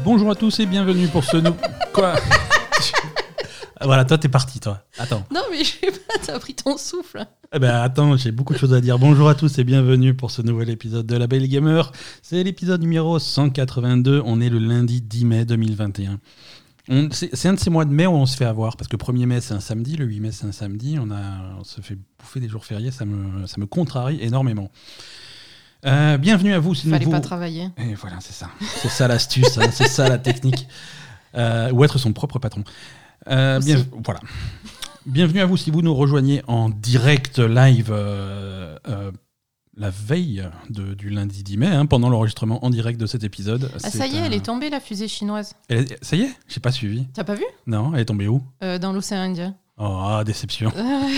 Bonjour à tous et bienvenue pour ce nouveau... Quoi? Voilà, toi t'es parti, toi. Attends. Non mais je sais pas, t'as pris ton souffle. Eh ben attends, j'ai beaucoup de choses à dire. Bonjour à tous et bienvenue pour ce nouvel épisode de La Belle Gamer. C'est l'épisode numéro 182. On est le lundi 10 mai 2021. C'est un de ces mois de mai où on se fait avoir, parce que le 1er mai c'est un samedi, le 8 mai c'est un samedi. On se fait bouffer des jours fériés, ça me contrarie énormément. Bienvenue à vous. Si Fallait pas travailler. Et voilà, c'est ça. C'est ça l'astuce, hein, c'est ça la technique. Ou être son propre patron. Voilà. Bienvenue à vous si vous nous rejoignez en direct live la veille du lundi 10 mai, hein, pendant l'enregistrement en direct de cet épisode. Ah ça y est, elle est tombée la fusée chinoise. Ça y est? J'ai pas suivi. T'as pas vu? Non, elle est tombée où? Dans l'océan Indien. Oh, déception.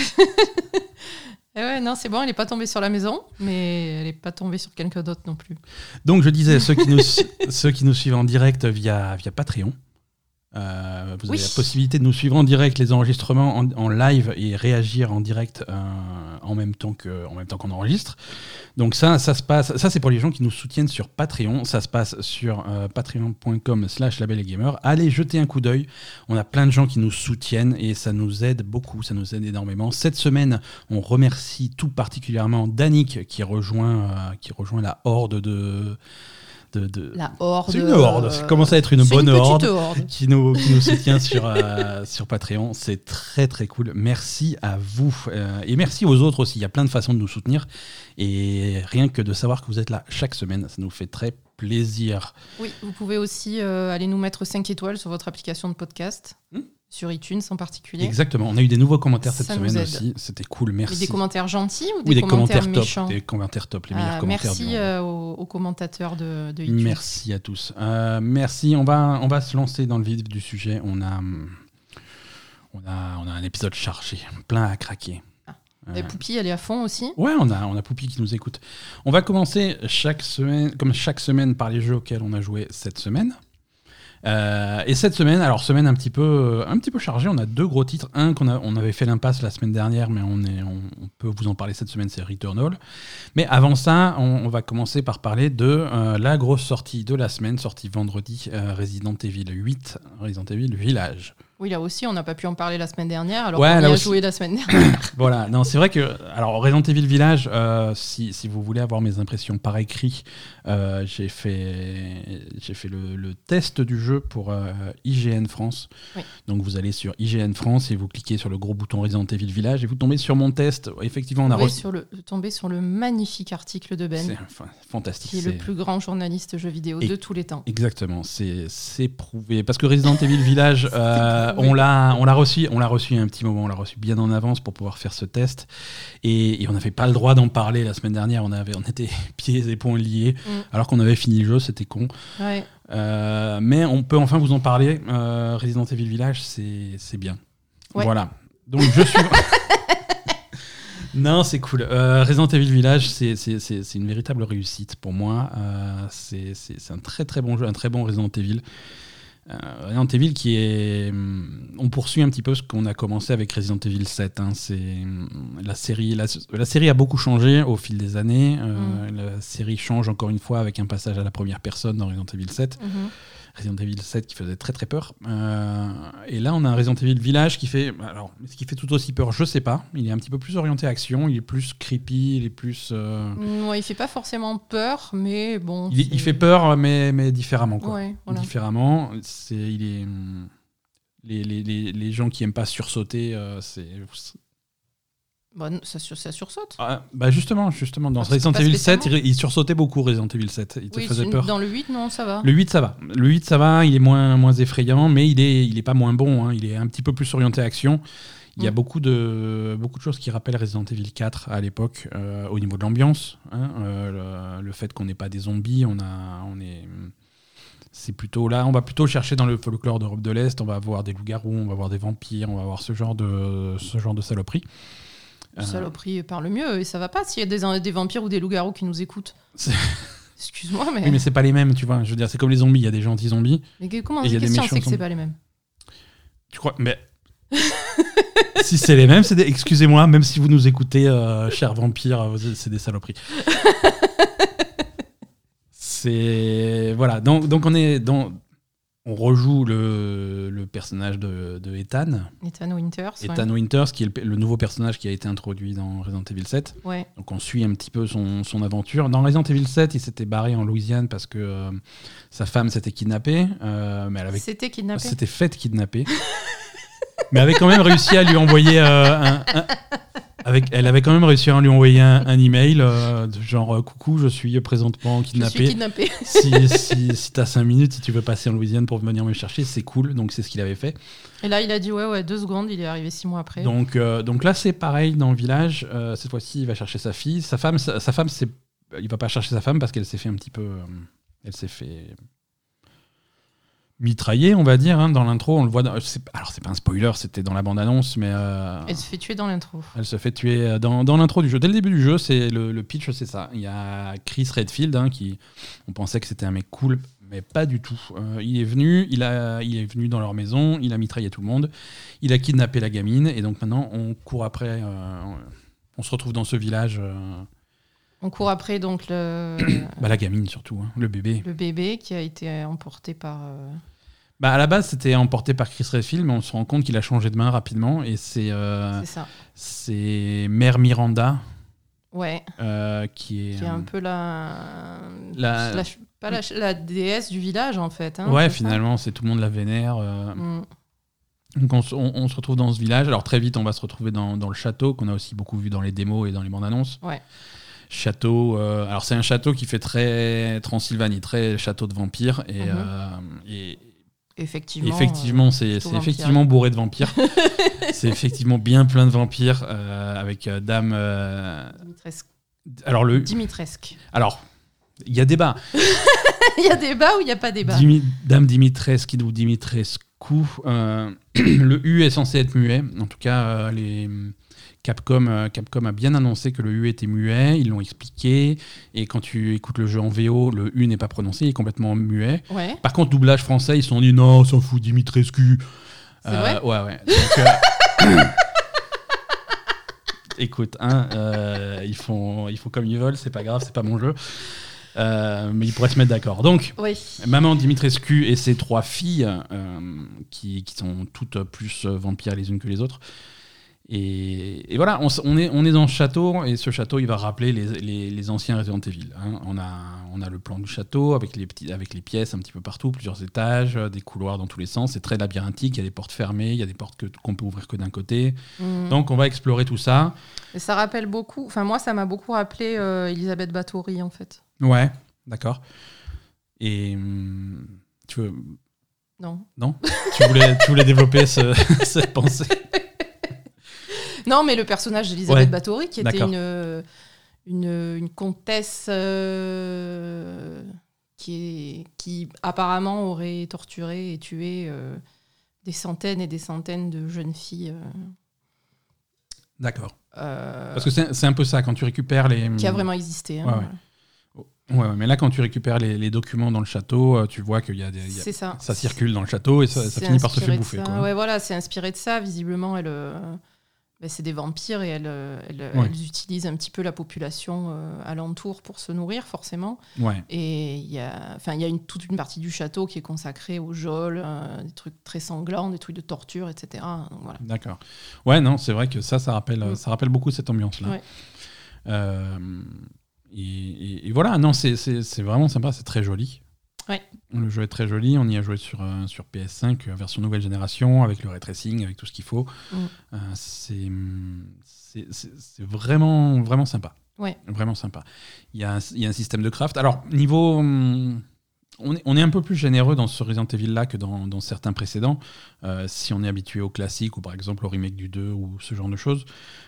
Ouais, non, c'est bon, elle est pas tombée sur la maison, mais elle est pas tombée sur quelqu'un d'autre non plus. Donc je disais, ceux qui nous suivent en direct via Patreon, vous avez la possibilité de nous suivre en direct, les enregistrements en live et réagir en direct en même temps qu'on enregistre. Donc ça se passe, ça c'est pour les gens qui nous soutiennent sur Patreon. Ça se passe sur patreon.com/labellegamer. Allez jeter un coup d'œil. On a plein de gens qui nous soutiennent et ça nous aide beaucoup, ça nous aide énormément. Cette semaine, on remercie tout particulièrement Danick qui rejoint la horde de... La horde. C'est une horde, ça commence à être une bonne horde qui nous soutient sur Patreon. C'est très très cool. Merci à vous et merci aux autres aussi. Il y a plein de façons de nous soutenir et rien que de savoir que vous êtes là chaque semaine, ça nous fait très plaisir. Oui, vous pouvez aussi aller nous mettre 5 étoiles sur votre application de podcast. Sur iTunes en particulier. Exactement, on a eu des nouveaux commentaires cette semaine aussi, c'était cool, merci. Et des commentaires gentils ou des commentaires méchants? Des commentaires top, les meilleurs commentaires. Merci aux commentateurs de YouTube. Merci à tous. Merci, on va se lancer dans le vif du sujet. On a un épisode chargé, plein à craquer. Et Poupie, elle est à fond aussi. Ouais, on a Poupie qui nous écoute. On va commencer comme chaque semaine par les jeux auxquels on a joué cette semaine. Et cette semaine, semaine un petit peu chargée, on a 2 gros titres. Un on avait fait l'impasse la semaine dernière, mais on peut vous en parler cette semaine, c'est Returnal. Mais avant ça, on va commencer par parler de la grosse sortie de la semaine, sortie vendredi, Resident Evil 8, Resident Evil Village. Oui, là aussi, on n'a pas pu en parler la semaine dernière, alors qu'on y a joué la semaine dernière. Voilà, non, c'est vrai que Resident Evil Village, si vous voulez avoir mes impressions par écrit, j'ai fait le test du jeu pour IGN France. Oui. Donc vous allez sur IGN France et vous cliquez sur le gros bouton Resident Evil Village et vous tombez sur mon test. Effectivement, tomber sur le magnifique article de Ben. C'est fantastique. Qui est le plus grand journaliste jeux vidéo de tous les temps. Exactement, c'est prouvé. Parce que Resident Evil Village, on l'a reçu un petit moment, on l'a reçu bien en avance pour pouvoir faire ce test. Et on n'avait pas le droit d'en parler la semaine dernière. On était pieds et poings liés, alors qu'on avait fini le jeu, c'était con. Ouais. Mais on peut enfin vous en parler. Resident Evil Village, c'est bien. Ouais. Voilà. Donc je suis... Non, c'est cool. Resident Evil Village, c'est une véritable réussite pour moi. C'est un très très bon jeu, un très bon Resident Evil. Resident Evil qui est... On poursuit un petit peu ce qu'on a commencé avec Resident Evil 7. Hein. La série a beaucoup changé au fil des années. La série change encore une fois avec un passage à la première personne dans Resident Evil 7. Resident Evil 7 qui faisait très très peur. Et là, on a un Resident Evil Village qui fait... Alors, ce qui fait tout aussi peur, je sais pas. Il est un petit peu plus orienté action, il est plus creepy, il est plus... Ouais, il fait pas forcément peur, mais bon... Il fait peur, mais différemment, quoi. Ouais, voilà. Différemment. Les gens qui aiment pas sursauter, c'est... Bah, ça sursaute. Justement, dans Resident Evil 7, il sursautait beaucoup, Resident Evil 7. Il te faisait peur. Dans le 8, non, ça va. Le 8, ça va, il est moins effrayant, mais il est pas moins bon. Hein. Il est un petit peu plus orienté action. Il y a beaucoup de choses qui rappellent Resident Evil 4 à l'époque, au niveau de l'ambiance. Hein. Le fait qu'on n'ait pas des zombies, c'est plutôt là, on va plutôt chercher dans le folklore d'Europe de l'Est. On va avoir des loups-garous, on va avoir des vampires, on va avoir ce genre de saloperies. Saloperie parle mieux, et ça va pas s'il y a des vampires ou des loups-garous qui nous écoutent. Excuse-moi, mais... Oui, mais c'est pas les mêmes, tu vois. Je veux dire, c'est comme les zombies, il y a des gentils zombies. Mais comment on sait que c'est pas les mêmes? Tu crois? Mais... Si c'est les mêmes, excusez-moi, même si vous nous écoutez, chers vampires, c'est des saloperies. C'est... Voilà, donc on est dans... On rejoue le personnage de Ethan. Ethan Winters. Ethan Winters, qui est le nouveau personnage qui a été introduit dans Resident Evil 7. Ouais. Donc on suit un petit peu son aventure. Dans Resident Evil 7, il s'était barré en Louisiane parce que sa femme s'était kidnappée. Mais elle avait... C'était kidnappée. C'était fait kidnapper. Mais avait quand même réussi à lui envoyer elle avait quand même réussi à lui envoyer un email genre coucou, je suis présentement kidnappé. Je suis kidnappé. si t'as 5 minutes, si tu veux passer en Louisiane pour venir me chercher, c'est cool. Donc c'est ce qu'il avait fait. Et là, il a dit ouais, 2 secondes. Il est arrivé 6 mois après. Donc là, c'est pareil dans le village. Cette fois-ci, il va chercher sa fille. Sa femme, il va pas chercher sa femme parce qu'elle s'est fait un petit peu, elle s'est fait mitraillée, on va dire, hein, dans l'intro. On le voit. Alors c'est pas un spoiler, c'était dans la bande-annonce, mais elle se fait tuer dans l'intro. Elle se fait tuer dans l'intro du jeu. Dès le début du jeu, c'est le pitch, c'est ça. Il y a Chris Redfield, hein, on pensait que c'était un mec cool, mais pas du tout. Il est venu dans leur maison, il a mitraillé tout le monde, il a kidnappé la gamine, et donc maintenant on court après. On se retrouve dans ce village. On court après donc la gamine surtout, hein, le bébé. Le bébé qui a été emporté par. À la base, c'était emporté par Chris Redfield, mais on se rend compte qu'il a changé de main rapidement, et c'est ça. C'est Mère Miranda. Ouais. Qui est un peu la déesse du village en fait. Hein, ouais, finalement, c'est tout le monde la vénère. Donc on se retrouve dans ce village. Alors très vite, on va se retrouver dans le château qu'on a aussi beaucoup vu dans les démos et dans les bandes annonces. Ouais. Château. Alors c'est un château qui fait très Transylvanie, très château de vampires et effectivement, c'est effectivement bourré de vampires. C'est effectivement bien plein de vampires avec Dame. Dimitrescu. Alors Dimitrescu. Alors, il y a débat. Il y a débat ou il n'y a pas débat. Dame Dimitrescu ou Dimitrescu. Le U est censé être muet. En tout cas, Capcom a bien annoncé que le U était muet, ils l'ont expliqué, et quand tu écoutes le jeu en VO, le U n'est pas prononcé, il est complètement muet. Ouais. Par contre, doublage français, ils se sont dit non, on s'en fout, Dimitrescu. C'est vrai. Ouais. Donc, écoute, ils font comme ils veulent, c'est pas grave, c'est pas mon jeu. Mais ils pourraient se mettre d'accord. Donc, oui. Maman Dimitrescu et ses 3 filles, qui sont toutes plus vampires les unes que les autres. Et voilà, on est dans ce château, et ce château, il va rappeler les anciens Resident Evil. Hein. On a le plan du château avec les pièces un petit peu partout, plusieurs étages, des couloirs dans tous les sens. C'est très labyrinthique, il y a des portes fermées, il y a des portes qu'on peut ouvrir que d'un côté. Donc on va explorer tout ça. Et ça rappelle beaucoup, enfin moi ça m'a beaucoup rappelé Elisabeth Báthory en fait. Ouais, d'accord. Et tu veux... Non. Tu voulais développer cette pensée? Non, mais le personnage d'Elisabeth Báthory, qui était une comtesse qui apparemment aurait torturé et tué des centaines et des centaines de jeunes filles. D'accord. Parce que c'est un peu ça, quand tu récupères les... Qui a vraiment existé. Hein. Ouais, mais là, quand tu récupères les documents dans le château, tu vois qu'il y a ça circule dans le château et ça finit par se faire bouffer. Quoi. Ouais, voilà, c'est inspiré de ça. Visiblement, c'est des vampires et elles utilisent un petit peu la population alentour pour se nourrir, forcément. Ouais. Et il y a toute une partie du château qui est consacrée au geôles, des trucs très sanglants, des trucs de torture, etc. Donc, voilà. D'accord. Ouais, non, c'est vrai que ça rappelle beaucoup cette ambiance-là. Ouais. Et voilà, non, c'est vraiment sympa, c'est très joli. Ouais. Le jeu est très joli, on y a joué sur PS5, version nouvelle génération, avec le ray tracing, avec tout ce qu'il faut. C'est vraiment, vraiment sympa. Ouais. Vraiment sympa. Il y a un système de craft. Alors, niveau... On est un peu plus généreux dans ce Resident Evil-là que dans certains précédents. Si on est habitué au classique ou par exemple au remake du 2 ou ce genre de choses.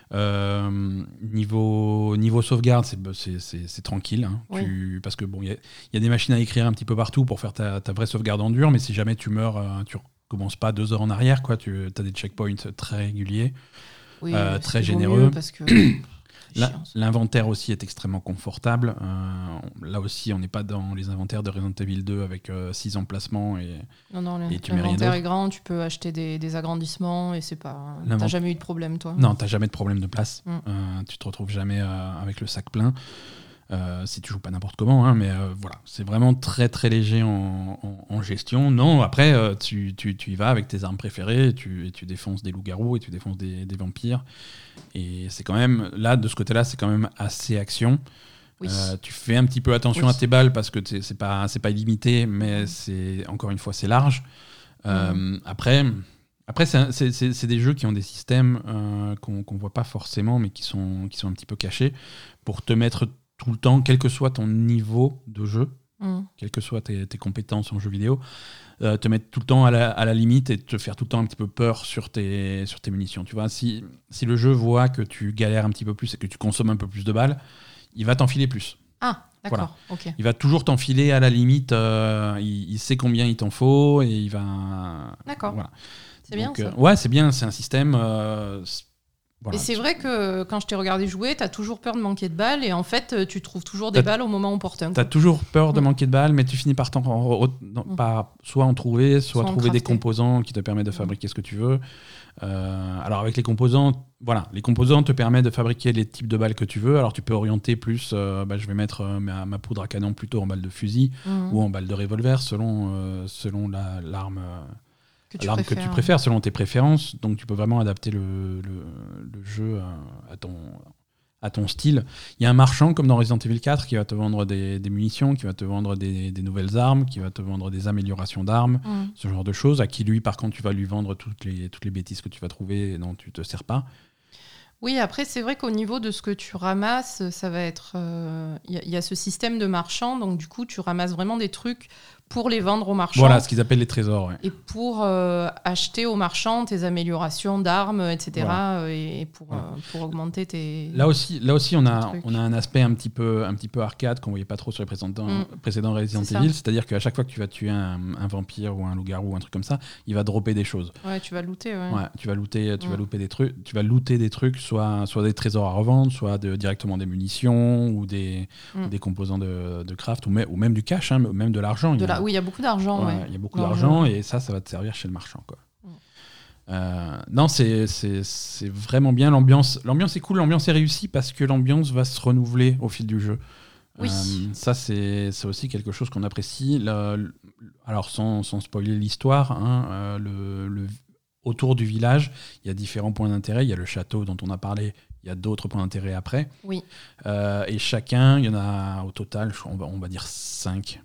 Niveau sauvegarde, c'est tranquille. Hein. Oui. Parce que il y a des machines à écrire un petit peu partout pour faire ta vraie sauvegarde en dur, mais si jamais tu meurs, tu recommences pas 2 heures en arrière. Tu as des checkpoints très réguliers, très généreux. Parce que... L'inventaire aussi est extrêmement confortable. Là aussi, on n'est pas dans les inventaires de Resident Evil 2 avec 6 emplacements et tu mets rien d'autre. L'inventaire est grand, tu peux acheter des agrandissements et c'est pas. T'as jamais eu de problème, toi? Non, t'as jamais de problème de place. Tu te retrouves jamais avec le sac plein. Si tu joues pas n'importe comment, hein, mais voilà, c'est vraiment très très léger en gestion. Non, après, tu y vas avec tes armes préférées, et tu défonces des loups-garous et tu défonces des vampires. Et c'est quand même, là, de ce côté-là, c'est quand même assez action. Oui. Tu fais un petit peu attention à tes balles parce que c'est pas illimité, mais encore une fois, c'est large. Après, c'est des jeux qui ont des systèmes qu'on voit pas forcément, mais qui sont un petit peu cachés pour te mettre tout le temps, quel que soit ton niveau de jeu, quelles que soient tes compétences en jeu vidéo, te mettre tout le temps à la limite et te faire tout le temps un petit peu peur sur tes munitions. Tu vois, si le jeu voit que tu galères un petit peu plus et que tu consommes un peu plus de balles, il va t'enfiler plus. Ah, d'accord. Voilà. Ok. Il va toujours t'enfiler à la limite. Il sait combien il t'en faut et il va. D'accord. Voilà. C'est bien ça. Ouais, c'est bien. C'est un système. Voilà. Et c'est vrai que quand je t'ai regardé jouer, t'as toujours peur de manquer de balles et en fait, tu trouves toujours des balles au moment opportun. T'as toujours peur de manquer de balles, mais tu finis par soit en trouver, soit trouver des composants qui te permettent de fabriquer ce que tu veux. Alors avec les composants, voilà, les composants te permettent de fabriquer les types de balles que tu veux. Alors tu peux orienter plus, je vais mettre ma poudre à canon plutôt en balle de fusil ou en balle de revolver selon l'arme. Que tu préfères selon tes préférences, donc tu peux vraiment adapter le jeu à ton style. Il y a un marchand comme dans Resident Evil 4 qui va te vendre des munitions, qui va te vendre des nouvelles armes, qui va te vendre des améliorations d'armes, ce genre de choses, à qui lui par contre tu vas lui vendre toutes les bêtises que tu vas trouver et dont tu te sers pas. Oui, après c'est vrai qu'au niveau de ce que tu ramasses, ça va être... y a ce système de marchand, donc du coup tu ramasses vraiment des trucs pour les vendre aux marchands. Voilà, ce qu'ils appellent les trésors. Ouais. Et pour acheter aux marchands tes améliorations d'armes, etc. Voilà. Et pour augmenter tes... Là aussi on a un aspect un petit peu arcade qu'on voyait pas trop sur les précédents Resident Evil. C'est-à-dire qu'à chaque fois que tu vas tuer un vampire ou un loup-garou ou un truc comme ça, il va dropper des choses. Ouais, tu vas looter. Ouais, tu vas looter des trucs. Tu vas looter des trucs, soit des trésors à revendre, soit directement des munitions ou des composants de craft ou même du cash, hein, même de l'argent. Oui, il y a beaucoup d'argent. Il y a beaucoup d'argent et ça va te servir chez le marchand, quoi. Non, c'est vraiment bien. L'ambiance est cool, l'ambiance est réussie parce que l'ambiance va se renouveler au fil du jeu. Oui. Ça, c'est aussi quelque chose qu'on apprécie. Alors, sans spoiler l'histoire, hein, autour du village, il y a différents points d'intérêt. Il y a le château dont on a parlé. Il y a d'autres points d'intérêt après. Oui. Et chacun, il y en a au total, on va dire 5.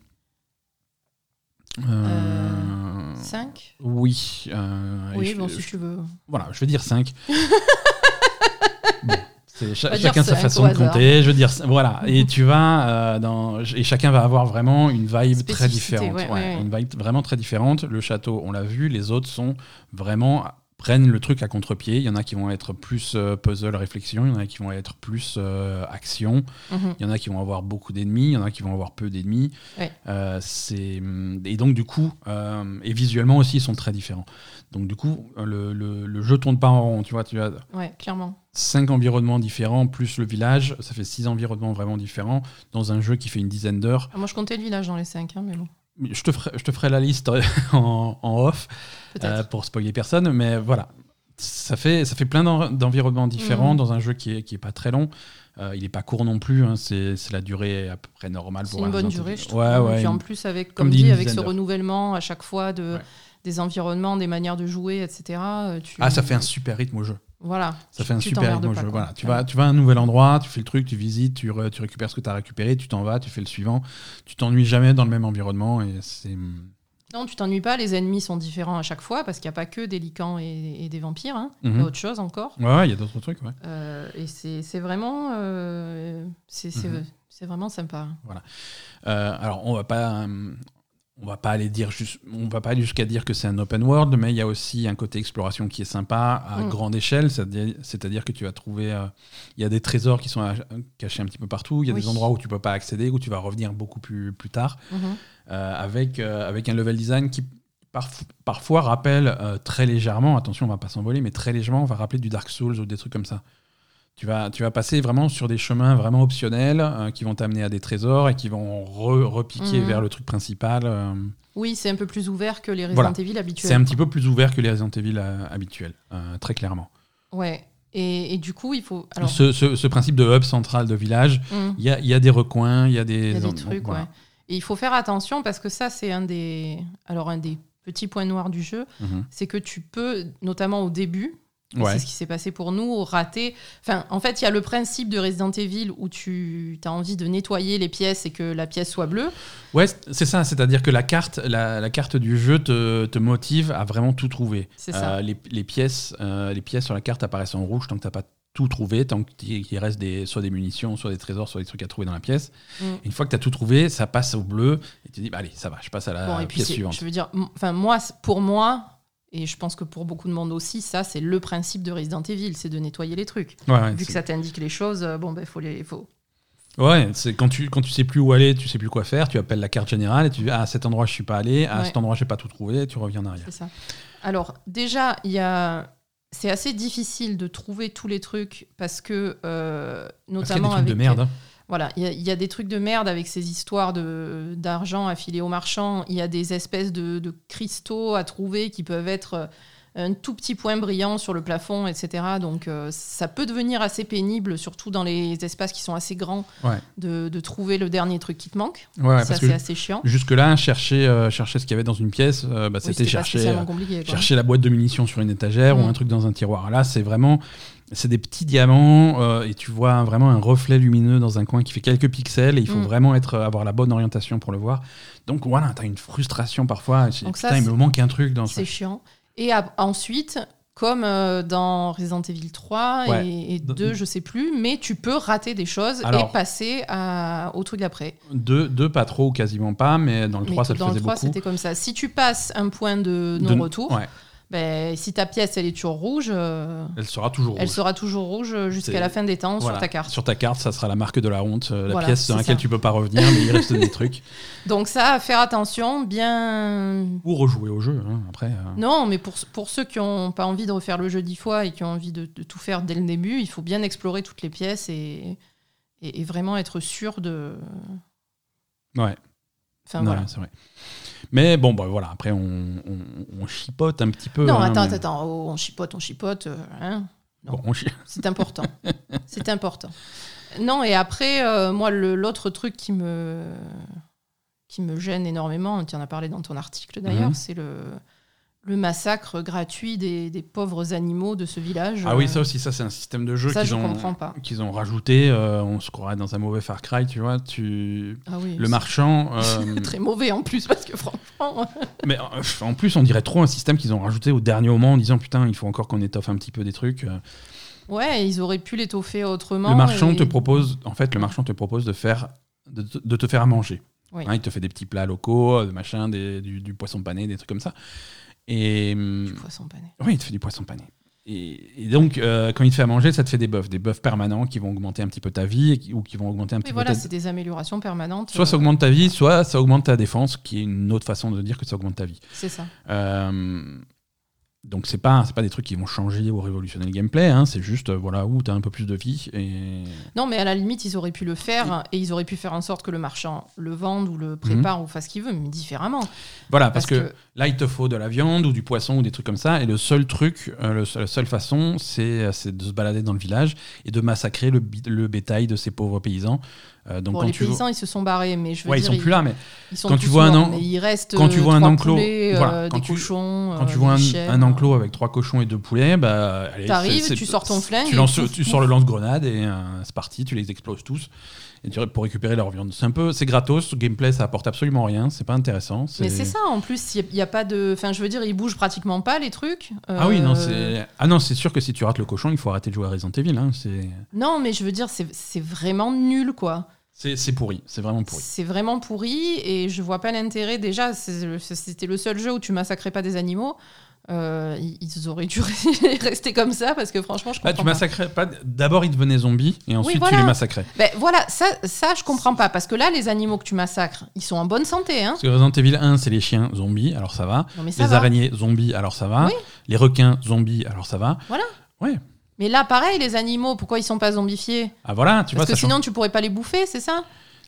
5 Oui. Oui, si tu veux. Voilà, je vais dire 5. Bon, c'est chacun sa façon de compter. Je veux dire, voilà. Et tu vas et chacun va avoir vraiment une vibe très différente. Une vibe vraiment très différente. Le château, on l'a vu. Les autres prennent le truc à contre-pied. Il y en a qui vont être plus puzzle, réflexion. Il y en a qui vont être plus action. Il y en a qui vont avoir beaucoup d'ennemis. Il y en a qui vont avoir peu d'ennemis. Ouais. Et donc, du coup, et visuellement aussi, ils sont très différents. Donc, du coup, le jeu tourne pas en rond. Tu as clairement. 5 environnements différents, plus le village. Ça fait 6 environnements vraiment différents dans un jeu qui fait une dizaine d'heures. Moi, je comptais le village dans les 5, mais bon. Je te ferai la liste en off pour spoiler personne, mais voilà, ça fait plein d'environnements différents dans un jeu qui est pas très long. Il est pas court non plus, hein, c'est la durée à peu près normale pour un bonne durée, je trouve. Ouais, et puis en plus avec ce renouvellement à chaque fois des environnements, des manières de jouer, etc. Ça fait un super rythme au jeu. Voilà. Ça fait un super rythme au jeu. Voilà. Tu vas à un nouvel endroit, tu fais le truc, tu visites, tu récupères ce que tu as récupéré, tu t'en vas, tu fais le suivant. Tu t'ennuies jamais dans le même environnement. Et c'est... Non, tu t'ennuies pas. Les ennemis sont différents à chaque fois parce qu'il n'y a pas que des licans et des vampires. Hein. Il y a autre chose encore. Ouais, il y a d'autres trucs. Ouais. Et c'est vraiment, c'est vraiment sympa. Voilà. Alors, on va pas aller jusqu'à dire que c'est un open world, mais il y a aussi un côté exploration qui est sympa à grande échelle, c'est-à-dire que tu vas trouver, il y a des trésors qui sont cachés un petit peu partout, il y a des endroits où tu peux pas accéder, où tu vas revenir beaucoup plus tard, avec un level design qui parfois rappelle très légèrement, attention on va pas s'envoler, mais très légèrement on va rappeler du Dark Souls ou des trucs comme ça. Tu vas passer vraiment sur des chemins vraiment optionnels qui vont t'amener à des trésors et qui vont repiquer vers le truc principal. Oui, c'est un peu plus ouvert que les Resident Evil habituels. C'est un petit peu plus ouvert que les Resident Evil habituels, très clairement. Ouais. Et du coup, il faut... Alors... Ce principe de hub central de village, il y a des recoins, il y a des trucs, voilà. Et il faut faire attention parce que ça, c'est un des petits points noirs du jeu. C'est que tu peux, notamment au début, c'est ce qui s'est passé pour nous, rater... Enfin, en fait, il y a le principe de Resident Evil où tu as envie de nettoyer les pièces et que la pièce soit bleue. Ouais, c'est ça. C'est-à-dire que la carte du jeu te motive à vraiment tout trouver. C'est ça. Les pièces sur la carte apparaissent en rouge tant que tu n'as pas tout trouvé, tant qu'il reste soit des munitions, soit des trésors, soit des trucs à trouver dans la pièce. Une fois que tu as tout trouvé, ça passe au bleu et tu dis, allez, ça va, je passe à la pièce suivante. Je veux dire, pour moi... Et je pense que pour beaucoup de monde aussi, ça, c'est le principe de Resident Evil, c'est de nettoyer les trucs. Vu que ça t'indique les choses, faut... Ouais, c'est quand tu sais plus où aller, tu sais plus quoi faire, tu appelles la carte générale et tu dis, à cet endroit, je suis pas allé, à cet endroit, j'ai pas tout trouvé, et tu reviens en arrière. C'est ça. Alors, déjà, c'est assez difficile de trouver tous les trucs parce que, notamment parce qu'il y a des trucs de merde. Voilà, il y a des trucs de merde avec ces histoires d'argent affilé aux marchands. Il y a des espèces de cristaux à trouver qui peuvent être un tout petit point brillant sur le plafond, etc. Donc ça peut devenir assez pénible, surtout dans les espaces qui sont assez grands, de trouver le dernier truc qui te manque. Ça, c'est assez chiant. Jusque-là, chercher ce qu'il y avait dans une pièce, c'était chercher la boîte de munitions sur une étagère ou un truc dans un tiroir. Là, c'est des petits diamants et tu vois vraiment un reflet lumineux dans un coin qui fait quelques pixels et il faut vraiment avoir la bonne orientation pour le voir. Donc voilà, tu as une frustration parfois. Donc il me manque un truc dans c'est chiant. Et ensuite, comme dans Resident Evil 3 et 2, je sais plus, mais tu peux rater des choses et passer au truc d'après. 2, pas trop ou quasiment pas, mais dans le 3, ça le faisait beaucoup. Dans le 3, c'était comme ça. Si tu passes un point de non-retour... si ta pièce elle est toujours rouge, elle sera toujours rouge jusqu'à la fin des temps sur ta carte. Sur ta carte, ça sera la marque de la honte, pièce dans laquelle tu peux pas revenir, mais il reste des trucs. Donc ça, à faire attention, bien. Ou rejouer au jeu après. Non, mais pour ceux qui n'ont pas envie de refaire le jeu 10 fois et qui ont envie de tout faire dès le début, il faut bien explorer toutes les pièces et vraiment être sûr de. Ouais. Enfin, voilà. C'est vrai. Mais bon, voilà, après, on chipote un petit peu. Non, attends, on chipote. Non. Bon, c'est important. C'est important. Non, et après, moi, l'autre truc qui me gêne énormément, tu en as parlé dans ton article d'ailleurs, c'est le massacre gratuit des pauvres animaux de ce village. Ah oui, ça aussi, ça c'est un système de jeu qu'ils ont rajouté. On se croirait dans un mauvais Far Cry, tu vois. Le marchand... Très mauvais en plus, parce que franchement... Mais en plus, on dirait trop un système qu'ils ont rajouté au dernier moment en disant, putain, il faut encore qu'on étoffe un petit peu des trucs. Ouais, ils auraient pu l'étoffer autrement. Le marchand te propose de te faire à manger. Oui. Il te fait des petits plats locaux, du poisson pané, des trucs comme ça. Du poisson pané. Oui, il te fait du poisson pané. Et donc, quand il te fait à manger, ça te fait des buffs permanents qui vont augmenter un petit peu ta vie ou qui vont augmenter un petit peu c'est des améliorations permanentes. Soit ça augmente ta vie, soit ça augmente ta défense, qui est une autre façon de dire que ça augmente ta vie. C'est ça. Donc c'est pas des trucs qui vont changer ou révolutionner le gameplay, c'est juste où t'as un peu plus de vie. Non, mais à la limite ils auraient pu le faire et ils auraient pu faire en sorte que le marchand le vende ou le prépare ou fasse ce qu'il veut, mais différemment. Voilà, parce que là il te faut de la viande ou du poisson ou des trucs comme ça, et le seul truc, la seule façon, c'est de se balader dans le village et de massacrer le bétail de ces pauvres paysans. Donc les paysans ils se sont barrés, mais je veux dire, ils sont plus là, mais quand tu vois il reste quand tu vois un enclos, poulets, des cochons, quand tu vois un enclos avec 3 cochons et 2 poulets, allez, t'arrives, tu sors ton flingue, tu sors le lance-grenade et c'est parti, tu les exploses tous. Et pour récupérer leur viande. C'est gratos, gameplay ça apporte absolument rien, c'est pas intéressant. Mais c'est ça, en plus, il y a pas de... Enfin, je veux dire, ils bougent pratiquement pas les trucs. Ah oui, c'est sûr que si tu rates le cochon, il faut arrêter de jouer à Resident Evil. Non, mais je veux dire, c'est vraiment nul, quoi. C'est pourri, c'est vraiment pourri. C'est vraiment pourri et je vois pas l'intérêt. Déjà, c'était le seul jeu où tu massacrais pas des animaux. Ils auraient dû rester comme ça parce que franchement je comprends tu massacrais pas. D'abord ils devenaient zombies et ensuite tu les massacrais. Ça je comprends pas parce que là les animaux que tu massacres ils sont en bonne santé Parce que Resident Evil 1 c'est les chiens zombies, alors ça va. Les araignées zombies, alors ça va. Les requins zombies, alors ça va. Voilà. Ouais. Mais là pareil, les animaux pourquoi ils sont pas zombifiés? Ah voilà, tu vois, parce que sinon tu pourrais pas les bouffer, c'est ça?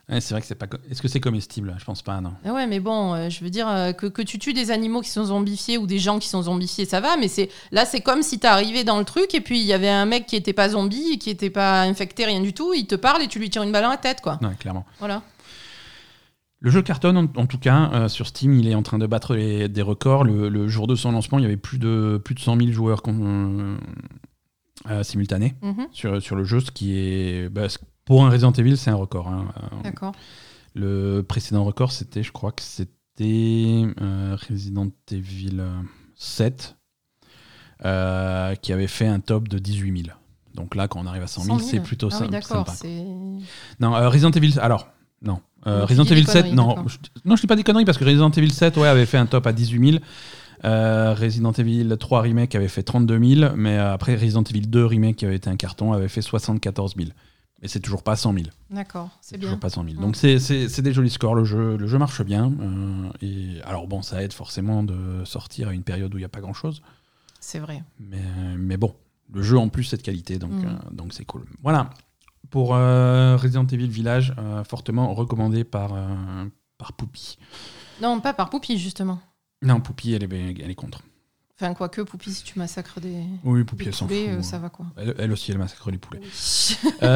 C'est vrai que c'est pas. Est-ce que c'est comestible? Je pense pas, non. Ah ouais, mais bon, je veux dire que tu tues des animaux qui sont zombifiés ou des gens qui sont zombifiés, ça va. Mais là, c'est comme si t'arrivais dans le truc et puis il y avait un mec qui était pas zombie, qui était pas infecté, rien du tout. Il te parle et tu lui tires une balle dans la tête, quoi. Ouais, clairement. Voilà. Le jeu cartonne en tout cas. Sur Steam, il est en train de battre des records. Le jour de son lancement, il y avait plus de 100 000 joueurs simultanés sur le jeu, ce qui est. Pour un Resident Evil, c'est un record. Hein. D'accord. Le précédent record, je crois que c'était Resident Evil 7, qui avait fait un top de 18 000. Donc là, quand on arrive à 100 000, c'est plutôt oui, d'accord, sympa. C'est... Non, Resident Evil... Alors, non. Resident Evil 7, non. Non, je dis pas des conneries, parce que Resident Evil 7 avait fait un top à 18 000. Resident Evil 3 Remake avait fait 32 000, mais après Resident Evil 2 Remake, qui avait été un carton, avait fait 74 000. Mais c'est toujours pas 100 000. D'accord, c'est bien. Toujours pas 100 000. Donc c'est des jolis scores, le jeu marche bien. Et alors bon, ça aide forcément de sortir à une période où il n'y a pas grand-chose. C'est vrai. Mais bon, le jeu en plus c'est de qualité, donc c'est cool. Voilà, pour Resident Evil Village, fortement recommandé par Poupie. Non, pas par Poupie, justement. Non, Poupie, elle est contre. Enfin, quoique, Poupie, si tu massacres des Poupie, elle s'en poulets, fout. ça va, quoi. Elle aussi, elle massacre les poulets. Oui.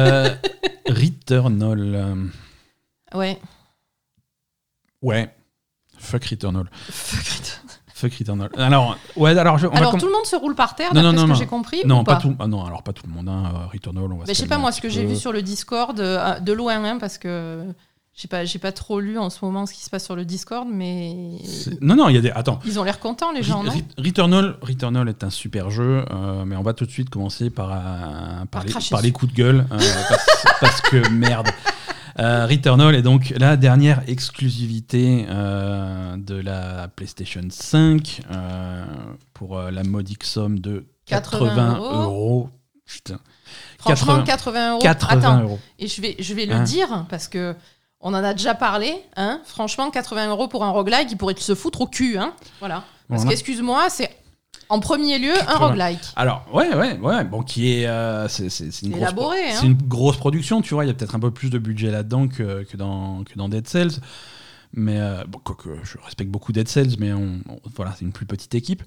Returnal. Ouais. Ouais. Fuck Returnal. Fuck Returnal. Alors, tout le monde se roule par terre, d'après ce que j'ai compris, non, ou pas tout. Non, alors pas tout le monde. Hein. Returnal, on va. Mais je sais pas, moi, ce que j'ai vu sur le Discord, de loin, hein, parce que j'ai pas trop lu en ce moment ce qui se passe sur le Discord, mais non, il y a des. Attends. Ils ont l'air contents, les gens, non? Returnal est un super jeu, mais on va tout de suite commencer par les coups de gueule, parce que merde. Returnal est donc la dernière exclusivité de la PlayStation 5 pour la modique somme de 80 €. Putain. Franchement, 80 €. 80 €. Et je vais le dire parce que on en a déjà parlé. Hein. Franchement, 80 € pour un roguelike, il pourrait se foutre au cul. Hein. Voilà. Parce qu'excuse-moi, c'est en premier lieu un roguelike. Alors, ouais. Bon, qui est. C'est une élaboré. C'est une grosse production, tu vois. Il y a peut-être un peu plus de budget là-dedans que dans Dead Cells. Mais quoique je respecte beaucoup Dead Cells, mais voilà, c'est une plus petite équipe.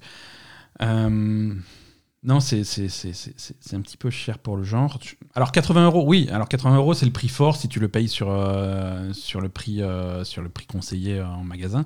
Non, c'est un petit peu cher pour le genre. Alors 80 €, oui. Alors 80 €, c'est le prix fort si tu le payes sur le prix conseillé en magasin.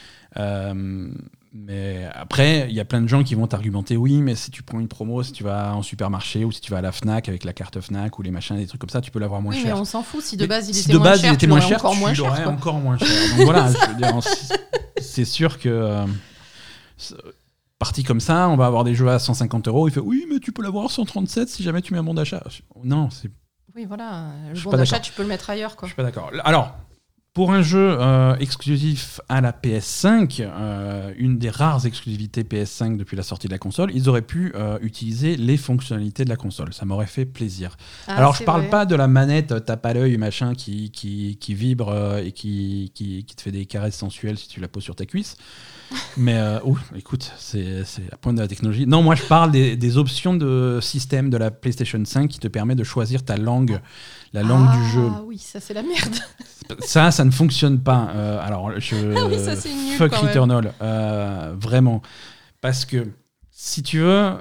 Mais après, il y a plein de gens qui vont t'argumenter, oui, mais si tu prends une promo, si tu vas en supermarché ou si tu vas à la Fnac avec la carte Fnac ou les machins, des trucs comme ça, tu peux l'avoir moins cher. Oui, mais on s'en fout. Si de base il était moins cher, tu l'aurais encore moins cher. Donc voilà, je veux dire, c'est sûr que parti comme ça, on va avoir des jeux à 150 €. Il fait oui, mais tu peux l'avoir à 137 si jamais tu mets un bon d'achat. Non, c'est. Oui, voilà. Le bon d'achat, tu peux le mettre ailleurs, quoi. Je suis pas d'accord. Alors. Pour un jeu exclusif à la PS5, une des rares exclusivités PS5 depuis la sortie de la console, ils auraient pu utiliser les fonctionnalités de la console. Ça m'aurait fait plaisir. Alors, je parle pas de la manette tape à l'œil, machin, qui vibre et qui te fait des caresses sensuelles si tu la poses sur ta cuisse. Mais écoute, c'est la pointe de la technologie. Non, moi, je parle des options de système de la PlayStation 5 qui te permet de choisir ta langue, la langue du jeu. Ah oui, ça, c'est la merde. Ça ne fonctionne pas. Alors, ça, c'est nul, fuck Returnal, vraiment. Parce que, si tu veux,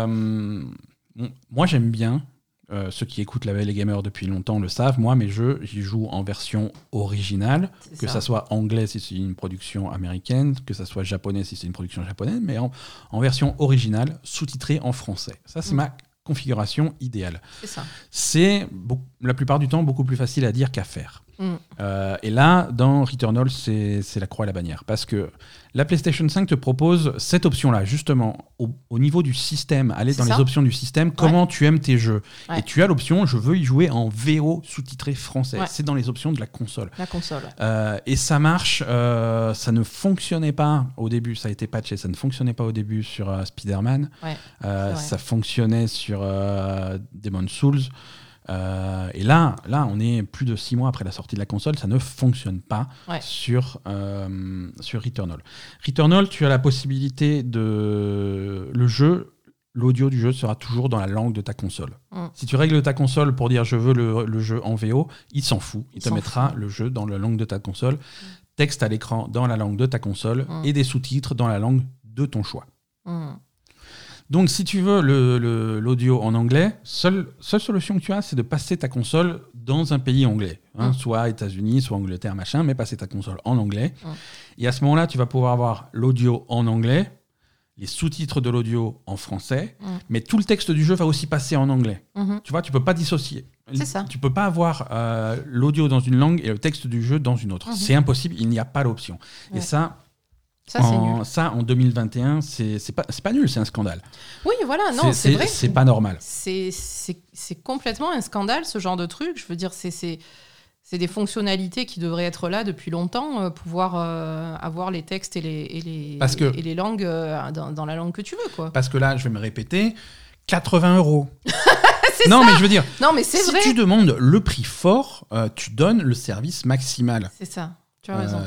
moi j'aime bien, ceux qui écoutent La Veille les Gamers depuis longtemps le savent, moi mes jeux, j'y joue en version originale, que ça soit anglais si c'est une production américaine, que ça soit japonais si c'est une production japonaise, mais en version originale, sous-titrée en français. Ça, c'est ma configuration idéale. C'est ça. C'est la plupart du temps beaucoup plus facile à dire qu'à faire. Et là, dans Returnal, c'est la croix et la bannière. Parce que la PlayStation 5 te propose cette option-là, justement, au niveau du système, aller dans les options du système, comment tu aimes tes jeux. Et tu as l'option, je veux y jouer en VO sous-titré français. C'est dans les options de la console. Et ça marche. Ça ne fonctionnait pas au début, ça a été patché, ça ne fonctionnait pas au début sur Spider-Man. Ça fonctionnait sur Demon's Souls. Et là, on est plus de 6 mois après la sortie de la console, ça ne fonctionne pas sur Returnal. Returnal, tu as la possibilité le jeu, l'audio du jeu sera toujours dans la langue de ta console. Si tu règles ta console pour dire je veux le jeu en VO, il s'en fout. Il te mettra le jeu dans la langue de ta console, texte à l'écran dans la langue de ta console et des sous-titres dans la langue de ton choix. Donc si tu veux l'audio en anglais, seule solution que tu as, c'est de passer ta console dans un pays anglais. Soit États-Unis, soit Angleterre, machin, mais passer ta console en anglais. Et à ce moment-là, tu vas pouvoir avoir l'audio en anglais, les sous-titres de l'audio en français, mais tout le texte du jeu va aussi passer en anglais. Tu vois, tu peux pas dissocier. C'est ça. Tu peux pas avoir l'audio dans une langue et le texte du jeu dans une autre. C'est impossible, il n'y a pas l'option. Et ça, c'est nul. Ça, en 2021, c'est pas nul, c'est un scandale. Oui, voilà, non, c'est vrai. C'est pas normal. C'est complètement un scandale, ce genre de truc. Je veux dire, c'est des fonctionnalités qui devraient être là depuis longtemps, pouvoir avoir les textes et les langues dans la langue que tu veux, quoi. Parce que là, je vais me répéter, 80 €. Non, ça. Mais je veux dire, non, mais c'est vrai. Si tu demandes le prix fort, tu donnes le service maximal. C'est ça, tu as raison.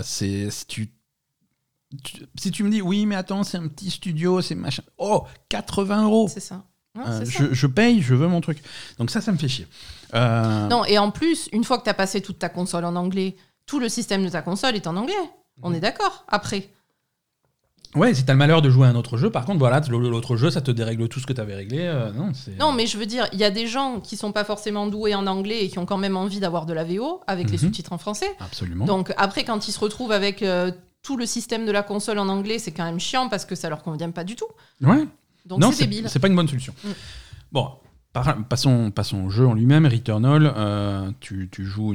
Si tu me dis, oui, mais attends, c'est un petit studio, c'est machin. Oh, 80 €. C'est ça. Je paye, je veux mon truc. Donc ça me fait chier. Non, et en plus, une fois que tu as passé toute ta console en anglais, tout le système de ta console est en anglais. On est d'accord, après. Ouais, si t'as le malheur de jouer à un autre jeu, par contre, voilà, l'autre jeu, ça te dérègle tout ce que t'avais réglé. Non, mais je veux dire, il y a des gens qui sont pas forcément doués en anglais et qui ont quand même envie d'avoir de la VO avec les sous-titres en français. Absolument. Donc après, quand ils se retrouvent avec tout le système de la console en anglais, c'est quand même chiant parce que ça leur convient pas du tout. Ouais. Donc non, c'est débile. C'est pas une bonne solution. Bon, passons au jeu en lui-même. Returnal, tu joues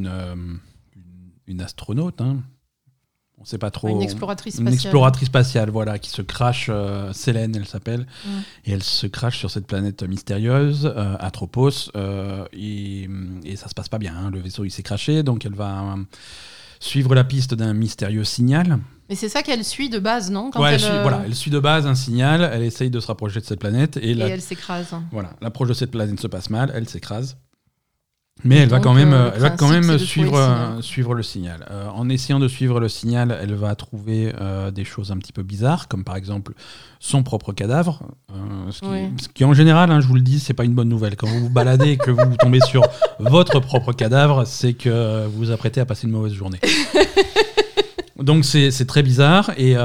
une astronaute, hein. On sait pas trop. Une exploratrice spatiale. Une exploratrice spatiale, voilà, qui se crache. Selene, elle s'appelle. Et elle se crache sur cette planète mystérieuse, Atropos. Et ça se passe pas bien. Hein. Le vaisseau, il s'est craché. Donc, elle va suivre la piste d'un mystérieux signal. Mais c'est ça qu'elle suit de base, non ? Elle suit de base un signal. Elle essaye de se rapprocher de cette planète. Et elle s'écrase. Voilà, l'approche de cette planète se passe mal. Elle s'écrase. Mais elle va quand même suivre le signal. En essayant de suivre le signal, elle va trouver des choses un petit peu bizarres, comme par exemple son propre cadavre. Ce qui en général, je vous le dis, c'est pas une bonne nouvelle. Quand vous vous baladez et que vous tombez sur votre propre cadavre, c'est que vous vous apprêtez à passer une mauvaise journée. Donc c'est très bizarre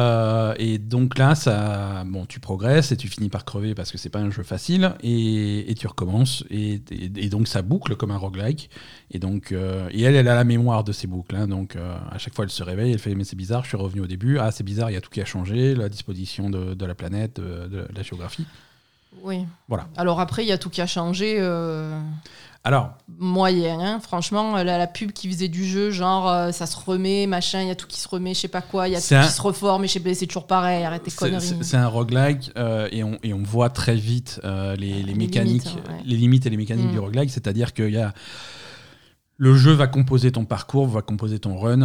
et donc là tu progresses et tu finis par crever parce que c'est pas un jeu facile et tu recommences et donc ça boucle comme un roguelike et donc et elle a la mémoire de ces boucles, hein, donc à chaque fois elle se réveille, elle fait mais c'est bizarre, je suis revenu au début, c'est bizarre, il y a tout qui a changé, la disposition de la planète, de la géographie. Oui. Voilà. Alors après il y a tout qui a changé. Alors, moyen, hein. Franchement, la pub qui faisait du jeu, genre ça se remet, machin, il y a tout qui se remet, je sais pas quoi, il y a tout qui se reforme, et c'est toujours pareil, arrête tes conneries. C'est un roguelike et on voit très vite les mécaniques, les limites et les mécaniques du roguelike, c'est-à-dire qu'il y a le jeu va composer ton parcours, va composer ton run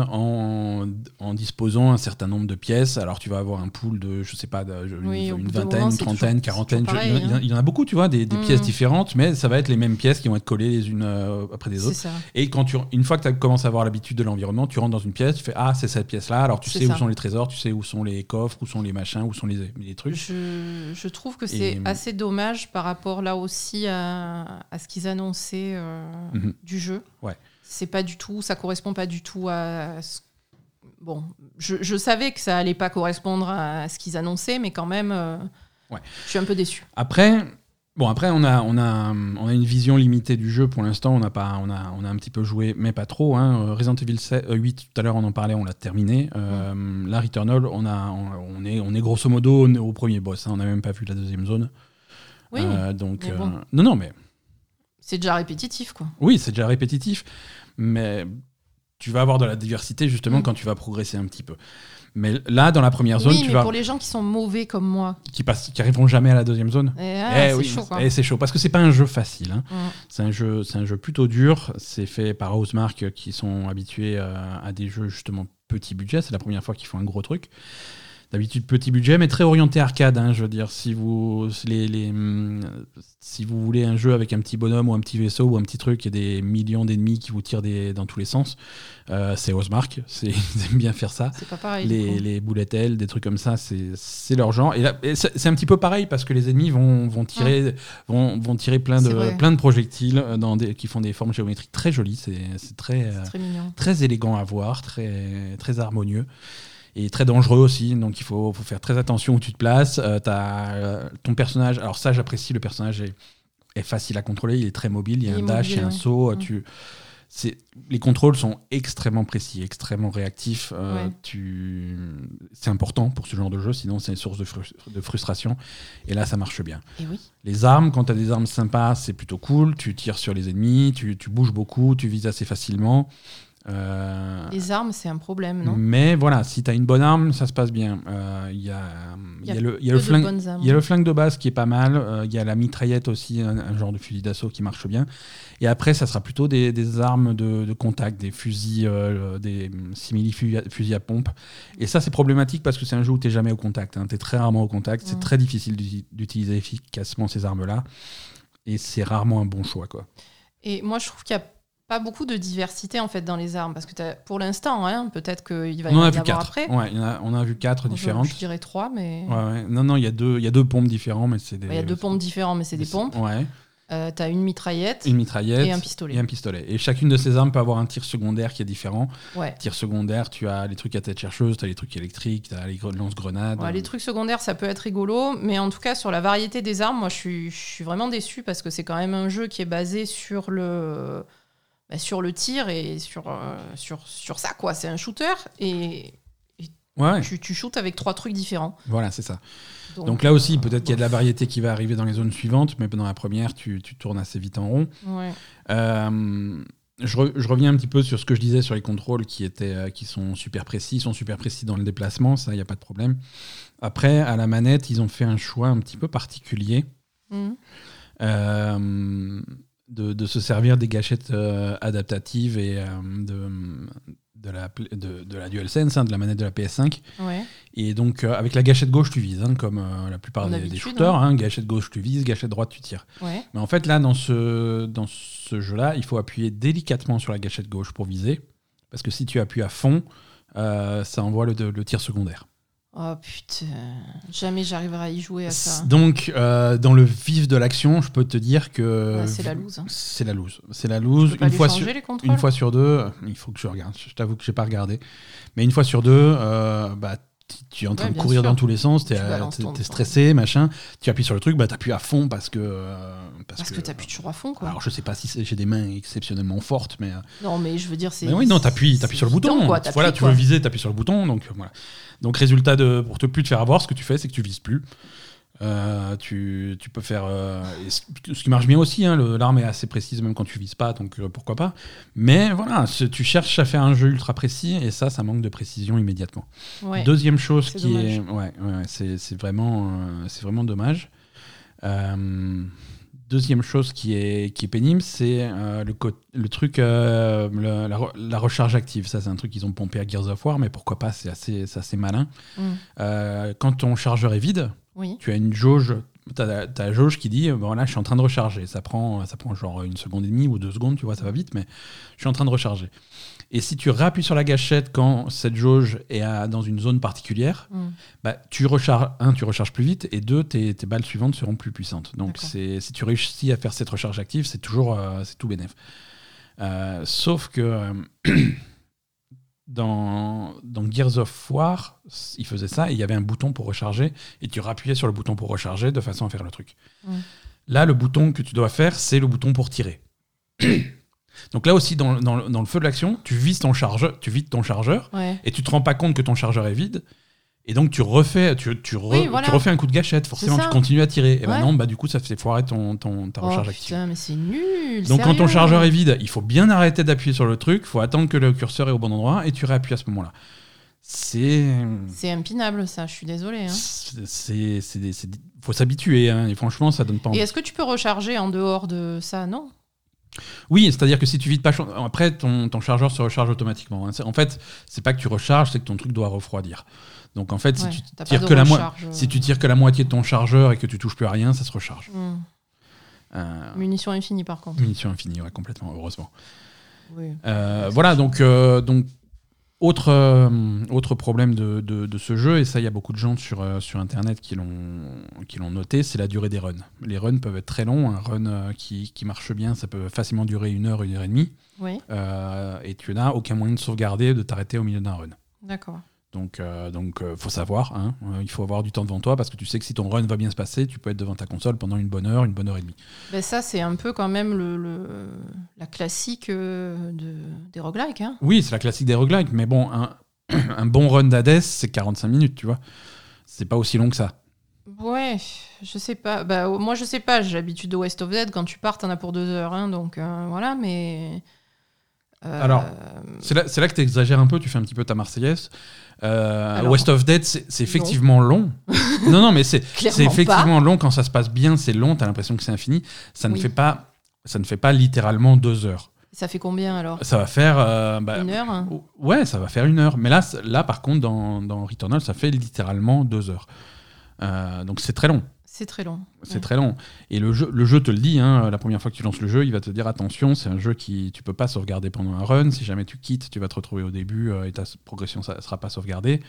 en disposant un certain nombre de pièces. Alors tu vas avoir un pool de, je sais pas, une vingtaine, une trentaine, quarantaine. Il y en a beaucoup, tu vois, des pièces différentes, mais ça va être les mêmes pièces qui vont être collées les unes après les autres. Et une fois que tu commences à avoir l'habitude de l'environnement, tu rentres dans une pièce, tu fais c'est cette pièce-là. Alors tu sais où sont les trésors, tu sais où sont les coffres, où sont les machins, où sont les trucs. Je trouve que c'est assez dommage par rapport là aussi à ce qu'ils annonçaient du jeu. Ouais. C'est pas du tout, ça correspond pas du tout à bon, je savais que ça allait pas correspondre à ce qu'ils annonçaient, mais quand même, je suis un peu déçu. Après, on a une vision limitée du jeu pour l'instant. On a un petit peu joué, mais pas trop. Hein. Resident Evil 8, tout à l'heure, on en parlait, on l'a terminé. La Returnal, on est grosso modo au premier boss. Hein. On n'a même pas vu la deuxième zone. Oui. Donc, mais bon. non, mais c'est déjà répétitif, quoi. Oui, c'est déjà répétitif, mais tu vas avoir de la diversité justement quand tu vas progresser un petit peu. Mais là, dans la première zone, pour les gens qui sont mauvais comme moi, qui arriveront jamais à la deuxième zone, c'est chaud, quoi. C'est chaud parce que c'est pas un jeu facile. Hein. C'est un jeu plutôt dur. C'est fait par Housemarque qui sont habitués à des jeux justement petit budget. C'est la première fois qu'ils font un gros truc. d'habitude petit budget, mais très orienté arcade. Hein, je veux dire, si vous voulez un jeu avec un petit bonhomme ou un petit vaisseau ou un petit truc et des millions d'ennemis qui vous tirent dans tous les sens, c'est Housemarque. Ils aiment bien faire ça. C'est pas pareil. Les boulettes ailes, des trucs comme ça, c'est leur genre. Et là, c'est un petit peu pareil parce que les ennemis vont tirer plein de projectiles qui font des formes géométriques très jolies. C'est très mignon. Très élégant à voir, très, très harmonieux. Et très dangereux aussi, donc il faut faire très attention où tu te places. T'as ton personnage, alors ça j'apprécie, le personnage est facile à contrôler, il est très mobile, il y a un dash, il y a un saut. Les contrôles sont extrêmement précis, extrêmement réactifs. C'est important pour ce genre de jeu, sinon c'est une source de frustration. Et là, ça marche bien. Et oui. Les armes, quand tu as des armes sympas, c'est plutôt cool. Tu tires sur les ennemis, tu bouges beaucoup, tu vises assez facilement. Les armes, c'est un problème, non ? Mais voilà, si tu as une bonne arme, ça se passe bien. Il y a le flingue de base qui est pas mal. Il y a la mitraillette aussi, un genre de fusil d'assaut qui marche bien. Et après, ça sera plutôt des armes de contact, des fusils, des simili-fusils à pompe. Et ça, c'est problématique parce que c'est un jeu où tu n'es jamais au contact. Tu es très rarement au contact. C'est très difficile d'utiliser efficacement ces armes-là. Et c'est rarement un bon choix, quoi. Et moi, je trouve qu'il y a pas beaucoup de diversité en fait dans les armes parce que pour l'instant, hein, peut-être qu'il va y en avoir après. Ouais, on a vu 4 différentes. Je dirais 3, mais. Ouais. Non, il y a deux pompes différents, mais c'est des. Il y a 2 pompes différents, mais c'est des pompes. Ouais. T'as une mitraillette et un pistolet. Et chacune de ces armes peut avoir un tir secondaire qui est différent. Ouais. Tir secondaire, tu as les trucs à tête chercheuse, tu as les trucs électriques, tu as les lance-grenades. Ouais, les trucs secondaires, ça peut être rigolo, mais en tout cas, sur la variété des armes, moi, je suis vraiment déçue parce que c'est quand même un jeu qui est basé sur le tir et sur ça, quoi. C'est un shooter et tu shootes avec 3 trucs différents. Voilà, c'est ça. Donc là aussi, peut-être qu'il y a de la variété qui va arriver dans les zones suivantes, mais dans la première, tu tournes assez vite en rond. Ouais. Je reviens un petit peu sur ce que je disais sur les contrôles qui sont super précis. Ils sont super précis dans le déplacement, ça, il n'y a pas de problème. Après, à la manette, ils ont fait un choix un petit peu particulier. De se servir des gâchettes adaptatives et de la DualSense, de la manette de la PS5. Ouais. Et donc, avec la gâchette gauche, tu vises, comme la plupart des shooters. Hein, gâchette gauche, tu vises, gâchette droite, tu tires. Ouais. Mais en fait, là, dans ce jeu-là, il faut appuyer délicatement sur la gâchette gauche pour viser. Parce que si tu appuies à fond, ça envoie le tir secondaire. Oh putain, jamais j'arriverai à y jouer à ça. Donc, dans le vif de l'action, je peux te dire que... c'est la loose. Hein. C'est la loose. C'est la loose. Une fois sur 2, il faut que je regarde. Je t'avoue que je n'ai pas regardé. Mais une fois sur 2, tu es en train de courir dans tous les sens, tu es stressé, machin. Tu appuies sur le truc, tu appuies à fond parce que tu appuies toujours à fond, quoi. Alors, je sais pas si j'ai des mains exceptionnellement fortes, mais... Non, mais je veux dire, c'est... Mais oui, non, t'appuies sur le bouton. Voilà, tu veux viser, t'appuies sur le bouton, donc voilà. Donc, résultat, pour te plus te faire avoir, ce que tu fais, c'est que tu vises plus. Tu peux faire... ce qui marche bien aussi, hein, l'arme est assez précise même quand tu vises pas, donc pourquoi pas. Mais voilà, tu cherches à faire un jeu ultra précis, et ça manque de précision immédiatement. Ouais, deuxième chose qui dommage. C'est vraiment dommage. Deuxième chose qui est pénible, c'est le truc, la recharge active. Ça, c'est un truc qu'ils ont pompé à Gears of War, mais pourquoi pas, c'est assez malin. Quand ton chargeur est vide, tu as une jauge, t'as la jauge qui dit, là, je suis en train de recharger. Ça prend genre 1 seconde et demie ou 2 secondes, tu vois, ça va vite, mais je suis en train de recharger. Et si tu réappuies sur la gâchette quand cette jauge est dans une zone particulière, tu recharges plus vite, et 2, tes balles suivantes seront plus puissantes. Donc si tu réussis à faire cette recharge active, c'est tout bénef. Sauf que dans Gears of War, il faisait ça, et il y avait un bouton pour recharger, et tu rappuyais sur le bouton pour recharger de façon à faire le truc. Là, le bouton que tu dois faire, c'est le bouton pour tirer. Donc là aussi, dans le feu de l'action, tu vides ton chargeur, et tu te rends pas compte que ton chargeur est vide, et donc tu refais un coup de gâchette, forcément tu continues à tirer. Et non, du coup ça fait foirer ta recharge active. Putain, mais c'est nul. Donc quand ton chargeur est vide, il faut bien arrêter d'appuyer sur le truc, il faut attendre que le curseur est au bon endroit, et tu réappuies à ce moment-là. C'est impinable, ça, je suis désolée. Faut s'habituer, hein, et franchement ça donne pas envie. Et est-ce que tu peux recharger en dehors de ça? Non. Oui, c'est-à-dire que si tu vides pas, après ton chargeur se recharge automatiquement. En fait, c'est pas que tu recharges, c'est que ton truc doit refroidir. Donc en fait, si Ouais, tu t'as pas tires de que recharge. si tu tires que la moitié de ton chargeur et que tu touches plus à rien, ça se recharge. Munitions infinies par contre. Munitions infinies, ouais, complètement, heureusement. Oui. Voilà, donc autre problème de ce jeu, et ça, il y a beaucoup de gens sur Internet qui l'ont noté, c'est la durée des runs. Les runs peuvent être très longs. Un run qui marche bien, ça peut facilement durer 1 heure et demie. Oui, Et tu n'as aucun moyen de sauvegarder, de t'arrêter au milieu d'un run. d'accord. Donc, faut savoir, hein, il faut avoir du temps devant toi parce que tu sais que si ton run va bien se passer, tu peux être devant ta console pendant 1 bonne heure et demie. Ben ça, c'est un peu quand même la classique des roguelikes. Hein. Oui, c'est la classique des roguelikes, mais bon, un bon run d'Hades, c'est 45 minutes, tu vois. C'est pas aussi long que ça. Ouais, je sais pas. Bah, moi, je sais pas. J'ai l'habitude de West of Dead. Quand tu pars, t'en as pour 2 heures. Hein, donc voilà, mais. Alors, c'est là que tu exagères un peu, tu fais un petit peu ta Marseillaise. West of Dead, c'est effectivement long. non, mais c'est effectivement long quand ça se passe bien, c'est long, t'as l'impression que c'est infini. Ça ne fait pas littéralement 2 heures. Ça fait combien alors? Ça va faire 1 heure hein. Ouais, ça va faire 1 heure. Mais là par contre, dans Returnal, ça fait littéralement 2 heures. Donc c'est très long. C'est très long. C'est très long. Et le jeu te le dit, hein, la première fois que tu lances le jeu, il va te dire attention, c'est un jeu qui tu peux pas sauvegarder pendant un run. Si jamais tu quittes, tu vas te retrouver au début et ta progression ne sera pas sauvegardée.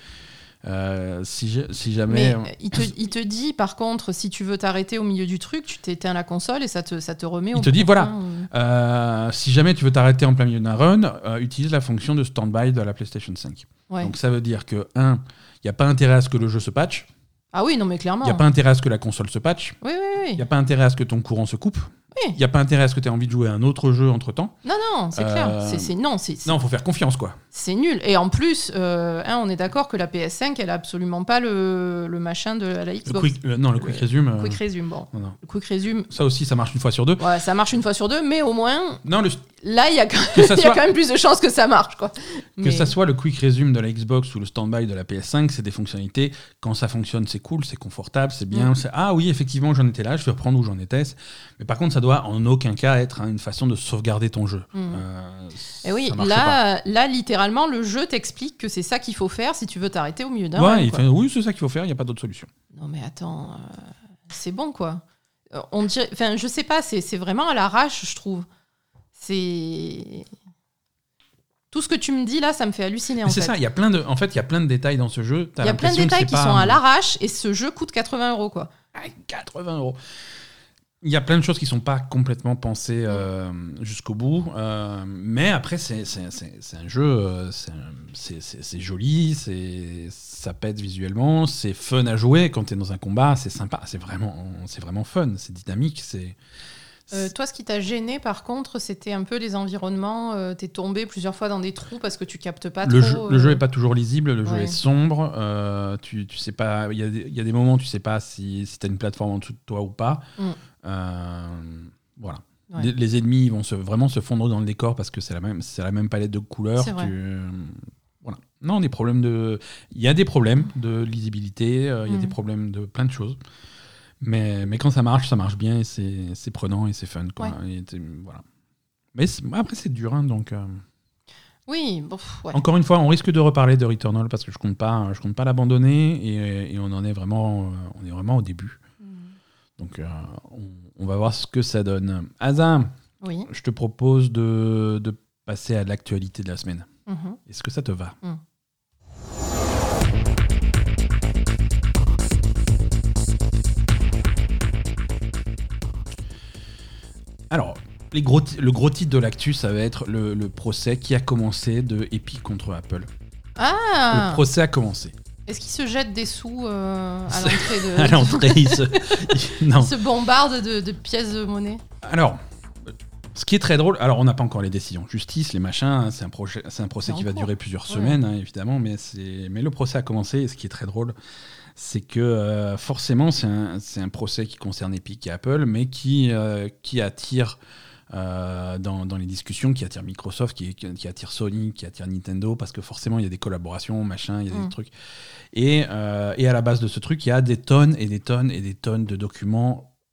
Si jamais. Mais il te dit par contre, si tu veux t'arrêter au milieu du truc, tu t'éteins la console et ça te remet au. Il te dit voilà, si jamais tu veux t'arrêter en plein milieu d'un run, utilise la fonction de stand-by de la PlayStation 5. Ouais. Donc ça veut dire que, il n'y a pas intérêt à ce que le jeu se patche. Ah oui, non mais clairement. Il n'y a pas intérêt à ce que la console se patche. Oui. Il n'y a pas intérêt à ce que ton courant se coupe. Oui. Il n'y a pas intérêt à ce que tu aies envie de jouer à un autre jeu entre-temps. Non, c'est clair. Non, il faut faire confiance, quoi. C'est nul. Et en plus, on est d'accord que la PS5, elle a absolument pas le machin de la Xbox. Le Quick Resume. Quick Resume, bon. Non. Le Quick Resume. Ça aussi, ça marche 1 fois sur 2. Ouais, ça marche 1 fois sur 2, mais au moins. Non, là, il y a quand même plus de chances que ça marche, quoi. Que ça soit le Quick Resume de la Xbox ou le Standby de la PS5, c'est des fonctionnalités. Quand ça fonctionne, c'est cool, c'est confortable, c'est bien. Ah oui, effectivement, j'en étais là, je vais reprendre où j'en étais. Mais par contre, ça doit en aucun cas être une façon de sauvegarder ton jeu. Et oui, là, littéralement, le jeu t'explique que c'est ça qu'il faut faire si tu veux t'arrêter au milieu d'un run, oui, c'est ça qu'il faut faire, il n'y a pas d'autre solution. Non mais attends, c'est bon quoi. On dirait, je sais pas, c'est vraiment à l'arrache, je trouve. C'est tout ce que tu me dis là, ça me fait halluciner. C'est ça, il y a plein de détails dans ce jeu. Il y a plein de détails qui sont à l'arrache et ce jeu coûte 80 € quoi. 80 €. Il y a plein de choses qui sont pas complètement pensées jusqu'au bout, mais après c'est un jeu, c'est joli, ça pète visuellement, c'est fun à jouer quand tu es dans un combat, c'est sympa, c'est vraiment fun, c'est dynamique, toi, ce qui t'a gêné, par contre, c'était un peu les environnements. T'es tombé plusieurs fois dans des trous parce que tu captes pas trop. Le jeu est pas toujours lisible, le jeu est sombre. Tu sais pas. Il y a des moments où tu sais pas si t'as une plateforme en dessous de toi ou pas. Voilà. Ouais. Les ennemis vont vraiment se fondre dans le décor parce que c'est la même palette de couleurs. Voilà. Non, il y a des problèmes de lisibilité. Il y a des problèmes de plein de choses. Mais quand ça marche bien et c'est prenant et c'est fun. Quoi. Ouais. Et voilà. Mais après, c'est dur. Hein, donc, oui. Encore une fois, on risque de reparler de Returnal parce que je compte pas l'abandonner et on est vraiment au début. Donc, on va voir ce que ça donne. Asa, je te propose de passer à l'actualité de la semaine. Est-ce que ça te va? Alors, le gros titre de l'actu, ça va être le procès qui a commencé de Epic contre Apple. Ah! Le procès a commencé. Est-ce qu'il se jette des sous à l'entrée de... À l'entrée, il se bombarde de pièces de monnaie? Alors, ce qui est très drôle... Alors, on n'a pas encore les décisions de justice, les machins, c'est un procès qui va durer plusieurs semaines, hein, évidemment, mais le procès a commencé, et ce qui est très drôle, c'est que forcément, c'est un procès qui concerne Epic et Apple, mais qui attire... dans les discussions, qui attire Microsoft, qui attire Sony, qui attire Nintendo, parce que forcément il y a des collaborations, machin, il y a des trucs. Et à la base de ce truc, il y a des tonnes et des tonnes et des tonnes de documents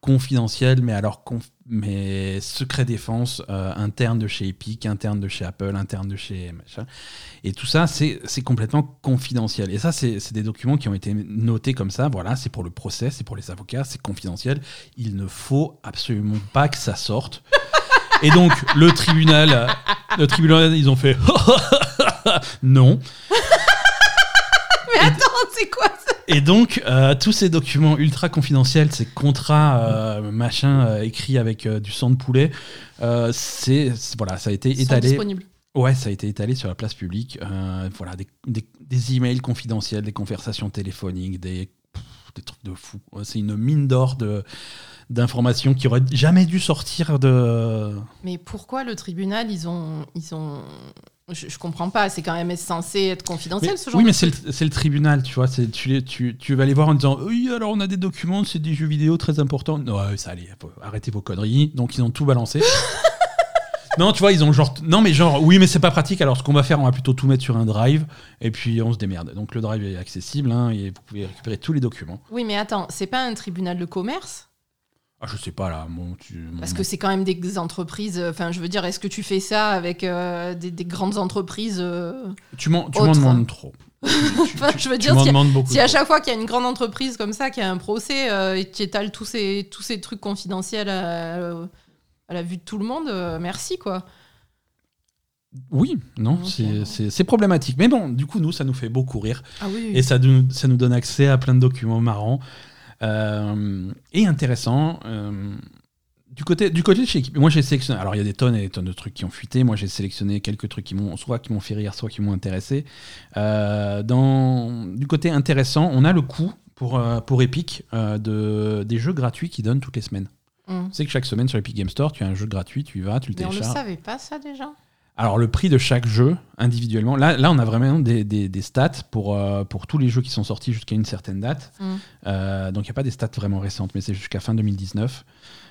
confidentiel, mais alors mais secret défense, interne de chez Epic, interne de chez Apple, interne de chez machin. Et tout ça, c'est complètement confidentiel. Et ça, c'est des documents qui ont été notés comme ça. Voilà, c'est pour le procès, c'est pour les avocats, c'est confidentiel. Il ne faut absolument pas que ça sorte. Et donc, le tribunal, ils ont fait non. Mais attends, c'est quoi ça? Et donc, tous ces documents ultra confidentiels, ces contrats écrits avec du sang de poulet, voilà, ça a été étalé. Disponibles. Ouais, ça a été étalé sur la place publique. Voilà, des emails confidentiels, des conversations téléphoniques, des trucs de fou. C'est une mine d'or d'informations qui auraient jamais dû sortir de. Mais pourquoi le tribunal, ils ont... Je comprends pas, c'est quand même censé être confidentiel ce genre oui, de mais truc. c'est le tribunal, tu vois. Tu vas aller voir en disant oui, alors on a des documents, c'est des jeux vidéo très importants. Non, ça allez, arrêtez vos conneries. Donc ils ont tout balancé. Non, tu vois, ils ont oui, mais c'est pas pratique. Alors ce qu'on va faire, on va plutôt tout mettre sur un drive et puis on se démerde. Donc le drive est accessible et vous pouvez récupérer tous les documents. Oui, mais attends, c'est pas un tribunal de commerce? Ah, je sais pas là. Parce que c'est quand même des entreprises. Enfin, je veux dire, est-ce que tu fais ça avec des grandes entreprises Tu m'en demandes trop. Je veux dire, si à chaque fois qu'il y a une grande entreprise comme ça qui a un procès et qui étale tous ces trucs confidentiels à la vue de tout le monde, merci quoi. Oui, non, c'est problématique. Mais bon, du coup, nous, ça nous fait beaucoup rire. Ah oui. Et ça nous donne accès à plein de documents marrants. Et intéressant. Du côté de chez Epic, moi j'ai sélectionné. Alors il y a des tonnes et des tonnes de trucs qui ont fuité. Moi j'ai sélectionné quelques trucs qui m'ont fait rire, soit qui m'ont intéressé. Du côté intéressant, on a le coût pour Epic des jeux gratuits qu'ils donnent toutes les semaines. Tu sais que chaque semaine sur Epic Game Store, tu as un jeu gratuit, tu y vas, tu le télécharges. Mais on ne savait pas ça déjà. Alors le prix de chaque jeu individuellement, là on a vraiment des stats pour tous les jeux qui sont sortis jusqu'à une certaine date. Donc il n'y a pas des stats vraiment récentes, mais c'est jusqu'à fin 2019.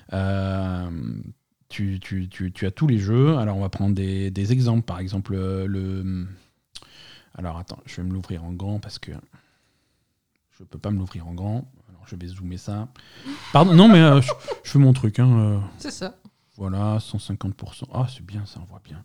Tu as tous les jeux. Alors on va prendre des exemples. Par exemple alors attends, je vais me l'ouvrir en grand parce que je peux pas me l'ouvrir en grand. Alors je vais zoomer ça. Pardon, non mais je fais mon truc. C'est ça. Voilà, 150%. Ah, c'est bien, ça, on voit bien.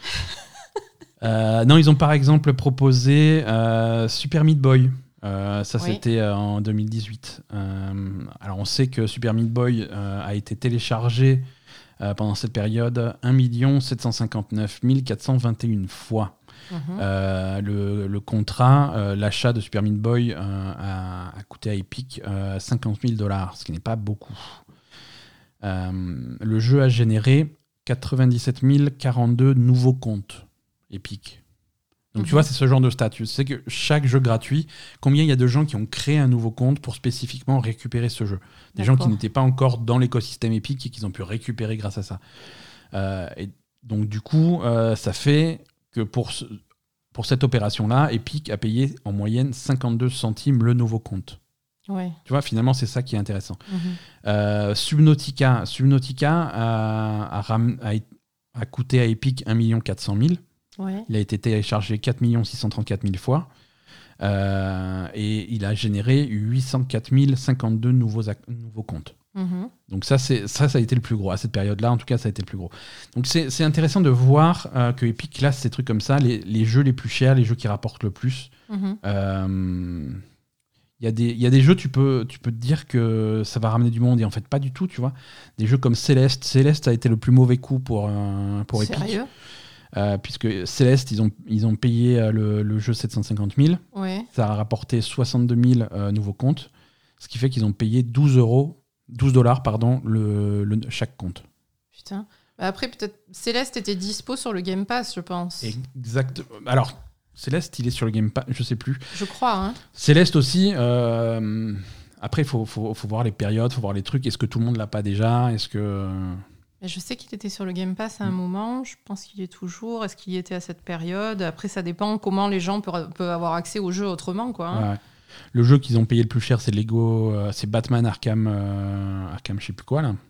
Non, ils ont par exemple proposé Super Meat Boy. C'était en 2018. Alors, on sait que Super Meat Boy a été téléchargé pendant cette période 1 759 421 fois. Le contrat, l'achat de Super Meat Boy a coûté à Epic $50 000, ce qui n'est pas beaucoup. Le jeu a généré 97 042 nouveaux comptes Epic. Donc tu vois, c'est ce genre de stat. Tu sais que chaque jeu gratuit, combien il y a de gens qui ont créé un nouveau compte pour spécifiquement récupérer ce jeu. Des gens qui n'étaient pas encore dans l'écosystème Epic et qu'ils ont pu récupérer grâce à ça. Et donc du coup, ça fait que pour cette opération-là, Epic a payé en moyenne 52 centimes le nouveau compte. Ouais. Tu vois, finalement, c'est ça qui est intéressant. Subnautica a coûté à Epic 1 400 000. Ouais. Il a été téléchargé 4 634 000 fois. Et il a généré 804 052 nouveaux comptes. Donc ça a été le plus gros. À cette période-là, en tout cas, ça a été le plus gros. Donc c'est intéressant de voir que Epic classe ces trucs comme ça, les jeux les plus chers, les jeux qui rapportent le plus. Il y a des jeux, tu peux te dire que ça va ramener du monde, et en fait, pas du tout, tu vois. Des jeux comme Celeste. Celeste a été le plus mauvais coup pour Epic. Sérieux ? Puisque Celeste, ils ont payé le jeu 750 000. Ouais. Ça a rapporté 62 000 nouveaux comptes. Ce qui fait qu'ils ont payé $12 chaque compte. Putain. Bah après, peut-être Céleste était dispo sur le Game Pass, je pense. Exact. Alors, Céleste, il est sur le Game Pass, je sais plus. Je crois. Hein. Céleste aussi. Après, il faut voir les périodes, il faut voir les trucs. Est-ce que tout le monde l'a pas déjà ? Est-ce que... Je sais qu'il était sur le Game Pass à un moment. Je pense qu'il y est toujours. Est-ce qu'il y était à cette période ? Après, ça dépend comment les gens peuvent avoir accès au jeu autrement, quoi. Hein. Ouais. Le jeu qu'ils ont payé le plus cher, c'est Lego, c'est Batman Arkham, je sais plus quoi là.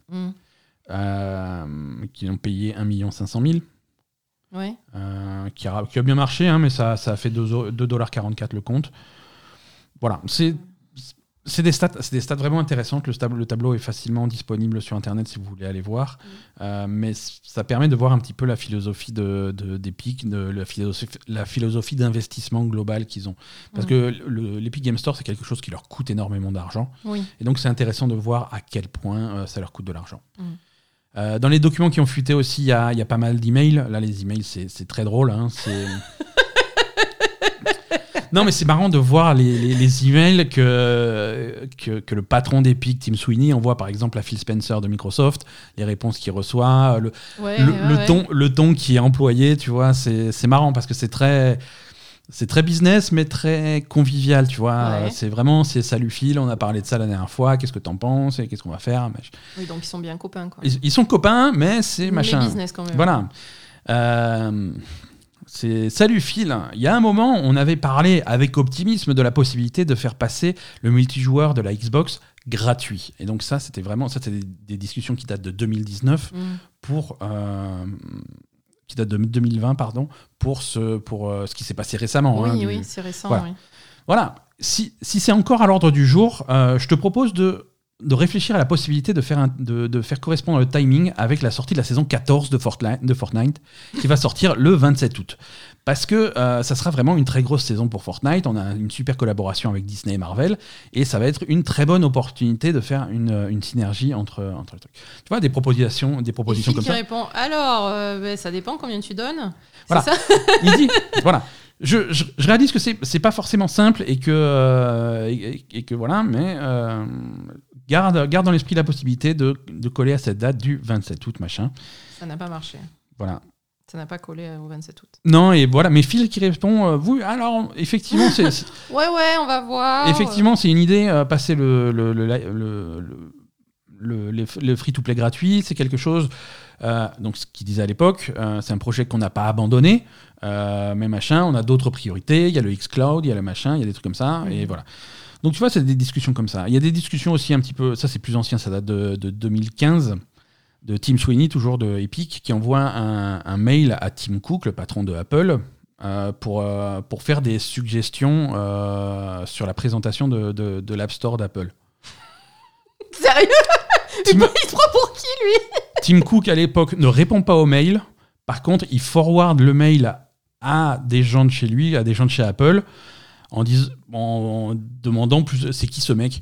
Qui ont payé 1 500 000. Ouais. Qui a bien marché, hein, mais ça a fait $2,44 le compte. Voilà, C'est des stats vraiment intéressantes. Le tableau est facilement disponible sur Internet si vous voulez aller voir. Mais ça permet de voir un petit peu la philosophie d'Epic, la philosophie d'investissement global qu'ils ont. Parce que l'Epic Game Store, c'est quelque chose qui leur coûte énormément d'argent. Oui. Et donc, c'est intéressant de voir à quel point ça leur coûte de l'argent. Dans les documents qui ont fuité aussi, il y a pas mal d'emails. Là, les emails, c'est très drôle. Hein. Non, mais c'est marrant de voir les emails que le patron d'Epic, Tim Sweeney, envoie par exemple à Phil Spencer de Microsoft, les réponses qu'il reçoit, le ton qui est employé, tu vois, c'est marrant parce que c'est très business, mais très convivial, tu vois. Ouais. C'est salut Phil, on a parlé de ça la dernière fois, qu'est-ce que t'en penses et qu'est-ce qu'on va faire. Oui, donc ils sont bien copains, quoi. Ils sont copains, mais c'est machin. Mais business quand même. Voilà. C'est salut Phil. Il y a un moment, on avait parlé avec optimisme de la possibilité de faire passer le multijoueur de la Xbox gratuit. Et donc c'était des discussions qui datent de 2019 qui datent de 2020 pardon pour ce qui s'est passé récemment. Oui, c'est récent. Voilà. Oui. Voilà. Si c'est encore à l'ordre du jour, je te propose de réfléchir à la possibilité de faire correspondre le timing avec la sortie de la saison 14 de Fortnite, qui va sortir le 27 août. Parce que ça sera vraiment une très grosse saison pour Fortnite. On a une super collaboration avec Disney et Marvel, et ça va être une très bonne opportunité de faire une synergie entre les trucs. Tu vois, des propositions comme ça. Qui répond, alors, ça dépend combien tu donnes. Voilà. C'est ça. Il dit, voilà. Je réalise que c'est pas forcément simple et que voilà, mais garde dans l'esprit la possibilité de coller à cette date du 27 août, machin. Ça n'a pas marché. Voilà. Ça n'a pas collé au 27 août. Non, et voilà, mais Phil qui répond, oui, alors, effectivement, c'est ouais, on va voir. Effectivement, c'est une idée, passer le free-to-play gratuit, c'est quelque chose, donc ce qu'il disait à l'époque, c'est un projet qu'on n'a pas abandonné, mais machin, on a d'autres priorités, il y a le xCloud, il y a le machin, il y a des trucs comme ça, et voilà. Donc tu vois, c'est des discussions comme ça. Il y a des discussions aussi un petit peu, ça c'est plus ancien, ça date de 2015, de Tim Sweeney, toujours de Epic, qui envoie un mail à Tim Cook, le patron de Apple, pour faire des suggestions sur la présentation de l'App Store d'Apple. Sérieux? Il se prend pour qui, lui? Tim Cook, à l'époque, ne répond pas au mail. Par contre, il forward le mail à des gens de chez lui, à des gens de chez Apple, en demandant plus, c'est qui ce mec?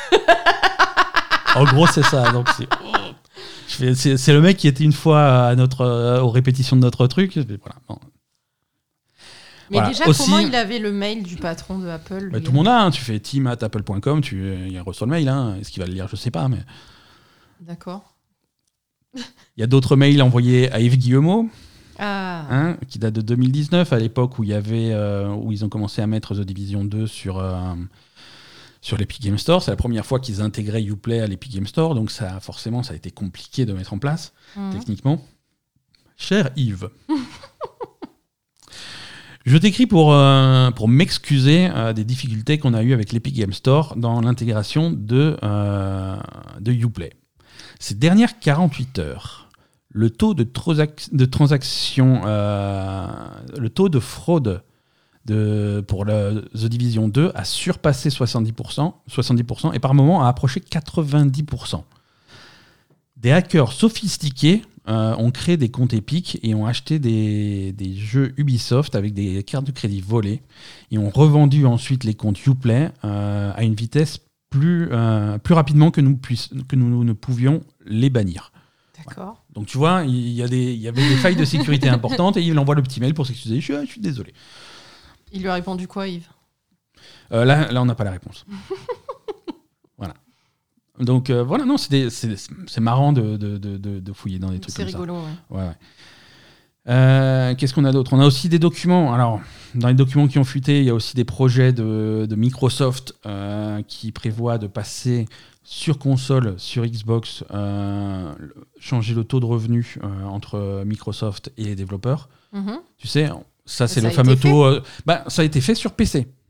En gros, c'est ça. Donc c'est le mec qui était une fois aux répétitions de notre truc. Voilà. Bon. Mais voilà. Déjà, aussi, comment il avait le mail du patron de Apple? Tout le monde a. Tu fais team@apple.com, il reçoit le mail. Est-ce qu'il va le lire? Je sais pas. Mais... D'accord. Il y a d'autres mails envoyés à Yves Guillemot, qui date de 2019, à l'époque où ils ont commencé à mettre The Division 2 sur l'Epic Game Store. C'est la première fois qu'ils intégraient Uplay à l'Epic Game Store, donc ça a été compliqué de mettre en place, techniquement. Cher Yves, je t'écris pour m'excuser des difficultés qu'on a eues avec l'Epic Game Store dans l'intégration de Uplay. Ces dernières 48 heures, le taux de transaction, le taux de fraude pour The Division 2 a surpassé 70% et par moment a approché 90%. Des hackers sophistiqués ont créé des comptes Epic et ont acheté des jeux Ubisoft avec des cartes de crédit volées et ont revendu ensuite les comptes Uplay à une vitesse plus rapidement que nous ne pouvions les bannir. D'accord. Voilà. Donc tu vois, il y avait des failles de sécurité importantes et il envoie le petit mail pour s'excuser. Je suis désolé. Il lui a répondu quoi, Yves? Là, on n'a pas la réponse. Voilà. Donc voilà, non, c'est marrant de fouiller dans des trucs comme ça. C'est rigolo, ouais. Qu'est-ce qu'on a d'autre? On a aussi des documents. Alors, dans les documents qui ont fuité, il y a aussi des projets de Microsoft qui prévoient de passer sur console, sur Xbox, changer le taux de revenu entre Microsoft et les développeurs. Tu sais, ça c'est le fameux taux... ça a été fait sur PC.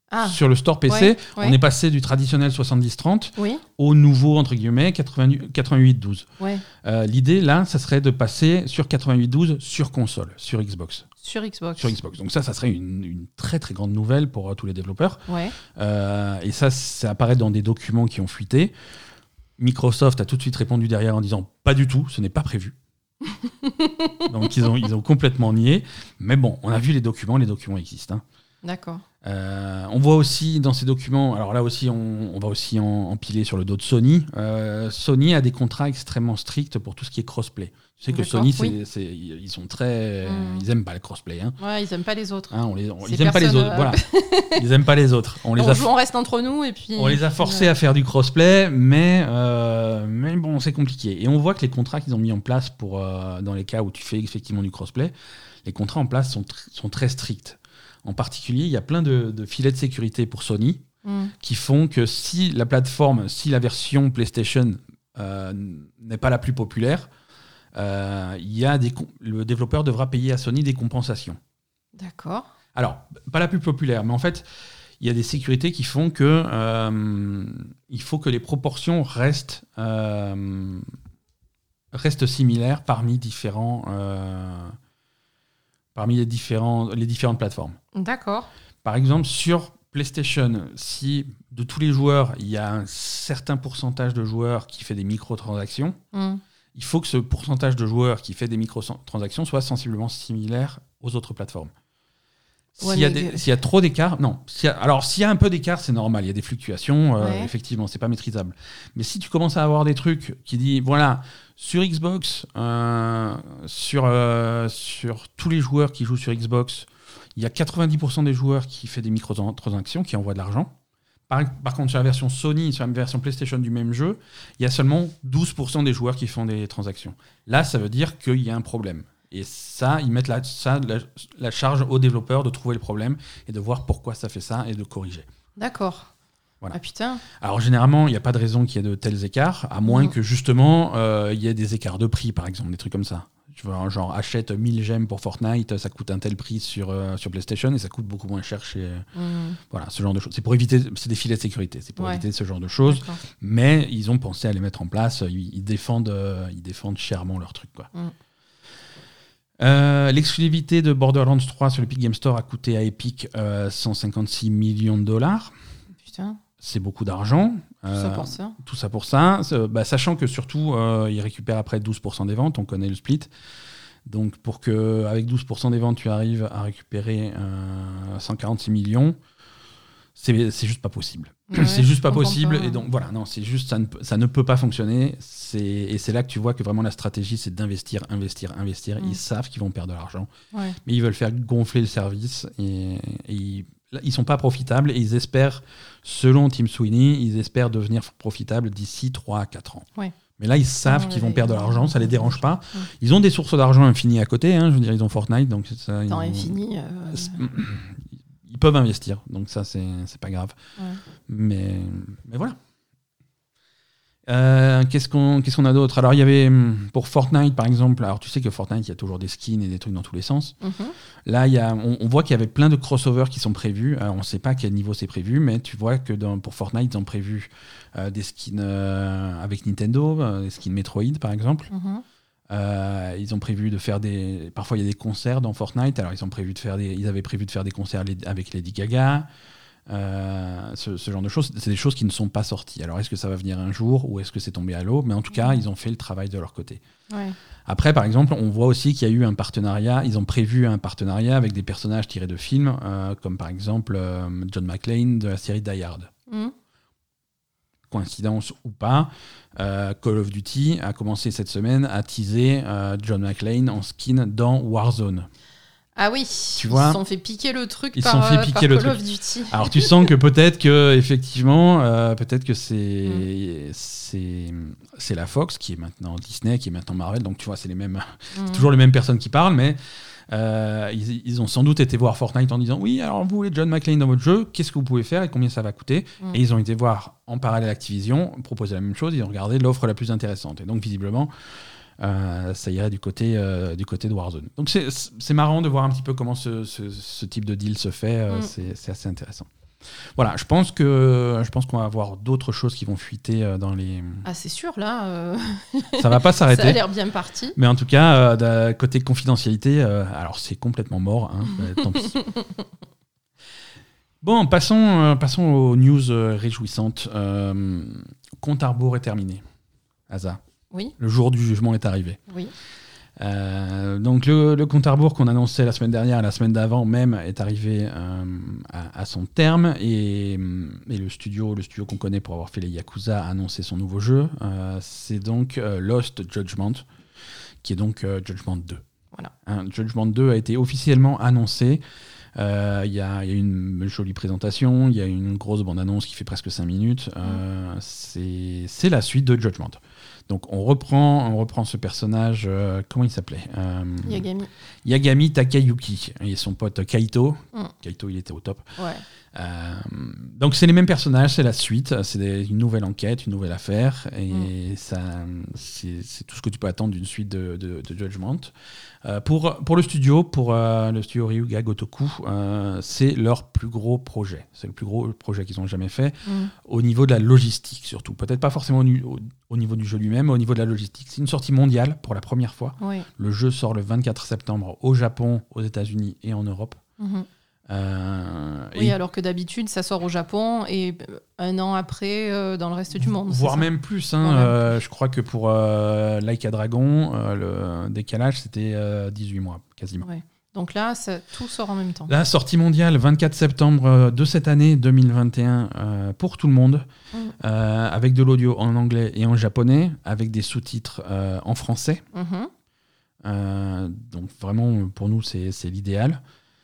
Sur le store PC, on est passé du traditionnel 70-30 au nouveau, entre guillemets, 88-12. Ouais. L'idée, là, ça serait de passer sur 88-12 sur console, sur Xbox. Sur Xbox. Donc ça serait une très très grande nouvelle pour tous les développeurs. Ouais. Et ça apparaît dans des documents qui ont fuité. Microsoft a tout de suite répondu derrière en disant « Pas du tout, ce n'est pas prévu ». Donc ils ont complètement nié. Mais bon, on a vu les documents existent. D'accord. On voit aussi dans ces documents, alors là aussi on va aussi empiler sur le dos de Sony. Sony a des contrats extrêmement stricts pour tout ce qui est crossplay. Tu sais que Sony, ils sont très, ils aiment pas le crossplay. Ouais, ils aiment pas les autres. Ils aiment pas les autres. Voilà. Ils aiment pas les autres. On reste entre nous et puis. On les a forcés à faire du crossplay, mais bon, c'est compliqué. Et on voit que les contrats qu'ils ont mis en place pour dans les cas où tu fais effectivement du crossplay, les contrats en place sont très stricts. En particulier, il y a plein de filets de sécurité pour Sony qui font que si la version PlayStation n'est pas la plus populaire, le développeur devra payer à Sony des compensations. D'accord. Alors, pas la plus populaire, mais en fait, il y a des sécurités qui font que il faut que les proportions restent similaires parmi les différentes plateformes. D'accord. Par exemple, sur PlayStation, si de tous les joueurs, il y a un certain pourcentage de joueurs qui fait des microtransactions, il faut que ce pourcentage de joueurs qui fait des microtransactions soit sensiblement similaire aux autres plateformes. S'il y a trop d'écart, non. S'il y a un peu d'écart, c'est normal. Il y a des fluctuations, effectivement, c'est pas maîtrisable. Mais si tu commences à avoir des trucs qui disent, voilà, sur Xbox, sur tous les joueurs qui jouent sur Xbox, il y a 90% des joueurs qui font des microtransactions, qui envoient de l'argent. Par contre, sur la version Sony, sur la version PlayStation du même jeu, il y a seulement 12% des joueurs qui font des transactions. Là, ça veut dire qu'il y a un problème. Et ça, ils mettent la charge aux développeurs de trouver le problème et de voir pourquoi ça fait ça et de corriger. D'accord. Voilà. Ah putain. Alors généralement, il n'y a pas de raison qu'il y ait de tels écarts, à moins que justement, il y ait des écarts de prix, par exemple, des trucs comme ça. Tu vois, genre achète 1000 gemmes pour Fortnite, ça coûte un tel prix sur PlayStation et ça coûte beaucoup moins cher chez... Voilà, ce genre de choses. C'est des filets de sécurité, c'est pour éviter ce genre de choses. D'accord. Mais ils ont pensé à les mettre en place, ils défendent chèrement leur truc, quoi. L'exclusivité de Borderlands 3 sur l'Epic Game Store a coûté à Epic 156 millions de dollars. Putain. C'est beaucoup d'argent. Tout ça pour ça. Sachant que surtout, ils récupèrent après 12% des ventes. On connaît le split. Donc, pour qu'avec 12% des ventes, tu arrives à récupérer 146 millions, c'est juste pas possible. Ouais, c'est juste pas possible. Pas. Et donc, voilà, non, c'est juste, ça ne peut pas fonctionner. Et c'est là que tu vois que vraiment la stratégie, c'est d'investir. Ils savent qu'ils vont perdre de l'argent. Ouais. Mais ils veulent faire gonfler le service. Et ils sont pas profitables. Et ils espèrent, selon Tim Sweeney, ils espèrent devenir profitables d'ici 3 à 4 ans. Ouais. Mais là, ils savent qu'ils vont perdre de l'argent, ça les dérange pas. Ils ont des sources d'argent infinies à côté. Je veux dire, ils ont Fortnite. Donc ça, infini. Ils peuvent investir, donc ça, c'est pas grave. Ouais. Mais voilà. Qu'est-ce qu'on a d'autre ? Alors, il y avait, pour Fortnite, par exemple, alors tu sais que Fortnite, il y a toujours des skins et des trucs dans tous les sens. Là, on voit qu'il y avait plein de crossovers qui sont prévus. On ne sait pas à quel niveau c'est prévu, mais tu vois que pour Fortnite, ils ont prévu des skins avec Nintendo, des skins Metroid, par exemple. Ils ont prévu de faire parfois il y a des concerts dans Fortnite. Alors ils avaient prévu de faire des concerts avec Lady Gaga, ce genre de choses. C'est des choses qui ne sont pas sorties. Alors est-ce que ça va venir un jour ou est-ce que c'est tombé à l'eau ? Mais en tout cas, ils ont fait le travail de leur côté. Ouais. Après, par exemple, on voit aussi qu'il y a eu un partenariat. Ils ont prévu un partenariat avec des personnages tirés de films, comme par exemple John McClane de la série Die Hard. Coïncidence ou pas, Call of Duty a commencé cette semaine à teaser John McClane en skin dans Warzone. Ah oui, tu vois, ils se sont fait piquer le truc par Call of Duty. Alors tu sens que peut-être que c'est la Fox qui est maintenant Disney, qui est maintenant Marvel, donc tu vois, c'est toujours les mêmes personnes qui parlent, mais ils ont sans doute été voir Fortnite en disant oui, alors vous voulez John McClane dans votre jeu, qu'est-ce que vous pouvez faire et combien ça va coûter ? Et ils ont été voir en parallèle Activision, proposer la même chose, ils ont regardé l'offre la plus intéressante. Et donc visiblement, ça irait du côté de Warzone. Donc c'est marrant de voir un petit peu comment ce type de deal se fait, c'est assez intéressant. Voilà, je pense qu'on va avoir d'autres choses qui vont fuiter dans les. Ah, c'est sûr, là. Ça va pas s'arrêter. Ça a l'air bien parti. Mais en tout cas, côté confidentialité, alors c'est complètement mort. Hein, tant pis. Bon, passons aux news réjouissantes. Compte à rebours est terminé. Asa. Oui. Le jour du jugement est arrivé. Oui. Donc le compte à rebours qu'on annonçait la semaine dernière et la semaine d'avant même est arrivé à son terme et le studio qu'on connaît pour avoir fait les Yakuza a annoncé son nouveau jeu. C'est donc Lost Judgment, qui est donc Judgment 2. Voilà. Judgment 2 a été officiellement annoncé. Il y a une jolie présentation, il y a une grosse bande-annonce qui fait presque 5 minutes. C'est la suite de Judgment. Donc on reprend ce personnage, comment il s'appelait Yagami Takayuki et son pote Kaito. Kaito, il était au top. Ouais. Donc c'est les mêmes personnages, c'est la suite, c'est une nouvelle enquête, une nouvelle affaire, et ça, c'est tout ce que tu peux attendre d'une suite de Judgment. Pour le studio Ryuga Gotoku, c'est leur plus gros projet. C'est le plus gros projet qu'ils ont jamais fait au niveau de la logistique surtout. Peut-être pas forcément au niveau du jeu lui-même, mais au niveau de la logistique. C'est une sortie mondiale pour la première fois. Oui. Le jeu sort le 24 septembre au Japon, aux États-Unis et en Europe. Oui, alors que d'habitude, ça sort au Japon et un an après dans le reste du monde. Voire même plus. Je crois que pour Like a Dragon, le décalage, c'était 18 mois, quasiment. Ouais. Donc là, tout sort en même temps. La sortie mondiale, 24 septembre de cette année 2021, pour tout le monde, avec de l'audio en anglais et en japonais, avec des sous-titres en français. Donc vraiment, pour nous, c'est l'idéal.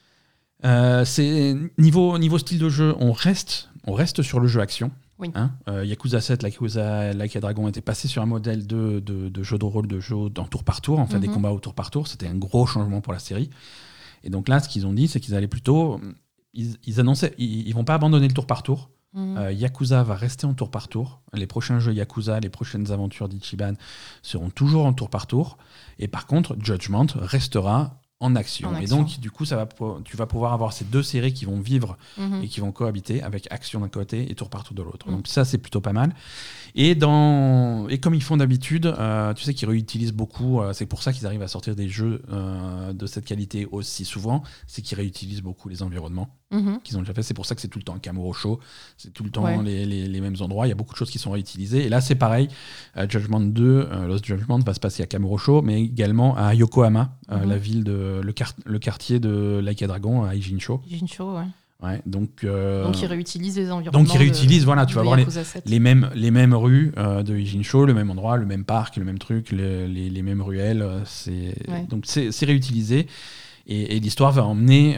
C'est niveau style de jeu, on reste sur le jeu action. Oui. Yakuza 7, Yakuza Like a Dragon était passé sur un modèle de jeu de rôle, de jeu en tour par tour, des combats au tour par tour. C'était un gros changement pour la série. Et donc là, ce qu'ils ont dit, c'est qu'ils allaient plutôt, ils annonçaient, ils vont pas abandonner le tour par tour. Yakuza va rester en tour par tour. Les prochains jeux Yakuza, les prochaines aventures d'Ichiban seront toujours en tour par tour. Et par contre, Judgment restera en action. Et donc, du coup, tu vas pouvoir avoir ces deux séries qui vont vivre et qui vont cohabiter avec action d'un côté et tour par tour de l'autre. Donc ça, c'est plutôt pas mal. Et comme ils font d'habitude, tu sais qu'ils réutilisent beaucoup, c'est pour ça qu'ils arrivent à sortir des jeux de cette qualité aussi souvent, c'est qu'ils réutilisent beaucoup les environnements qu'ils ont déjà fait. C'est pour ça que c'est tout le temps un Kamurocho, c'est tout le temps les mêmes endroits. Il y a beaucoup de choses qui sont réutilisées. Et là, c'est pareil. Judgment 2, Lost Judgment va se passer à Kamurocho, mais également à Yokohama, la ville le quartier de Like a Dragon, à Ijincho. Ouais, donc ils réutilisent les environnements. Donc ils réutilisent, tu vas voir les mêmes rues de Ijincho, le même endroit, le même parc, le même truc, les mêmes ruelles. Donc c'est réutilisé. Et l'histoire va emmener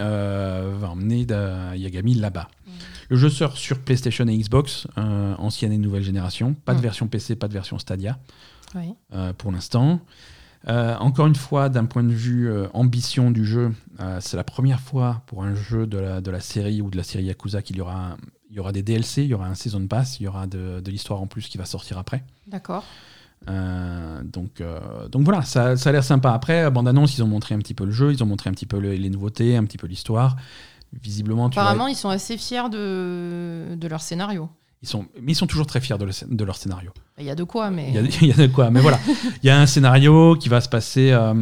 Yagami là-bas. Le jeu sort sur PlayStation et Xbox, ancienne et nouvelle génération. Pas de version PC, pas de version Stadia pour l'instant. Encore une fois, d'un point de vue ambition du jeu, c'est la première fois pour un jeu de la série ou de la série Yakuza qu'il y aura des DLC, il y aura un Season Pass, il y aura de l'histoire en plus qui va sortir après. D'accord. Donc voilà, ça a l'air sympa. Après, bande-annonce, ils ont montré un petit peu le jeu, ils ont montré un petit peu les nouveautés, un petit peu l'histoire. Visiblement, apparemment, ils sont assez fiers de leur scénario. Mais ils sont toujours très fiers de leur scénario. Il y a de quoi, mais... Il y a de quoi, mais voilà. Il y a un scénario qui va se passer... Alors,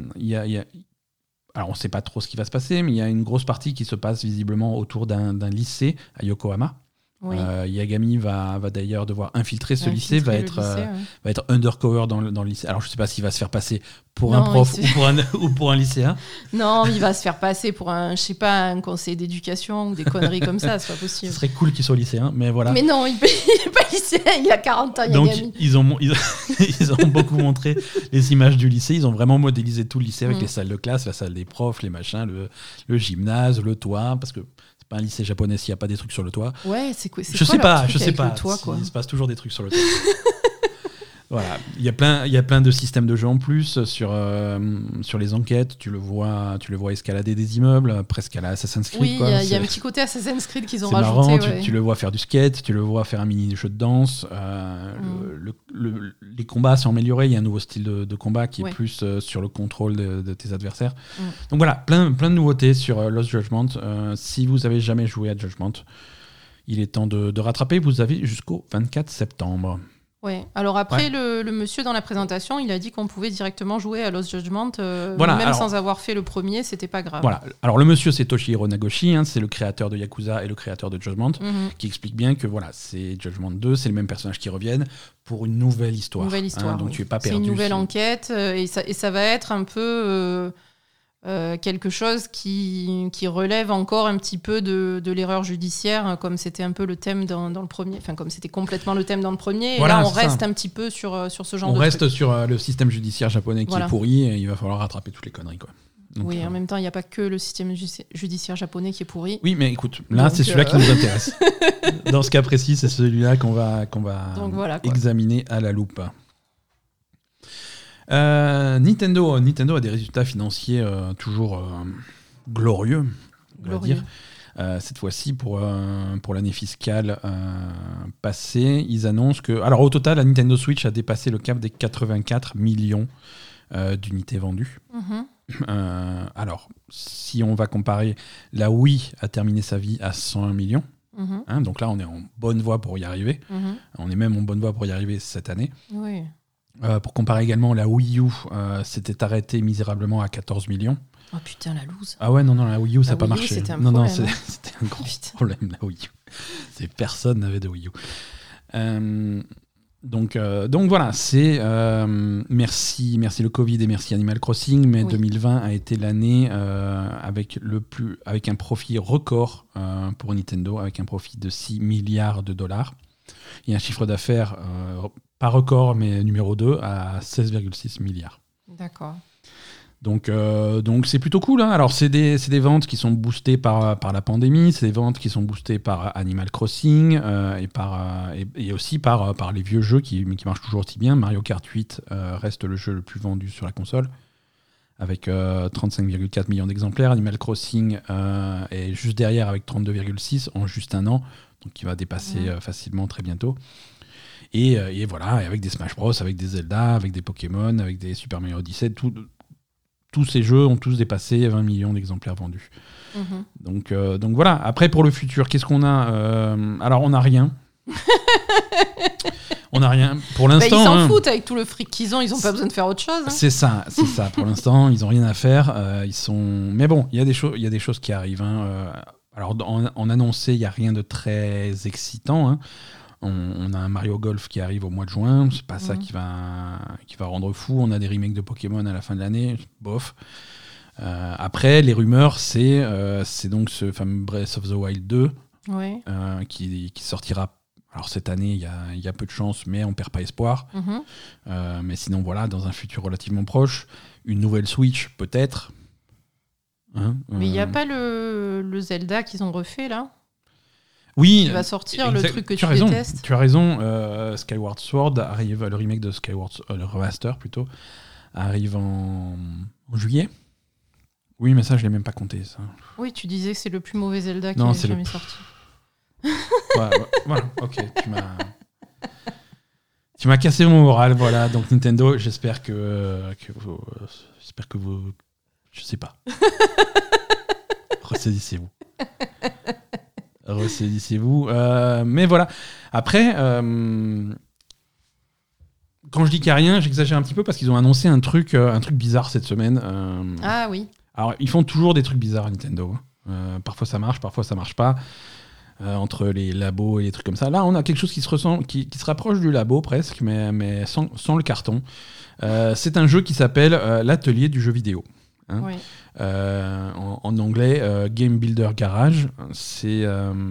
on ne sait pas trop ce qui va se passer, mais il y a une grosse partie qui se passe visiblement autour d'un lycée à Yokohama. Oui. Yagami va d'ailleurs devoir infiltrer ce lycée, va être undercover dans le lycée. Alors je ne sais pas s'il va se faire passer pour un prof ou pour un lycéen. Non, il va se faire passer pour un conseil d'éducation ou des conneries comme ça, c'est pas possible. Ce serait cool qu'il soit lycéen, mais voilà. Mais non, il n'est pas lycéen, il a 40 ans, Donc, Yagami. Ils ont beaucoup montré les images du lycée, ils ont vraiment modélisé tout le lycée avec les salles de classe, la salle des profs, les machins, le gymnase, le toit, parce que un lycée japonais s'il n'y a pas des trucs sur le toit. Ouais, c'est quoi? Je sais pas. Toit, quoi. Il se passe toujours des trucs sur le toit. Voilà, il y a plein de systèmes de jeu en plus sur les enquêtes. Tu le vois escalader des immeubles, presque à la Assassin's Creed. Oui, il y a un petit côté Assassin's Creed qu'ils ont c'est rajouté. Marrant, tu le vois faire du skate, tu le vois faire un mini jeu de danse. Les combats sont améliorés. Il y a un nouveau style de combat qui est plus sur le contrôle de tes adversaires. Donc voilà, plein de nouveautés sur Lost Judgment. Si vous avez jamais joué à Judgment, Il est temps de rattraper. Vous avez jusqu'au 24 septembre. Ouais. Alors après, le monsieur dans la présentation, il a dit qu'on pouvait directement jouer à Lost Judgment, sans avoir fait le premier, c'était pas grave. Voilà. Alors le monsieur, c'est Toshihiro Nagoshi, c'est le créateur de Yakuza et le créateur de Judgment, qui explique bien que voilà, c'est Judgment 2, c'est les mêmes personnages qui reviennent pour une nouvelle histoire. Donc tu es pas perdu. C'est une nouvelle enquête et ça va être un peu quelque chose qui relève encore un petit peu de l'erreur judiciaire, comme c'était un peu le thème dans le premier, enfin comme c'était complètement le thème dans le premier. Voilà, et là, on reste un petit peu sur ce genre de truc. On reste sur le système judiciaire japonais qui est pourri et il va falloir rattraper toutes les conneries, quoi. Donc, en même temps, il n'y a pas que le système judiciaire japonais qui est pourri. Oui, mais écoute, là, c'est celui-là qui nous intéresse. Dans ce cas précis, c'est celui-là qu'on va examiner à la loupe. Nintendo a des résultats financiers toujours glorieux, on va dire. Cette fois-ci, pour l'année fiscale passée, ils annoncent que... Alors, au total, la Nintendo Switch a dépassé le cap des 84 millions d'unités vendues. Alors, si on va comparer, la Wii a terminé sa vie à 101 millions. Donc là, on est en bonne voie pour y arriver. On est même en bonne voie pour y arriver cette année. Oui. Pour comparer également, la Wii U s'était arrêtée misérablement à 14 millions. Oh putain, la loose. Ah ouais, non, la Wii U, ça n'a pas marché. C'était un problème, c'était un gros problème, la Wii U. Personne n'avait de Wii U. Donc voilà, c'est merci le Covid et merci Animal Crossing, mais 2020 a été l'année avec un profit record pour Nintendo, avec un profit de 6 milliards de dollars et un chiffre d'affaires pas record, mais numéro 2 à 16,6 milliards. D'accord. Donc c'est plutôt cool. Alors c'est des ventes qui sont boostées par la pandémie, c'est des ventes qui sont boostées par Animal Crossing et aussi par les vieux jeux qui marchent toujours aussi bien. Mario Kart 8 reste le jeu le plus vendu sur la console avec 35,4 millions d'exemplaires. Animal Crossing est juste derrière avec 32,6 en juste un an, donc qui va dépasser facilement très bientôt. Et voilà, et avec des Smash Bros, avec des Zelda, avec des Pokémon, avec des Super Mario Odyssey, tous ces jeux ont tous dépassé 20 millions d'exemplaires vendus. Donc voilà. Après, pour le futur, qu'est-ce qu'on a Alors, on n'a rien. On n'a rien. Pour l'instant... ils s'en foutent avec tout le fric qu'ils ont. Ils n'ont pas besoin de faire autre chose. C'est ça. Pour l'instant, ils n'ont rien à faire. Mais bon, il y a des choses qui arrivent. Alors, en annoncé, il n'y a rien de très excitant. On a un Mario Golf qui arrive au mois de juin, c'est pas ça qui va rendre fou. On a des remakes de Pokémon à la fin de l'année, bof. Après, les rumeurs, c'est donc ce fameux Breath of the Wild 2 qui sortira. Alors cette année, il y a peu de chance, mais on perd pas espoir. Mais sinon, voilà, dans un futur relativement proche, une nouvelle Switch peut-être. Mais il n'y a pas le Zelda qu'ils ont refait là? Oui, qui va sortir, le truc que tu détestes. Tu as raison, Skyward Sword arrive, le remake de Skyward Sword, le remaster plutôt, arrive en juillet. Oui, mais ça, je l'ai même pas compté. Ça. Oui, tu disais que c'est le plus mauvais Zelda qui est jamais sorti. Voilà, ok, tu m'as cassé mon moral, voilà. Donc Nintendo, j'espère que vous, je sais pas. Ressaisissez-vous. Mais voilà. Après, quand je dis qu'il n'y a rien, j'exagère un petit peu parce qu'ils ont annoncé un truc bizarre cette semaine. Ah oui. Alors, ils font toujours des trucs bizarres à Nintendo. Parfois ça marche, parfois ça marche pas. Entre les labos et les trucs comme ça. Là, on a quelque chose qui se rapproche du labo presque, mais sans le carton. C'est un jeu qui s'appelle l'atelier du jeu vidéo. Oui. En anglais, Game Builder Garage, c'est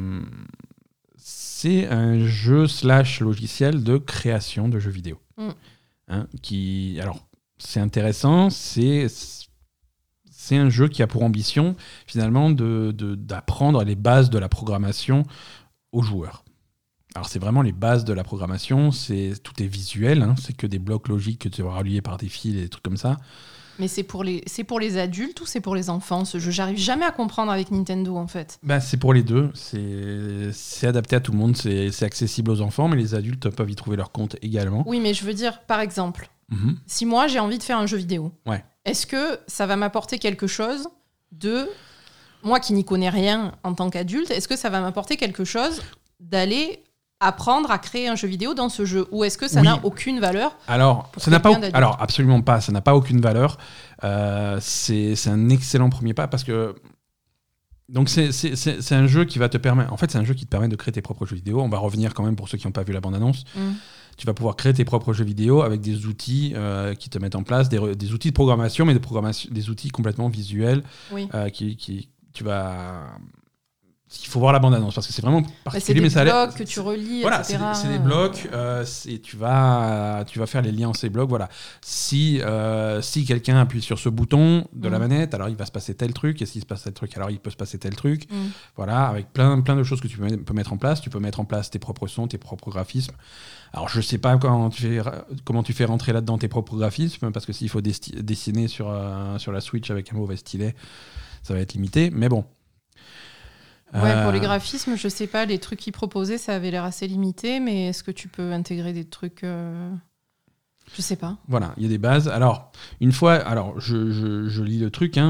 un jeu / logiciel de création de jeux vidéo. Alors, c'est intéressant, c'est un jeu qui a pour ambition, finalement, d'apprendre les bases de la programmation aux joueurs. Alors, c'est vraiment les bases de la programmation, tout est visuel, c'est que des blocs logiques que tu vas relier par des fils et des trucs comme ça. Mais c'est pour les adultes ou c'est pour les enfants, ce jeu? J'arrive jamais à comprendre avec Nintendo, en fait. C'est pour les deux. C'est adapté à tout le monde. C'est accessible aux enfants, mais les adultes peuvent y trouver leur compte également. Oui, mais je veux dire, par exemple, si moi, j'ai envie de faire un jeu vidéo, est-ce que ça va m'apporter quelque chose de... Moi qui n'y connais rien en tant qu'adulte, est-ce que ça va m'apporter quelque chose d'aller apprendre à créer un jeu vidéo dans ce jeu, ou est-ce que ça Oui. n'a aucune valeur? Alors, pour ça n'a pas, quelqu'un d'adulte. alors absolument pas, ça n'a pas aucune valeur. C'est un excellent premier pas parce que donc c'est un jeu qui va te permettre. En fait, c'est un jeu qui te permet de créer tes propres jeux vidéo. On va revenir quand même pour ceux qui n'ont pas vu la bande-annonce. Tu vas pouvoir créer tes propres jeux vidéo avec des outils qui te mettent en place, des outils de programmation, mais des outils complètement visuels Oui. tu vas. Il faut voir la bande-annonce parce que c'est vraiment Bah, c'est particulier, des mais ça a l'air. blocs que tu relis, Voilà, etc. c'est des blocs. Tu vas faire les liens en ces blocs. Voilà. Si quelqu'un appuie sur ce bouton de la manette, alors il va se passer tel truc. Et s'il se passe tel truc, alors il peut se passer tel truc. Voilà, avec plein de choses que tu peux mettre en place. Tu peux mettre en place tes propres sons, tes propres graphismes. Alors je sais pas comment tu fais rentrer là-dedans tes propres graphismes parce que s'il faut dessiner sur la Switch avec un mauvais stylet, ça va être limité. Mais bon. Ouais, pour les graphismes, je sais pas, les trucs qu'ils proposaient, ça avait l'air assez limité, mais est-ce que tu peux intégrer des trucs je sais pas. Voilà, il y a des bases. Alors, une fois, je lis le truc,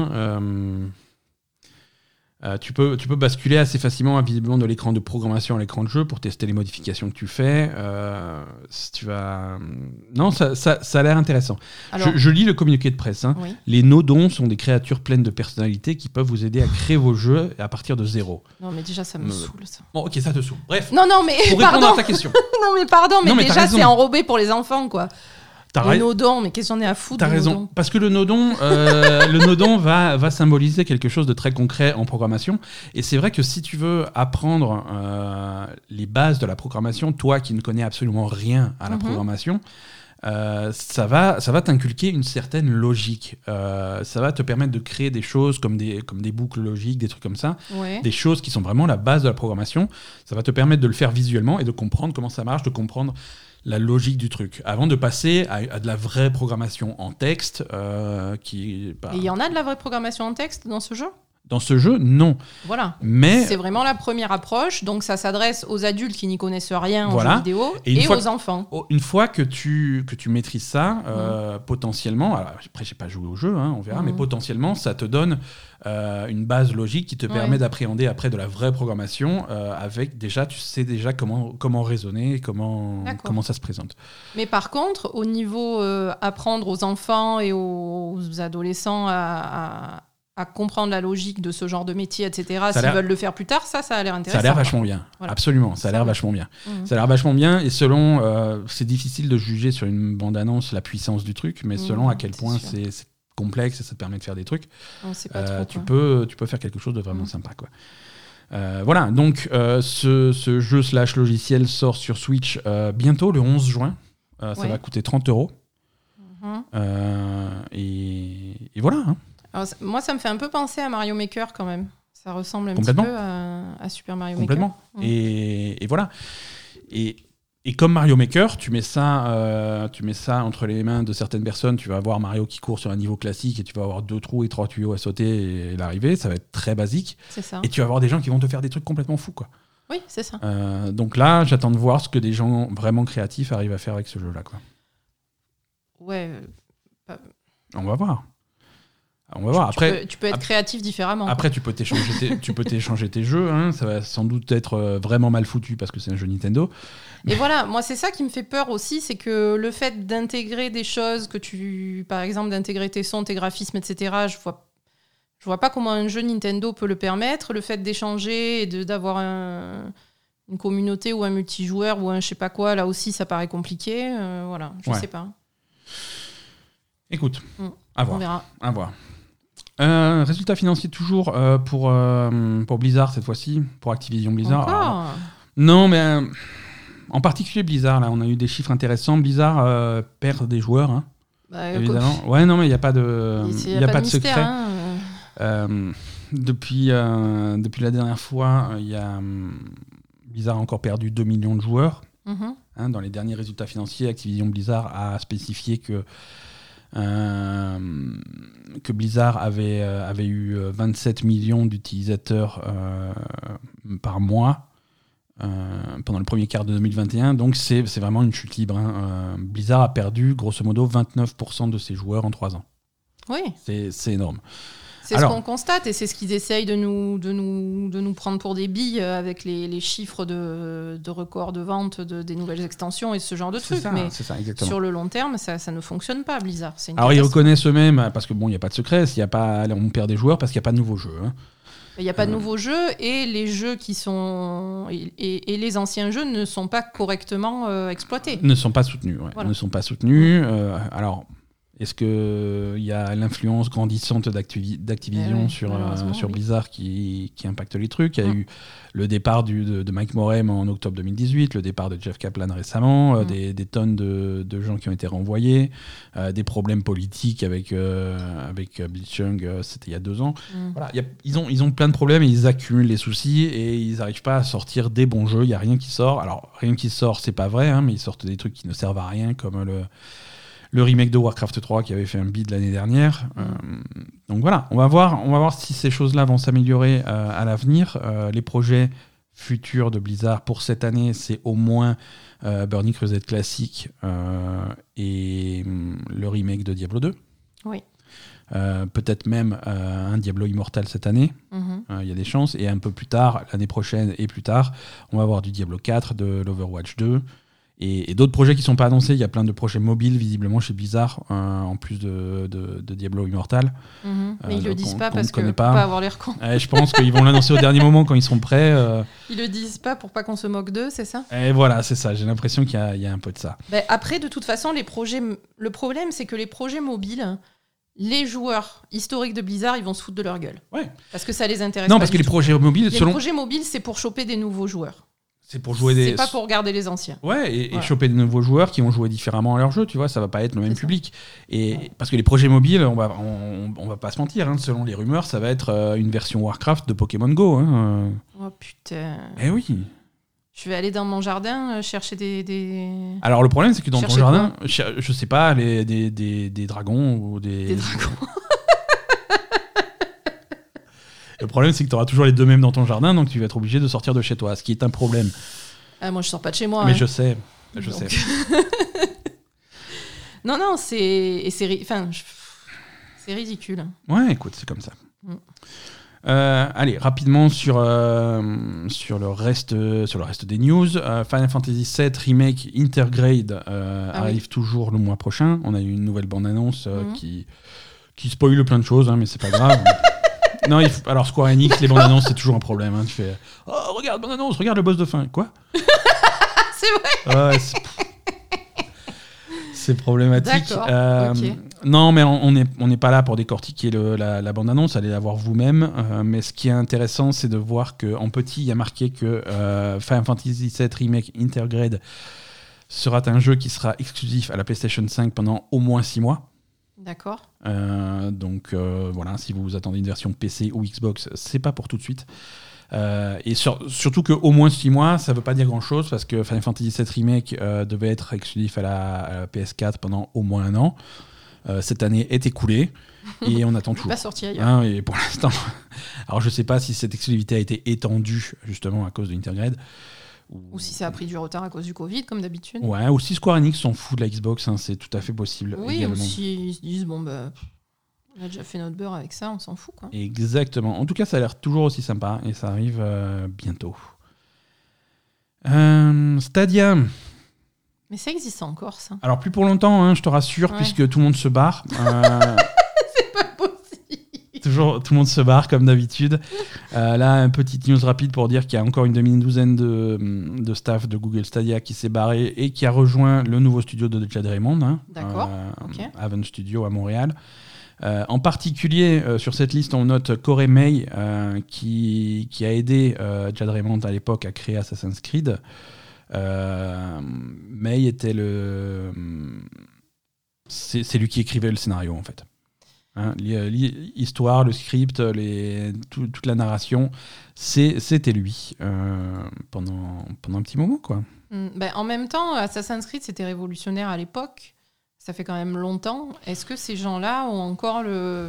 tu peux basculer assez facilement visiblement de l'écran de programmation à l'écran de jeu pour tester les modifications que tu fais. Si tu vas... Non, ça a l'air intéressant. Alors, je lis le communiqué de presse. oui. Les nodons sont des créatures pleines de personnalité qui peuvent vous aider à créer vos jeux à partir de zéro. Non, mais déjà, ça me saoule, ça. Bon, ok, ça te saoule. Bref, Non, mais pour répondre pardon. à ta question. Non, mais pardon, mais Non, mais t'as déjà, raison. c'est enrobé pour les enfants, quoi. T'as Les raison. nodons, mais qu'est-ce que j'en ai à foutre T'as des raison, nodons parce que le nodon va symboliser quelque chose de très concret en programmation. Et c'est vrai que si tu veux apprendre les bases de la programmation, toi qui ne connais absolument rien à la programmation, ça va t'inculquer une certaine logique. Ça va te permettre de créer des choses comme des boucles logiques, des trucs comme ça. Ouais. Des choses qui sont vraiment la base de la programmation. Ça va te permettre de le faire visuellement et de comprendre comment ça marche, de comprendre la logique du truc, avant de passer à de la vraie programmation en texte. Et il y en a de la vraie programmation en texte dans ce jeu? Dans ce jeu, non. Voilà. Mais c'est vraiment la première approche, donc ça s'adresse aux adultes qui n'y connaissent rien en Voilà. jeux vidéo Et une et fois aux enfants. une fois que tu maîtrises ça, potentiellement, alors après j'ai pas joué au jeu, on verra, mais potentiellement ça te donne une base logique qui te permet d'appréhender après de la vraie programmation avec déjà, tu sais déjà comment raisonner, comment ça se présente. Mais par contre, au niveau apprendre aux enfants et aux adolescents à comprendre la logique de ce genre de métier, etc., s'ils veulent le faire plus tard, ça a l'air intéressant. Ça a l'air vachement bien, voilà. Absolument, ça a l'air vachement bien. Ça a l'air vachement bien, et selon, c'est difficile de juger sur une bande-annonce la puissance du truc, mais selon à quel point c'est complexe et ça te permet de faire des trucs, on sait pas trop, tu peux faire quelque chose de vraiment sympa, quoi. Voilà, donc ce jeu / logiciel sort sur Switch bientôt, le 11 juin. Ça va coûter 30 €. Et voilà. Alors, moi, ça me fait un peu penser à Mario Maker quand même. Ça ressemble un petit peu à Super Mario Maker. Complètement. Et voilà. Et comme Mario Maker, tu mets ça entre les mains de certaines personnes, tu vas avoir Mario qui court sur un niveau classique et tu vas avoir 2 trous et 3 tuyaux à sauter et l'arrivée, ça va être très basique. C'est ça. Et tu vas avoir des gens qui vont te faire des trucs complètement fous, quoi. Oui, c'est ça. Donc là, j'attends de voir ce que des gens vraiment créatifs arrivent à faire avec ce jeu-là, quoi. Ouais. On va voir. Après, tu peux être créatif différemment. Après, tu peux t'échanger tes jeux. Ça va sans doute être vraiment mal foutu parce que c'est un jeu Nintendo. Et voilà, moi, c'est ça qui me fait peur aussi, c'est que le fait d'intégrer des choses, par exemple, d'intégrer tes sons, tes graphismes, etc., je vois pas comment un jeu Nintendo peut le permettre. Le fait d'échanger et d'avoir une communauté ou un multijoueur ou un je sais pas quoi, là aussi, ça paraît compliqué. Voilà, je sais pas. Écoute, à voir. On verra. À voir. Résultat financier toujours pour Blizzard cette fois-ci, pour Activision Blizzard. Encore non, mais en particulier Blizzard, là, on a eu des chiffres intéressants. Blizzard perd des joueurs, évidemment. Ouais, non, mais il n'y a pas de, y a pas de secret. Hein. Depuis la dernière fois, Blizzard a encore perdu 2 millions de joueurs. Dans les derniers résultats financiers, Activision Blizzard a spécifié que Blizzard avait eu 27 millions d'utilisateurs par mois pendant le premier quart de 2021, donc c'est vraiment une chute libre. Blizzard a perdu grosso modo 29% de ses joueurs en 3 ans. Oui. C'est énorme. C'est ce qu'on constate et c'est ce qu'ils essayent de nous prendre pour des billes avec les chiffres de record de vente des nouvelles extensions et ce genre de trucs. Mais sur le long terme, ça ne fonctionne pas, Blizzard. Alors ils reconnaissent eux-mêmes, parce que bon, il n'y a pas de secret, on perd des joueurs parce qu'il n'y a pas de nouveaux jeux. Hein. Il n'y a pas de nouveaux jeux et les jeux qui sont et les anciens jeux ne sont pas correctement exploités. Ne sont pas soutenus. Ouais. Voilà. Ne sont pas soutenus. Alors, est-ce qu'il y a l'influence grandissante d'Activision sur Blizzard qui impacte les trucs ? Il y a eu le départ de Mike Morhaime en octobre 2018, le départ de Jeff Kaplan récemment, des tonnes de gens qui ont été renvoyés, des problèmes politiques avec Blitzchung, c'était il y a 2 ans. Voilà, ils ont plein de problèmes et ils accumulent les soucis et ils n'arrivent pas à sortir des bons jeux. Il n'y a rien qui sort. Alors, rien qui sort, c'est pas vrai, hein, mais ils sortent des trucs qui ne servent à rien, comme le remake de Warcraft 3 qui avait fait un bid l'année dernière. Donc voilà, on va voir si ces choses-là vont s'améliorer à l'avenir. Les projets futurs de Blizzard pour cette année, c'est au moins Burning Crusade Classic et le remake de Diablo 2. Oui. Peut-être même un Diablo Immortal cette année. Il y a des chances. Et un peu plus tard, l'année prochaine et plus tard, on va avoir du Diablo 4, de l'Overwatch 2. Et d'autres projets qui ne sont pas annoncés. Il y a plein de projets mobiles, visiblement, chez Blizzard, en plus de Diablo Immortal. Mais ils ne le disent pas parce qu'on ne peut pas avoir l'air con. Je pense qu'ils vont l'annoncer au dernier moment quand ils sont prêts. Ils ne le disent pas pour pas qu'on se moque d'eux, c'est ça ? Et voilà, c'est ça. J'ai l'impression qu'il y a un peu de ça. Après, de toute façon, le problème, c'est que les projets mobiles, les joueurs historiques de Blizzard, ils vont se foutre de leur gueule. Ouais. Parce que ça les intéresse pas. Non, pas parce que les projets mobiles... Les projets mobiles, c'est pour choper des nouveaux joueurs. C'est pour jouer C'est pas pour regarder les anciens. Ouais, et choper de nouveaux joueurs qui ont joué différemment à leur jeu, tu vois, ça va pas être le même public. Parce que les projets mobiles, on va pas se mentir, hein, selon les rumeurs, ça va être une version Warcraft de Pokémon Go. Hein. Oh putain. Eh oui. Je vais aller dans mon jardin chercher des... Alors le problème, c'est que dans ton jardin, je sais pas, des dragons ou des... Des dragons. Le problème, c'est que tu auras toujours les 2 mêmes dans ton jardin, donc tu vas être obligé de sortir de chez toi, ce qui est un problème. Moi, je sors pas de chez moi. Mais hein. je sais. Non, c'est ridicule. Ouais, écoute, c'est comme ça. Allez, rapidement sur le reste des news. Final Fantasy VII Remake Intergrade arrive toujours le mois prochain. On a eu une nouvelle bande-annonce qui spoile plein de choses, hein, mais c'est pas grave. Non, alors Square Enix, les bandes annonces, c'est toujours un problème. Hein. Tu fais regarde bande annonce, regarde le boss de fin. Quoi ? C'est vrai. Ouais, c'est problématique. Okay. Non, mais on n'est pas là pour décortiquer la bande annonce. Allez la voir vous-même. Mais ce qui est intéressant, c'est de voir qu'en petit, il y a marqué que Final Fantasy VII Remake Intergrade sera un jeu qui sera exclusif à la PlayStation 5 pendant au moins 6 mois. D'accord. Donc voilà, si vous attendez une version PC ou Xbox, c'est pas pour tout de suite. Et surtout qu'au moins 6 mois, ça veut pas dire grand chose parce que Final Fantasy VII Remake devait être exclusif à la PS4 pendant au moins 1 an. Cette année est écoulée et on attend toujours. Pas sorti ailleurs. Et pour l'instant, alors je sais pas si cette exclusivité a été étendue justement à cause de Intergrade. Ou si ça a pris du retard à cause du Covid, comme d'habitude. Ouais, ou si Square Enix s'en fout de la Xbox, hein, c'est tout à fait possible. Oui, également. ou s'ils se disent, on a déjà fait notre beurre avec ça, on s'en fout. Quoi. Exactement. En tout cas, ça a l'air toujours aussi sympa et ça arrive bientôt. Stadia. Mais ça existe encore, ça. Alors, plus pour longtemps, hein, je te rassure, puisque tout le monde se barre. C'est pas possible. Toujours, tout le monde se barre comme d'habitude. Là, une petite news rapide pour dire qu'il y a encore une demi-douzaine de staff de Google Stadia qui s'est barré et qui a rejoint le nouveau studio de Jade Raymond. Hein, d'accord. Haven Studio à Montréal. En particulier, sur cette liste, on note Corey May, qui a aidé Jade Raymond à l'époque à créer Assassin's Creed. May était c'est lui qui écrivait le scénario, en fait. Hein, l'histoire, le script, toute la narration, c'était lui pendant un petit moment, quoi. En même temps, Assassin's Creed, c'était révolutionnaire à l'époque. Ça fait quand même longtemps. Est-ce que ces gens-là ont encore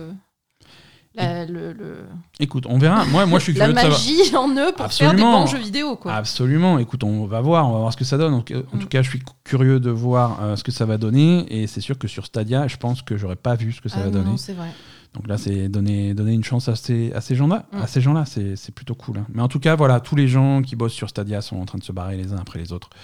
Écoute, on verra. Moi, je suis curieux la magie en eux pour faire des bons jeux vidéo, quoi. Absolument. Écoute, on va voir ce que ça donne. En tout cas, je suis curieux de voir ce que ça va donner. Et c'est sûr que sur Stadia, je pense que j'aurais pas vu ce que ça va donner. Non, c'est vrai. Donc là, c'est donner une chance à ces gens-là. À ces gens-là, c'est plutôt cool. Hein. Mais en tout cas, voilà, tous les gens qui bossent sur Stadia sont en train de se barrer les uns après les autres.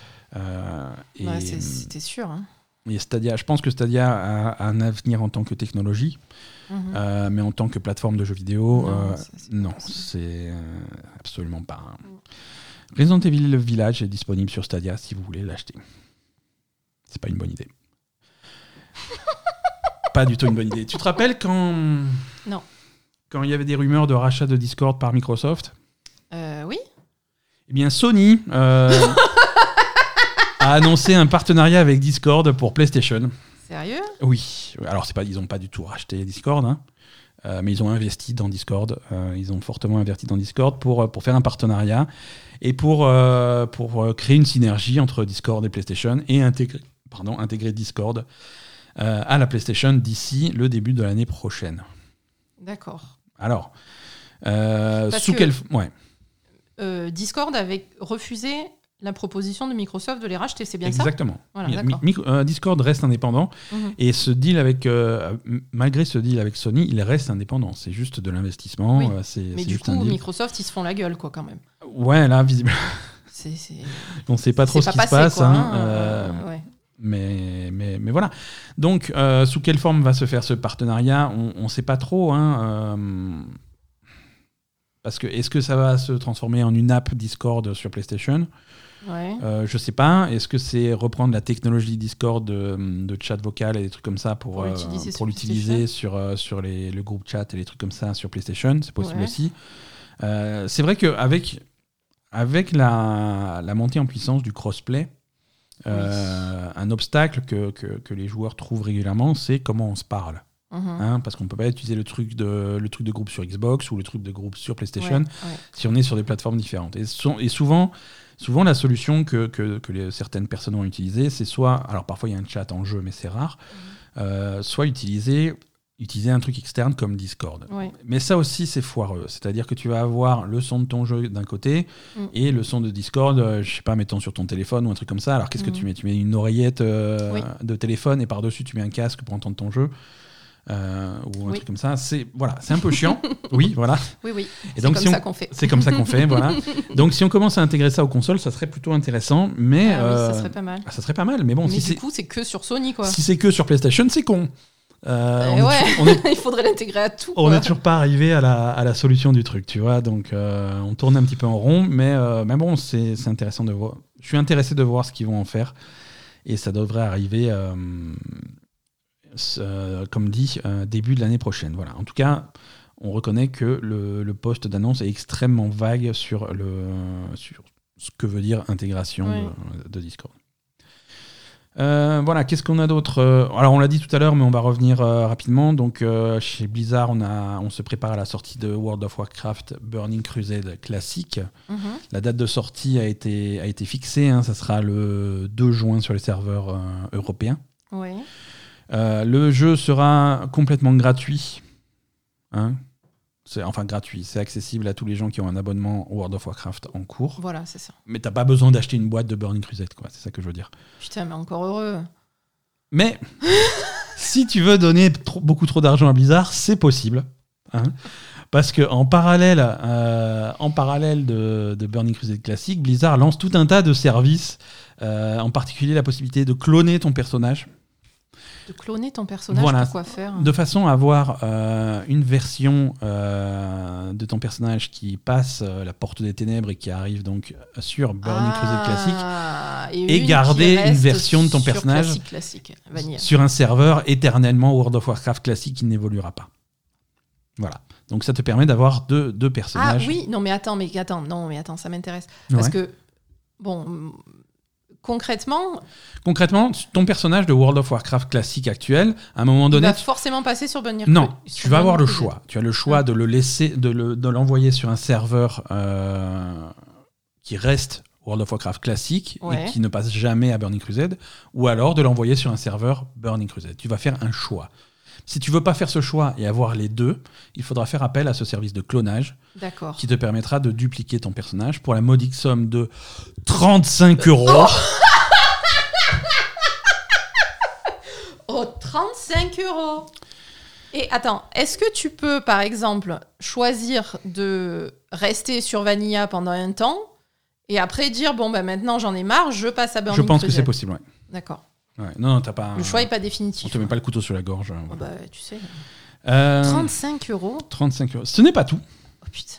C'était sûr. Hein. Et Stadia, je pense que Stadia a un avenir en tant que technologie, mais en tant que plateforme de jeux vidéo, non, c'est absolument pas. Resident Evil Village est disponible sur Stadia si vous voulez l'acheter. C'est pas une bonne idée. Pas du tout une bonne idée. Tu te rappelles quand il y avait des rumeurs de rachat de Discord par Microsoft ? Oui. Eh bien, Sony a annoncé un partenariat avec Discord pour PlayStation. Sérieux ? Oui. Alors, ils n'ont pas du tout racheté Discord, hein, mais ils ont investi dans Discord. Ils ont fortement investi dans Discord pour faire un partenariat et pour créer une synergie entre Discord et PlayStation et intégrer Discord à la PlayStation d'ici le début de l'année prochaine. D'accord. Alors, Discord avait refusé la proposition de Microsoft de les racheter, c'est bien Exactement. ça ? Voilà, Discord reste indépendant et malgré ce deal avec Sony, il reste indépendant. C'est juste de l'investissement. Oui. C'est du coup, Microsoft, ils se font la gueule, quoi, quand même. Ouais, là, visiblement. On ne sait pas trop ce qui se passe. Quoi, ouais. Mais voilà. Donc, sous quelle forme va se faire ce partenariat ? On ne sait pas trop. Parce que est-ce que ça va se transformer en une app Discord sur PlayStation ? Ouais. Je sais pas. Est-ce que c'est reprendre la technologie Discord de chat vocal et des trucs comme ça pour l'utiliser sur le groupe chat et les trucs comme ça sur PlayStation ? C'est possible aussi. C'est vrai qu'avec la montée en puissance du crossplay, un obstacle que les joueurs trouvent régulièrement, c'est comment on se parle. Parce qu'on ne peut pas utiliser le truc de groupe sur Xbox ou le truc de groupe sur PlayStation si on est sur des plateformes différentes. Et souvent la solution que certaines personnes ont utilisée, c'est soit, alors parfois il y a un chat en jeu, mais c'est rare, soit utiliser un truc externe comme Discord. Ouais. Mais ça aussi, c'est foireux. C'est-à-dire que tu vas avoir le son de ton jeu d'un côté et le son de Discord, je sais pas, mettons sur ton téléphone ou un truc comme ça. Alors qu'est-ce que tu mets ? Tu mets une oreillette de téléphone et par-dessus, tu mets un casque pour entendre ton jeu. Ou un truc comme ça, c'est un peu chiant. Oui, voilà. Oui. Et donc, ça qu'on fait. C'est comme ça qu'on fait, voilà. Donc si on commence à intégrer ça aux consoles, ça serait plutôt intéressant, mais ça serait pas mal. Ça serait pas mal, mais bon. Mais du coup, c'est que sur Sony, quoi. Si c'est que sur PlayStation, c'est con. Il faudrait l'intégrer à tout. On n'est toujours pas arrivé à la solution du truc, tu vois. Donc on tourne un petit peu en rond, mais bon, c'est intéressant de voir. Je suis intéressé de voir ce qu'ils vont en faire, et ça devrait arriver. Comme dit, début de l'année prochaine. Voilà. En tout cas, on reconnaît que le poste d'annonce est extrêmement vague sur ce que veut dire intégration de Discord. Voilà, qu'est-ce qu'on a d'autre ? Alors, on l'a dit tout à l'heure, mais on va revenir rapidement. Donc, chez Blizzard, on se prépare à la sortie de World of Warcraft Burning Crusade classique. La date de sortie a été fixée. Ça sera le 2 juin sur les serveurs européens. Ouais. Le jeu sera complètement gratuit. Gratuit. C'est accessible à tous les gens qui ont un abonnement World of Warcraft en cours. Voilà, c'est ça. Mais t'as pas besoin d'acheter une boîte de Burning Crusade, quoi. C'est ça que je veux dire. Putain, mais encore heureux. Mais si tu veux donner beaucoup trop d'argent à Blizzard, c'est possible. Parce qu'en parallèle de Burning Crusade classique, Blizzard lance tout un tas de services, en particulier la possibilité de cloner ton personnage. De cloner ton personnage, pourquoi faire ? De façon à avoir une version de ton personnage qui passe la porte des ténèbres et qui arrive donc sur Burning Crusade classique, et garder une version de ton personnage classique, sur un serveur éternellement World of Warcraft classique qui n'évoluera pas. Voilà. Donc ça te permet d'avoir deux personnages. Ah oui, mais attends, ça m'intéresse. Parce que, bon... Concrètement, ton personnage de World of Warcraft classique actuel, à un moment donné, il va forcément passer sur Burning Crusade. Non, tu vas avoir le choix. Tu as le choix de le laisser, de l'envoyer sur un serveur qui reste World of Warcraft classique et qui ne passe jamais à Burning Crusade, ou alors de l'envoyer sur un serveur Burning Crusade. Tu vas faire un choix. Si tu veux pas faire ce choix et avoir les deux, il faudra faire appel à ce service de clonage qui te permettra de dupliquer ton personnage pour la modique somme de 35 €. Oh, 35 €. Et attends, est-ce que tu peux, par exemple, choisir de rester sur Vanilla pendant un temps et après dire, bon, bah, maintenant j'en ai marre, je passe à Burning Je pense que Crusade. c'est possible, ouais. D'accord. Ouais. Non, t'as pas. Le choix n'est pas définitif. On te met pas le couteau sur la gorge. Oh, bah, tu sais. 35 €. 35 €. Ce n'est pas tout. Oh putain.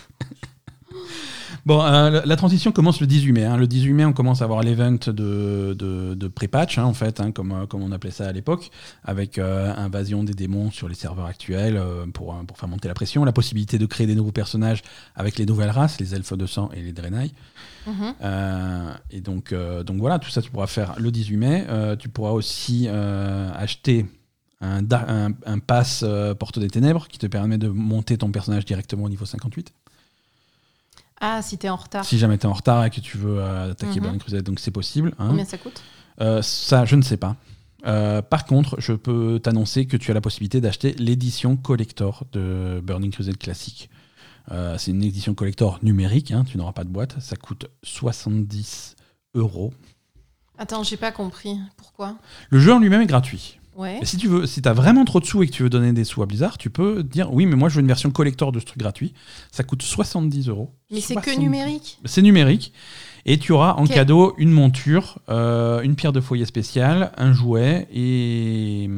Bon, la transition commence le 18 mai. Hein. Le 18 mai, on commence à avoir l'event de pré-patch, hein, en fait, hein, comme on appelait ça à l'époque, avec invasion des démons sur les serveurs actuels pour faire monter la pression, la possibilité de créer des nouveaux personnages avec les nouvelles races, les elfes de sang et les Draenei. Et donc voilà, tout ça tu pourras faire le 18 mai. Tu pourras aussi acheter un pass Porte des Ténèbres qui te permet de monter ton personnage directement au niveau 58. Ah, si t'es en retard. Si jamais t'es en retard et que tu veux attaquer Burning Crusade, donc c'est possible. Hein. Combien ça coûte ? Ça, je ne sais pas. Par contre, je peux t'annoncer que tu as la possibilité d'acheter l'édition collector de Burning Crusade classique. C'est une édition collector numérique, hein, tu n'auras pas de boîte. Ça coûte 70 €. Attends, j'ai pas compris. Pourquoi ? Le jeu en lui-même est gratuit. Ouais. Et si t'as vraiment trop de sous et que tu veux donner des sous à Blizzard, tu peux dire oui, mais moi je veux une version collector de ce truc gratuit. Ça coûte 70 €. Mais c'est que numérique ? C'est numérique. Et tu auras en cadeau une monture, une pierre de foyer spéciale, un jouet et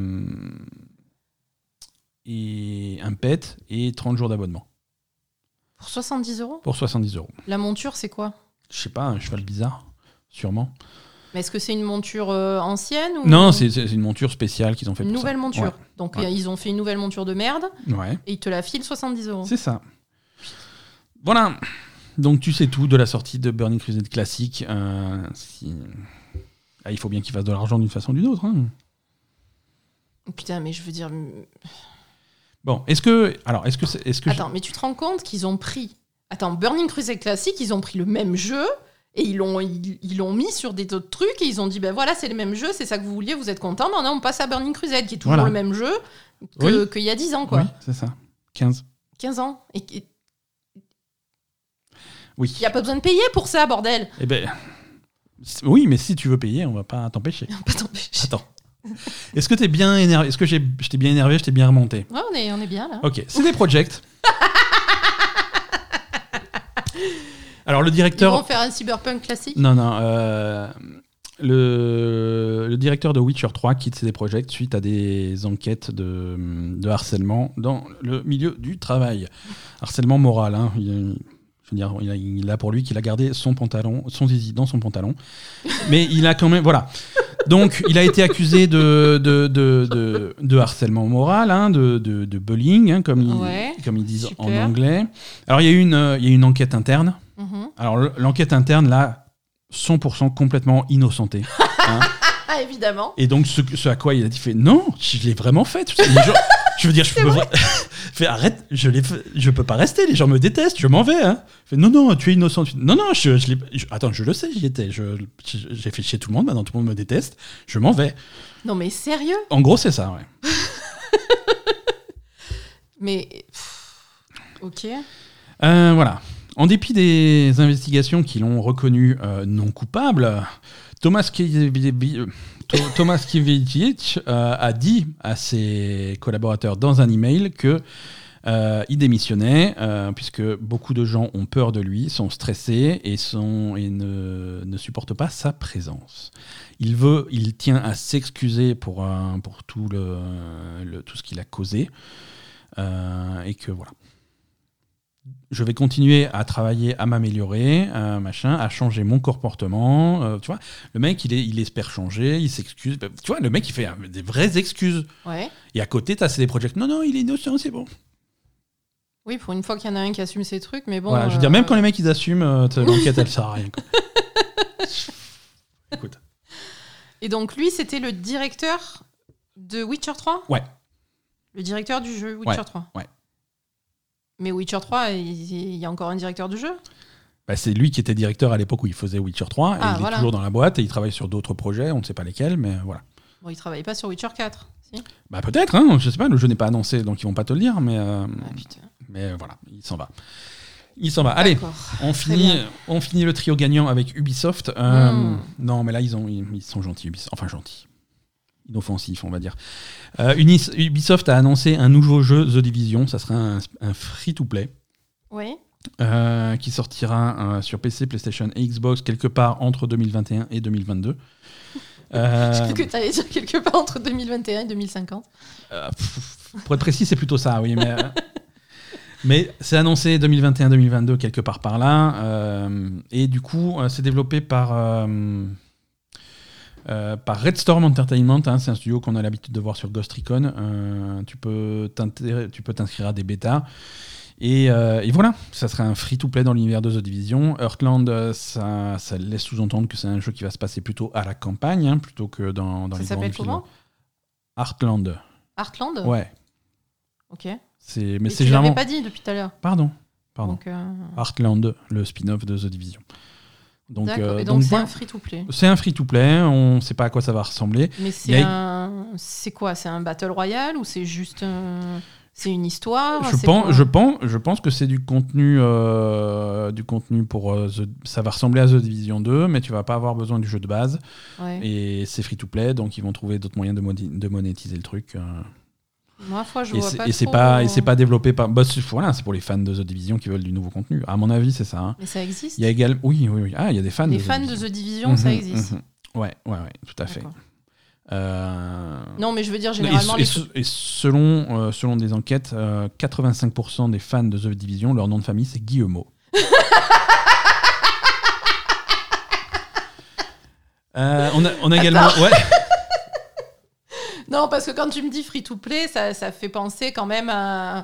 un pet et 30 jours d'abonnement. Pour 70 €? Pour 70 €. La monture, c'est quoi ? Je sais pas, un cheval bizarre, sûrement. Mais est-ce que c'est une monture ancienne ou... Non, c'est une monture spéciale qu'ils ont fait une pour nouvelle ça. monture. Ouais. Donc Ouais. Ils ont fait une nouvelle monture de merde Ouais. et ils te la filent 70 €. C'est ça. Voilà. Donc tu sais tout de la sortie de Burning Crusade classique. Il faut bien qu'ils fassent de l'argent d'une façon ou d'une autre. Hein. Putain, mais je veux dire... Bon, est-ce que Attends, mais tu te rends compte qu'ils ont pris... Attends, Burning Crusade classique, ils ont pris le même jeu et ils l'ont mis sur des autres trucs et ils ont dit, ben voilà, c'est le même jeu, c'est ça que vous vouliez, vous êtes content, maintenant on passe à Burning Crusade, qui est toujours le même jeu qu'il y a 10 ans, quoi. Oui, c'est ça. 15 ans. Oui. Il n'y a pas besoin de payer pour ça, bordel. Eh ben, oui, mais si tu veux payer, on va pas t'empêcher. On va pas t'empêcher. Attends. Est-ce que t'es bien énervé ? Est-ce que je t'ai bien énervé ? Je t'ai bien remonté ? Ouais, on est bien là. Ok, CD Projekt. Alors le directeur. Ils vont faire un cyberpunk classique ? Non. Le directeur de Witcher 3 quitte CD Projekt suite à des enquêtes de harcèlement dans le milieu du travail. Harcèlement moral, hein. Il a pour lui qu'il a gardé son zizi dans son pantalon. Mais il a quand même... Voilà. Donc, il a été accusé de harcèlement moral, hein, de bullying, hein, comme ils disent super. en anglais. Alors, il y a eu une enquête interne. Alors, l'enquête interne, là, 100% complètement innocentée. Hein. Ah, évidemment. Et donc, ce à quoi il a dit, non, je l'ai vraiment fait. Je veux dire, arrête, je peux pas rester, les gens me détestent, je m'en vais. Hein. Non, tu es innocent. Non, attends, je le sais, j'y étais. J'ai fait chier tout le monde, maintenant tout le monde me déteste, je m'en vais. Non, mais sérieux ? En gros, c'est ça, ouais. Mais. Ok. Voilà. En dépit des investigations qui l'ont reconnu non coupable, Thomas Kivicic a dit à ses collaborateurs dans un email que il démissionnait puisque beaucoup de gens ont peur de lui, sont stressés et ne supportent pas sa présence. Il tient à s'excuser pour tout ce qu'il a causé et que voilà. Je vais continuer à travailler, à m'améliorer, à changer mon comportement. Tu vois, le mec, il espère changer, il s'excuse. Tu vois, le mec, il fait des vraies excuses. Ouais. Et à côté, t'as CD Projekt. Non, il est innocent, c'est bon. Oui, pour une fois qu'il y en a un qui assume ses trucs, mais bon. Voilà, je veux dire, même quand les mecs, ils assument, l'enquête, elle sert à rien. Quoi. Écoute. Et donc, lui, c'était le directeur de Witcher 3 ? Ouais. Le directeur du jeu Witcher 3 ? Ouais. Mais Witcher 3, il y a encore un directeur du jeu ? C'est lui qui était directeur à l'époque où il faisait Witcher 3. Ah, il est toujours dans la boîte et il travaille sur d'autres projets, on ne sait pas lesquels, mais voilà. Bon, il travaille pas sur Witcher 4, si ? Peut-être, hein, je sais pas, le jeu n'est pas annoncé, donc ils vont pas te le dire, mais putain. Mais voilà, il s'en va. Allez, on finit le trio gagnant avec Ubisoft. Non, mais là, ils sont gentils, Ubisoft. Enfin, gentils. inoffensif, on va dire. Ubisoft a annoncé un nouveau jeu, The Division. Ça sera un free-to-play. Oui. Qui sortira sur PC, PlayStation et Xbox quelque part entre 2021 et 2022. J'ai cru que tu allais dire quelque part entre 2021 et 2050. Pour être précis, c'est plutôt ça, oui. Mais c'est annoncé 2021-2022 quelque part par là. Et du coup, c'est développé par Red Storm Entertainment. Hein, c'est un studio qu'on a l'habitude de voir sur Ghost Recon. Tu peux t'inscrire à des bêtas. Et voilà, ça serait un free-to-play dans l'univers de The Division. Heartland, ça laisse sous-entendre que c'est un jeu qui va se passer plutôt à la campagne, hein, plutôt que dans les grandes villes. Ça s'appelle comment ? Heartland. Heartland ? Ouais. Ok. Mais c'est tu généralement... l'avais pas dit depuis tout à l'heure. Pardon. Donc, Heartland, le spin-off de The Division. Donc, et donc c'est un free-to-play. C'est un free-to-play, on ne sait pas à quoi ça va ressembler. Mais c'est quoi ? C'est un Battle Royale ou c'est juste... C'est une histoire. Je pense que c'est du contenu pour ça va ressembler à The Division 2, mais tu vas pas avoir besoin du jeu de base. Ouais. Et c'est free to play, donc ils vont trouver d'autres moyens de monétiser le truc. Moi, je vois pas. Et c'est pas développé par. Voilà, c'est pour les fans de The Division qui veulent du nouveau contenu. À mon avis, c'est ça. Hein. Mais ça existe. Il y a oui. Ah, il y a des fans. Les fans de The Division, ça existe. Ouais, tout à fait. Non, mais je veux dire généralement. Et selon des enquêtes, 85% des fans de The Division, leur nom de famille, c'est Guillemot. on a également. Ouais. Non, parce que quand tu me dis free-to-play, ça fait penser quand même à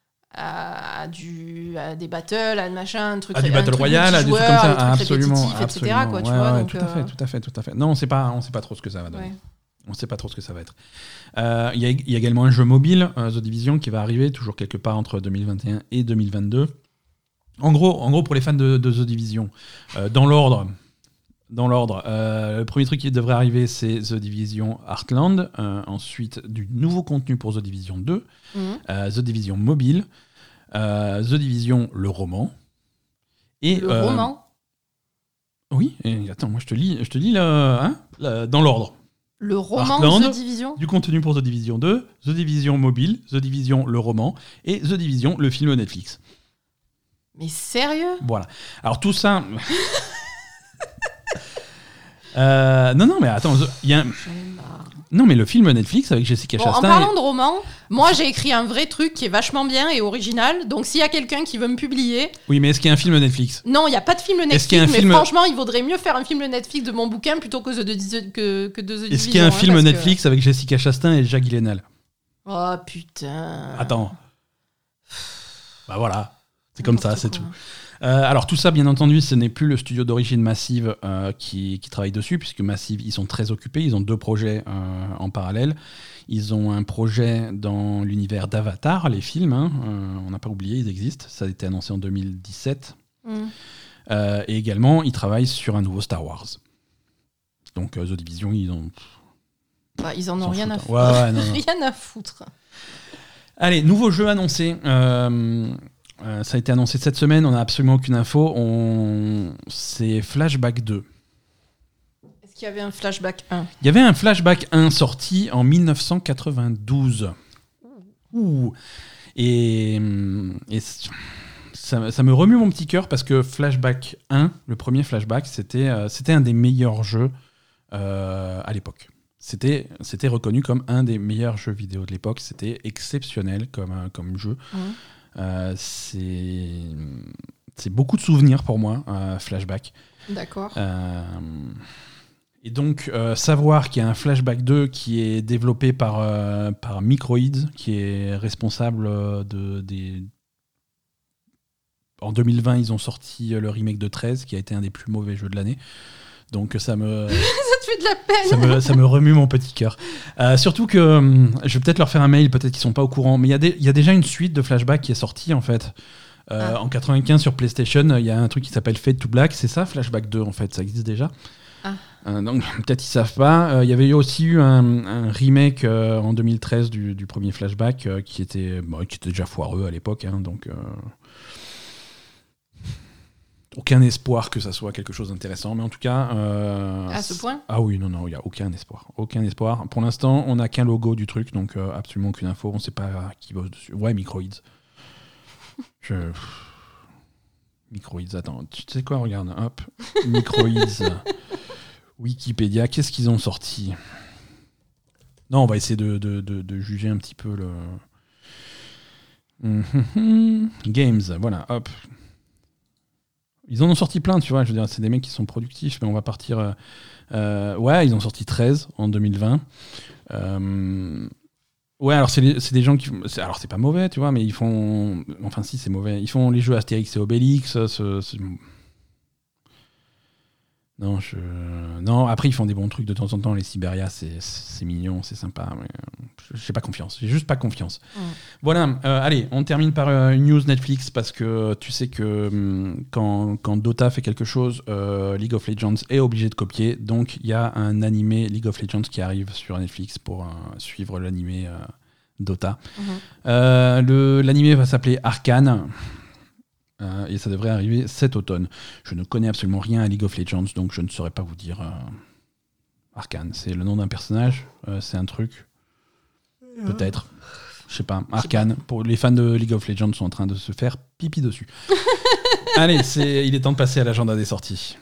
des battles, à machin, un truc. À du battle royale, à des trucs comme ça, absolument. Etc., quoi, tu vois, donc, tout à fait. Non, on sait pas trop ce que ça va donner. Ouais. On ne sait pas trop ce que ça va être. Il y a également un jeu mobile, The Division, qui va arriver toujours quelque part entre 2021 et 2022. En gros, pour les fans de The Division, dans l'ordre, le premier truc qui devrait arriver, c'est The Division Heartland. Ensuite, du nouveau contenu pour The Division 2, The Division mobile, The Division le roman. Et, le roman ? Oui, et attends, moi je te lis dans l'ordre. Le roman Heartland, The Division ? Du contenu pour The Division 2, The Division mobile, The Division le roman et The Division le film Netflix. Mais sérieux ? Voilà. Alors tout ça... non, mais attends, il y a... Non, mais le film Netflix avec Jessica Chastain... En parlant de roman, moi j'ai écrit un vrai truc qui est vachement bien et original, donc s'il y a quelqu'un qui veut me publier... Oui, mais est-ce qu'il y a un film Netflix ? Non, il n'y a pas de film Netflix, franchement, il vaudrait mieux faire un film Netflix de mon bouquin plutôt que de The Division. Est-ce qu'il y a un film Netflix avec Jessica Chastain et Jacques Gyllenhaal ? Oh putain... Attends. Bah voilà, c'est comme ça, c'est tout. Alors tout ça, bien entendu, ce n'est plus le studio d'origine Massive qui travaille dessus, puisque Massive, ils sont très occupés, ils ont 2 projets en parallèle. Ils ont un projet dans l'univers d'Avatar, les films, hein, on n'a pas oublié, ils existent, ça a été annoncé en 2017. Et également, ils travaillent sur un nouveau Star Wars. Donc The Division, ils en ont rien à foutre. Ouais, non. Rien à foutre. Allez, nouveau jeu annoncé. Ça a été annoncé cette semaine, on n'a absolument aucune info. C'est Flashback 2. Est-ce qu'il y avait un Flashback 1 ? Il y avait un Flashback 1 sorti en 1992. Ouh. Et ça me remue mon petit cœur parce que Flashback 1, le premier Flashback, c'était un des meilleurs jeux à l'époque. C'était reconnu comme un des meilleurs jeux vidéo de l'époque. C'était exceptionnel comme jeu. C'est beaucoup de souvenirs pour moi, Flashback. D'accord. Et donc, savoir qu'il y a un Flashback 2 qui est développé par Microids, qui est responsable En 2020, ils ont sorti le remake de 13, qui a été un des plus mauvais jeux de l'année. Donc ça me... ça te fait de la peine. ça me remue mon petit cœur. Surtout que je vais peut-être leur faire un mail, peut-être qu'ils sont pas au courant, mais il y a déjà une suite de Flashback qui est sortie en fait. En 95 sur PlayStation, il y a un truc qui s'appelle Fade to Black, c'est ça Flashback 2 en fait, ça existe déjà. Donc peut-être ils savent pas. Il y avait aussi eu un remake en 2013 du premier Flashback qui était déjà foireux à l'époque, hein, donc aucun espoir que ça soit quelque chose d'intéressant, mais en tout cas... à ce point ? Ah oui, non, il n'y a aucun espoir. Aucun espoir. Pour l'instant, on n'a qu'un logo du truc, donc absolument aucune info. On ne sait pas qui bosse dessus. Ouais, Microids. Microids, attends, tu sais quoi, regarde, hop. Microids, Wikipédia, qu'est-ce qu'ils ont sorti ? Non, on va essayer de juger un petit peu le... Games, voilà, hop. Ils en ont sorti plein, tu vois. Je veux dire, c'est des mecs qui sont productifs, mais on va partir. Ouais, ils ont sorti 13 en 2020. Ouais, alors c'est des gens qui. Alors c'est pas mauvais, tu vois, mais ils font. Enfin, si, c'est mauvais. Ils font les jeux Astérix et Obélix. Non, après, ils font des bons trucs de temps en temps. Les Siberia, c'est mignon, c'est sympa. Mais j'ai pas confiance. J'ai juste pas confiance. Voilà, allez, on termine par une news Netflix parce que tu sais que quand Dota fait quelque chose, League of Legends est obligé de copier. Donc, il y a un animé League of Legends qui arrive sur Netflix pour suivre l'animé Dota. L'animé va s'appeler Arcane. Et ça devrait arriver cet automne. Je ne connais absolument rien à League of Legends, donc je ne saurais pas vous dire. Arcane, c'est le nom d'un personnage, c'est un truc. Peut-être. Je sais pas. Arcane, pour les fans de League of Legends sont en train de se faire pipi dessus. Allez, il est temps de passer à l'agenda des sorties.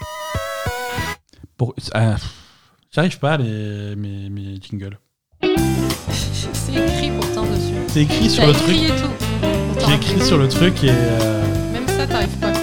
J'arrive pas mes jingles. C'est écrit pourtant dessus. C'est écrit sur le truc. J'ai écrit sur le truc et... Même ça, t'arrives pas, quoi.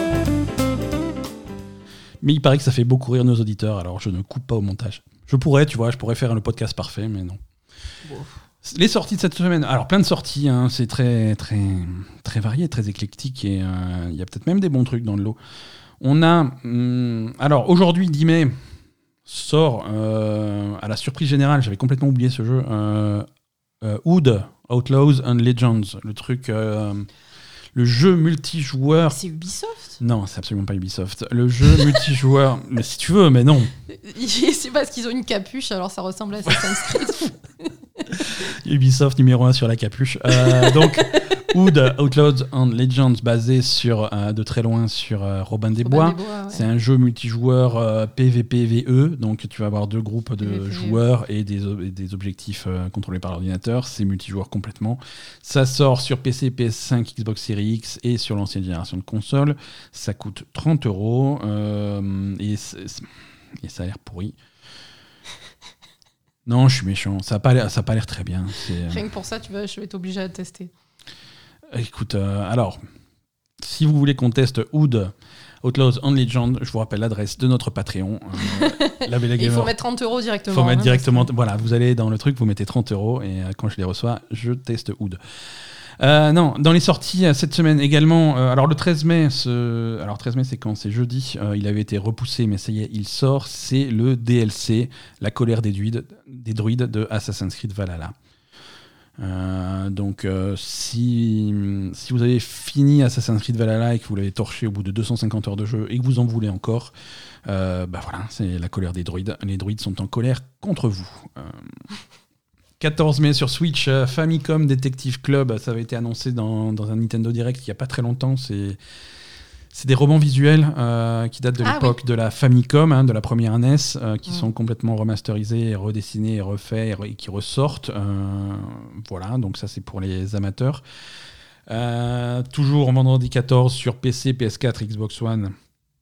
Mais il paraît que ça fait beaucoup rire nos auditeurs, alors je ne coupe pas au montage. Je pourrais faire le podcast parfait, mais non. Bon. Les sorties de cette semaine, alors plein de sorties, hein, c'est très, très, très varié, très éclectique, et il y a peut-être même des bons trucs dans le lot. On a... alors aujourd'hui, 10 mai, sort, à la surprise générale, j'avais complètement oublié ce jeu, Ood, Outlaws and Legends, le truc... le jeu multijoueur... C'est Ubisoft ? Non, c'est absolument pas Ubisoft. Le jeu multijoueur... Mais si tu veux, mais non. C'est parce qu'ils ont une capuche, alors ça ressemble à Assassin's Creed. Ubisoft numéro 1 sur la capuche. Donc, Ood, Outlaws and Legends, basé sur, de très loin sur Robin des Bois. Ouais. C'est un jeu multijoueur PvPvE, donc tu vas avoir deux groupes de joueurs et des objectifs contrôlés par l'ordinateur. C'est multijoueur complètement. Ça sort sur PC, PS5, Xbox Series X et sur l'ancienne génération de consoles. Ça coûte 30€, et ça a l'air pourri. Non, je suis méchant. Ça n'a pas l'air très bien. Rien que pour ça, je vais être obligé à le tester. Écoute, alors, si vous voulez qu'on teste Ood, Outlaws and Legends, je vous rappelle l'adresse de notre Patreon. La Belle Gamer. Il faut mettre 30€ directement. Il faut mettre directement. Voilà, vous allez dans le truc, vous mettez 30€ et quand je les reçois, je teste Ood. Non, dans les sorties cette semaine également. Alors le 13 mai, 13 mai c'est quand ? C'est jeudi. Il avait été repoussé, mais ça y est, il sort. C'est le DLC, La colère des druides de Assassin's Creed Valhalla. Donc si vous avez fini Assassin's Creed Valhalla et que vous l'avez torché au bout de 250 heures de jeu et que vous en voulez encore, voilà, c'est la colère des druides. Les druides sont en colère contre vous. 14 mai sur Switch, Famicom Detective Club, ça avait été annoncé dans un Nintendo Direct il n'y a pas très longtemps. C'est des romans visuels qui datent de l'époque de la Famicom, de la première NES, qui sont complètement remasterisés, redessinés et refaits et qui ressortent. Voilà, donc ça c'est pour les amateurs. Toujours vendredi 14 sur PC, PS4, Xbox One,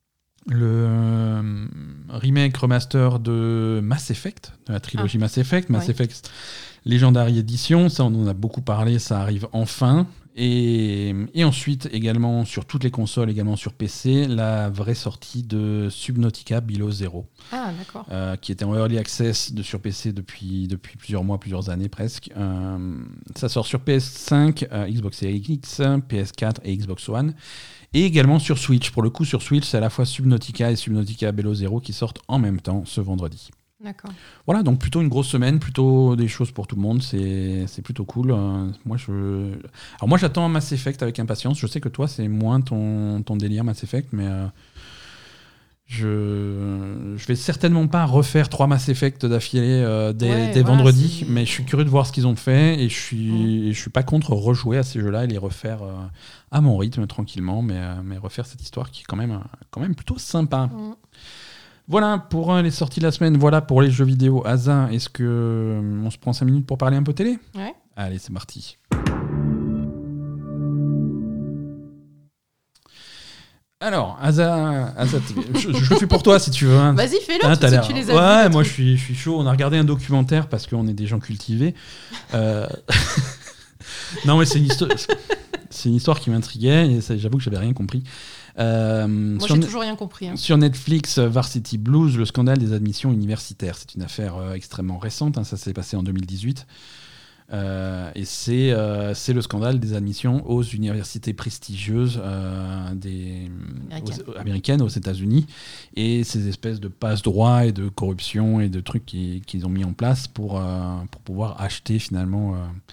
le remake remaster de Mass Effect, de la trilogie Mass Effect. Mass Effect Legendary Edition, ça on en a beaucoup parlé, ça arrive enfin. Et ensuite, également sur toutes les consoles, également sur PC, la vraie sortie de Subnautica Below Zero. Ah, d'accord. Qui était en Early Access sur PC depuis plusieurs mois, plusieurs années presque. Ça sort sur PS5, Xbox Series X, PS4 et Xbox One. Et également sur Switch. Pour le coup, sur Switch, c'est à la fois Subnautica et Subnautica Below Zero qui sortent en même temps ce vendredi. D'accord. Voilà, donc plutôt une grosse semaine, plutôt des choses pour tout le monde, c'est plutôt cool. Moi, j'attends Mass Effect avec impatience. Je sais que toi, c'est moins ton délire Mass Effect, mais Je vais certainement pas refaire 3 Mass Effect d'affilée dès vendredi, mais je suis curieux de voir ce qu'ils ont fait et je suis pas contre rejouer à ces jeux-là et les refaire à mon rythme tranquillement, mais refaire cette histoire qui est quand même plutôt sympa. Voilà pour les sorties de la semaine, voilà pour les jeux vidéo. Asa, est-ce que on se prend 5 minutes pour parler un peu télé ? Ouais. Allez, c'est parti. Alors, Asa TV. Je le fais pour toi si tu veux. Hein. Vas-y, fais-le, parce que tu les as vus. Ouais, moi je suis chaud. On a regardé un documentaire parce qu'on est des gens cultivés. Non, mais c'est une histoire qui m'intriguait et j'avoue que j'avais rien compris. Moi, j'ai toujours rien compris. Hein. Sur Netflix, Varsity Blues, le scandale des admissions universitaires. C'est une affaire extrêmement récente. Hein, ça s'est passé en 2018. Et c'est le scandale des admissions aux universités prestigieuses américaines aux États-Unis et ces espèces de passe-droits et de corruption et de trucs qu'ils ont mis en place pour pouvoir acheter finalement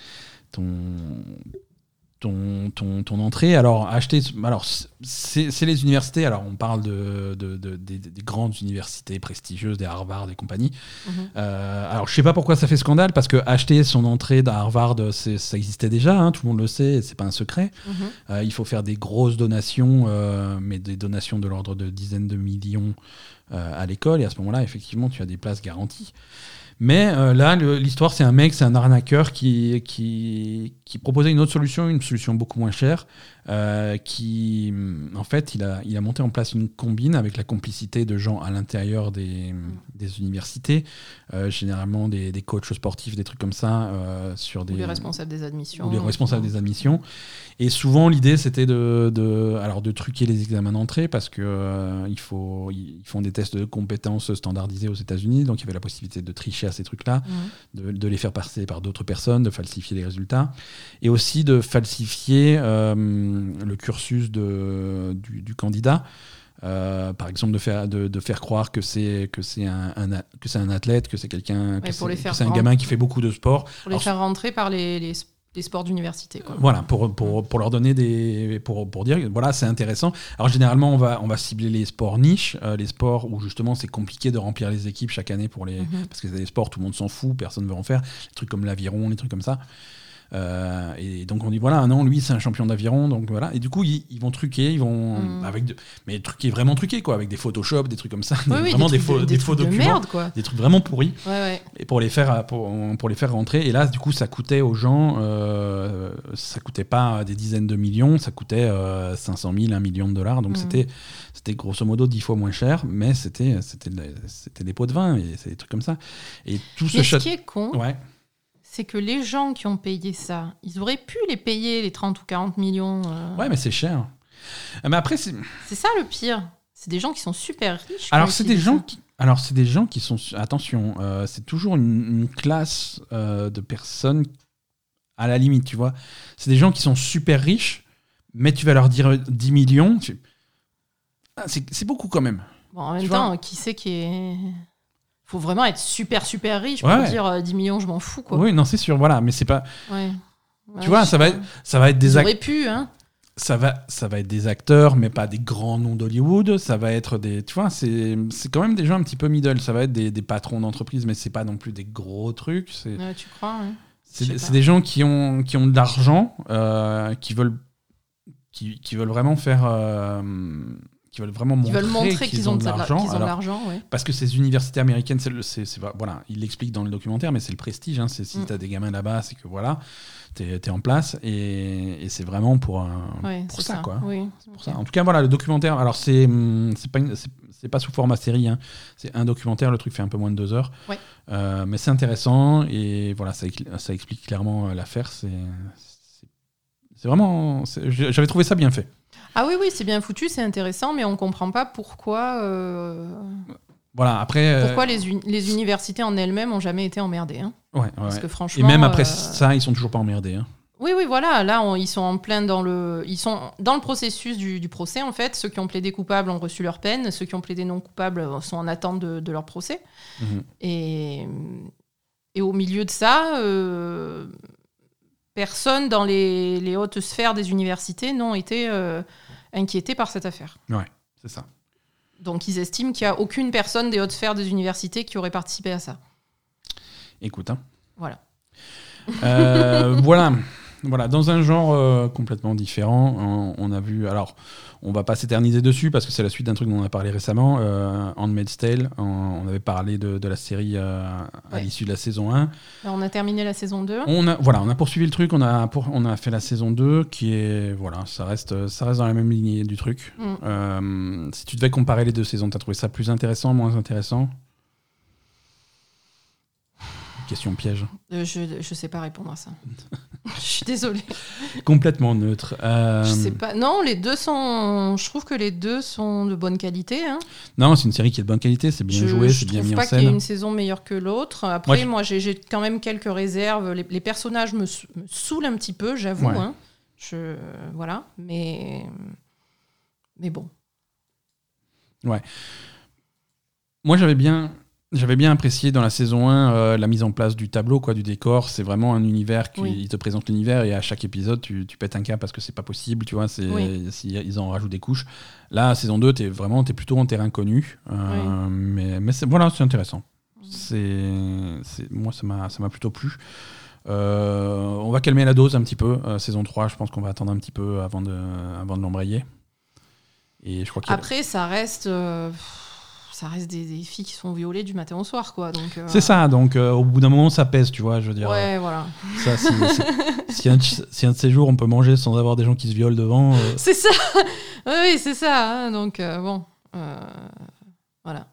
ton entrée. Alors, c'est les universités. Alors, on parle des grandes universités prestigieuses, des Harvard et compagnie. Alors, je sais pas pourquoi ça fait scandale, parce que acheter son entrée à Harvard, ça existait déjà, hein, tout le monde le sait, c'est pas un secret. Il faut faire des grosses donations, mais des donations de l'ordre de dizaines de millions à l'école, et à ce moment-là, effectivement, tu as des places garanties. Mais là, l'histoire, c'est un arnaqueur qui proposait une autre solution, une solution beaucoup moins chère, en fait, il a monté en place une combine avec la complicité de gens à l'intérieur des universités, généralement des coachs sportifs, des trucs comme ça, ou les responsables des admissions. Ou les responsables des admissions. Et souvent, l'idée, c'était de truquer les examens d'entrée, parce que ils font des tests de compétences standardisés aux États-Unis, donc il y avait la possibilité de tricher à ces trucs-là, de les faire passer par d'autres personnes, de falsifier les résultats, et aussi de falsifier le cursus du candidat. Par exemple, de faire croire que c'est un athlète, que c'est quelqu'un, que c'est un gamin qui fait beaucoup de sport. Pour les faire rentrer par les sports d'université. Quoi. Voilà, pour leur donner pour dire, voilà, c'est intéressant. Alors généralement, on va cibler les sports niches, les sports où justement c'est compliqué de remplir les équipes chaque année parce que c'est des sports, tout le monde s'en fout, personne ne veut en faire. Les trucs comme l'aviron, les trucs comme ça. Et donc on dit voilà, non, lui c'est un champion d'aviron, donc voilà. Et du coup ils vont truquer, mais truquer vraiment truqué quoi, avec des Photoshop, des trucs comme ça, vraiment des faux documents, de merde, quoi. des trucs vraiment pourris. Ouais. Et pour les faire rentrer. Et là du coup ça coûtait aux gens, ça coûtait pas des dizaines de millions, ça coûtait 500 000, $1 million. Donc c'était grosso modo 10 fois moins cher, mais c'était des pots de vin et c'est des trucs comme ça. Et tout ce qui est con. Ouais. C'est que les gens qui ont payé ça, ils auraient pu les payer, les 30 ou 40 millions. Ouais, mais c'est cher. Mais après, c'est ça le pire. C'est des gens qui sont super riches. Alors, c'est des gens qui sont... Attention, c'est toujours une classe de personnes, à la limite, tu vois. C'est des gens qui sont super riches, mais tu vas leur dire 10 millions. C'est beaucoup quand même. Bon, en même temps, qui c'est qui est... Faut vraiment être super super riche pour dire 10 millions, je m'en fous, quoi. Oui, non, c'est sûr, voilà, mais c'est pas... Ouais. Tu vois, ça va être des acteurs. Pu, hein. Ça va être des acteurs, mais pas des grands noms d'Hollywood. Ça va être des... Tu vois, c'est quand même des gens un petit peu middle. Ça va être des patrons d'entreprise, mais c'est pas non plus des gros trucs. Ouais, tu crois, hein. C'est des gens qui ont de l'argent, qui veulent vraiment faire... qui veulent vraiment montrer qu'ils ont de l'argent. Ouais. Parce que ces universités américaines, voilà, il l'explique dans le documentaire, mais c'est le prestige. Hein, si tu as des gamins là-bas, c'est que voilà, t'es en place. Et c'est vraiment pour ça, quoi. Oui, pour ça. En tout cas, voilà, le documentaire, alors c'est pas sous format série, hein, c'est un documentaire, le truc fait un peu moins de 2 heures. Ouais. Mais c'est intéressant, et voilà, ça explique clairement l'affaire. C'est vraiment... J'avais trouvé ça bien fait. Ah oui, c'est bien foutu, c'est intéressant, mais on ne comprend pas pourquoi... Voilà, après... Pourquoi les universités en elles-mêmes n'ont jamais été emmerdées. Hein. Ouais. Parce que franchement... Et même après ça, ils sont toujours pas emmerdés. Hein. Oui, voilà. Là, ils sont en plein ils sont dans le processus du procès, en fait. Ceux qui ont plaidé coupables ont reçu leur peine. Ceux qui ont plaidé non coupables sont en attente de leur procès. Et au milieu de ça... personne dans les hautes sphères des universités n'ont été inquiétés par cette affaire. Ouais, c'est ça. Donc ils estiment qu'il n'y a aucune personne des hautes sphères des universités qui aurait participé à ça. Écoute, hein. Voilà. Voilà, dans un genre complètement différent, on a vu. Alors, on va pas s'éterniser dessus parce que c'est la suite d'un truc dont on a parlé récemment. Handmaid's Tale, on avait parlé de la série à l'issue de la saison 1. Là, on a terminé la saison 2. On a poursuivi le truc, on a fait la saison 2 qui est. Voilà, ça reste dans la même lignée du truc. Si tu devais comparer les deux saisons, tu as trouvé ça plus intéressant, moins intéressant? Question piège. Je sais pas répondre à ça. Je suis désolée. Complètement neutre. Je sais pas. Non, les deux sont. Je trouve que les deux sont de bonne qualité. Hein. Non, c'est une série qui est de bonne qualité, c'est bien joué, c'est bien mis en scène. Je trouve pas qu'il y ait une saison meilleure que l'autre. Après, moi, j'ai quand même quelques réserves. Les personnages me saoulent un petit peu, j'avoue. Ouais. Hein. Voilà. Mais bon. Ouais. Moi, j'avais bien apprécié dans la saison 1 la mise en place du tableau, du décor. C'est vraiment un univers il te présente l'univers et à chaque épisode, tu pètes un câble parce que c'est pas possible, tu vois. Ils en rajoutent des couches. Là, saison 2, t'es plutôt en terrain connu. Mais c'est intéressant. Moi, ça m'a plutôt plu. On va calmer la dose un petit peu. Saison 3, je pense qu'on va attendre un petit peu avant de l'embrayer. Et je crois Après, ça reste des filles qui sont violées du matin au soir, quoi. Donc, c'est ça, donc au bout d'un moment, ça pèse, tu vois, je veux dire. Ouais, voilà. Ça, si un de ces jours, on peut manger sans avoir des gens qui se violent devant... C'est ça. Oui, c'est ça. Hein. Donc, voilà.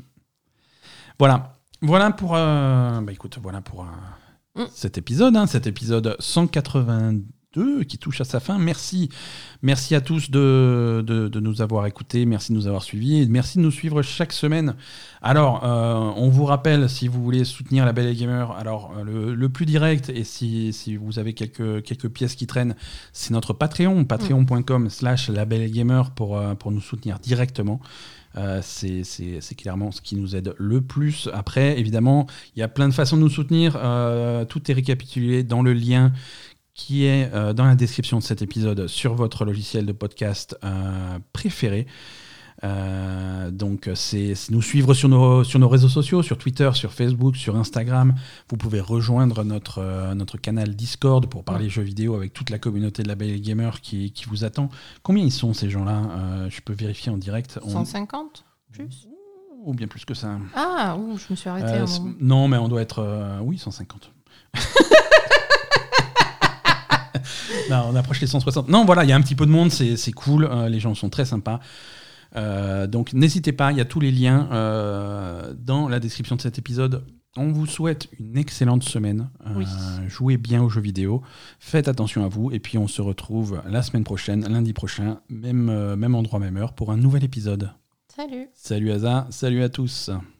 Voilà pour... cet épisode, cet épisode 182 qui touche à sa fin. Merci à tous de nous avoir écoutés, merci de nous avoir suivis et merci de nous suivre chaque semaine. Alors, on vous rappelle, si vous voulez soutenir La Belle et Gamer, alors le plus direct, et si vous avez quelques pièces qui traînent, c'est notre Patreon, patreon.com/labellegamer pour nous soutenir directement. C'est clairement ce qui nous aide le plus. Après, évidemment, il y a plein de façons de nous soutenir. Tout est récapitulé dans le lien qui est dans la description de cet épisode sur votre logiciel de podcast préféré. Donc, c'est nous suivre sur nos réseaux sociaux, sur Twitter, sur Facebook, sur Instagram. Vous pouvez rejoindre notre canal Discord pour parler jeux vidéo avec toute la communauté de La Belle et Gamer qui vous attend. Combien ils sont, ces gens-là? Je peux vérifier en direct. 150 plus ou bien plus que ça. Ah, je me suis arrêté. Non, mais on doit être... 150. Non, on approche les 160. Non, voilà, il y a un petit peu de monde, c'est cool. Les gens sont très sympas. Donc n'hésitez pas, il y a tous les liens dans la description de cet épisode. On vous souhaite une excellente semaine. Jouez bien aux jeux vidéo, faites attention à vous et puis on se retrouve la semaine prochaine, lundi prochain, même endroit, même heure pour un nouvel épisode. Salut Asa, salut à tous.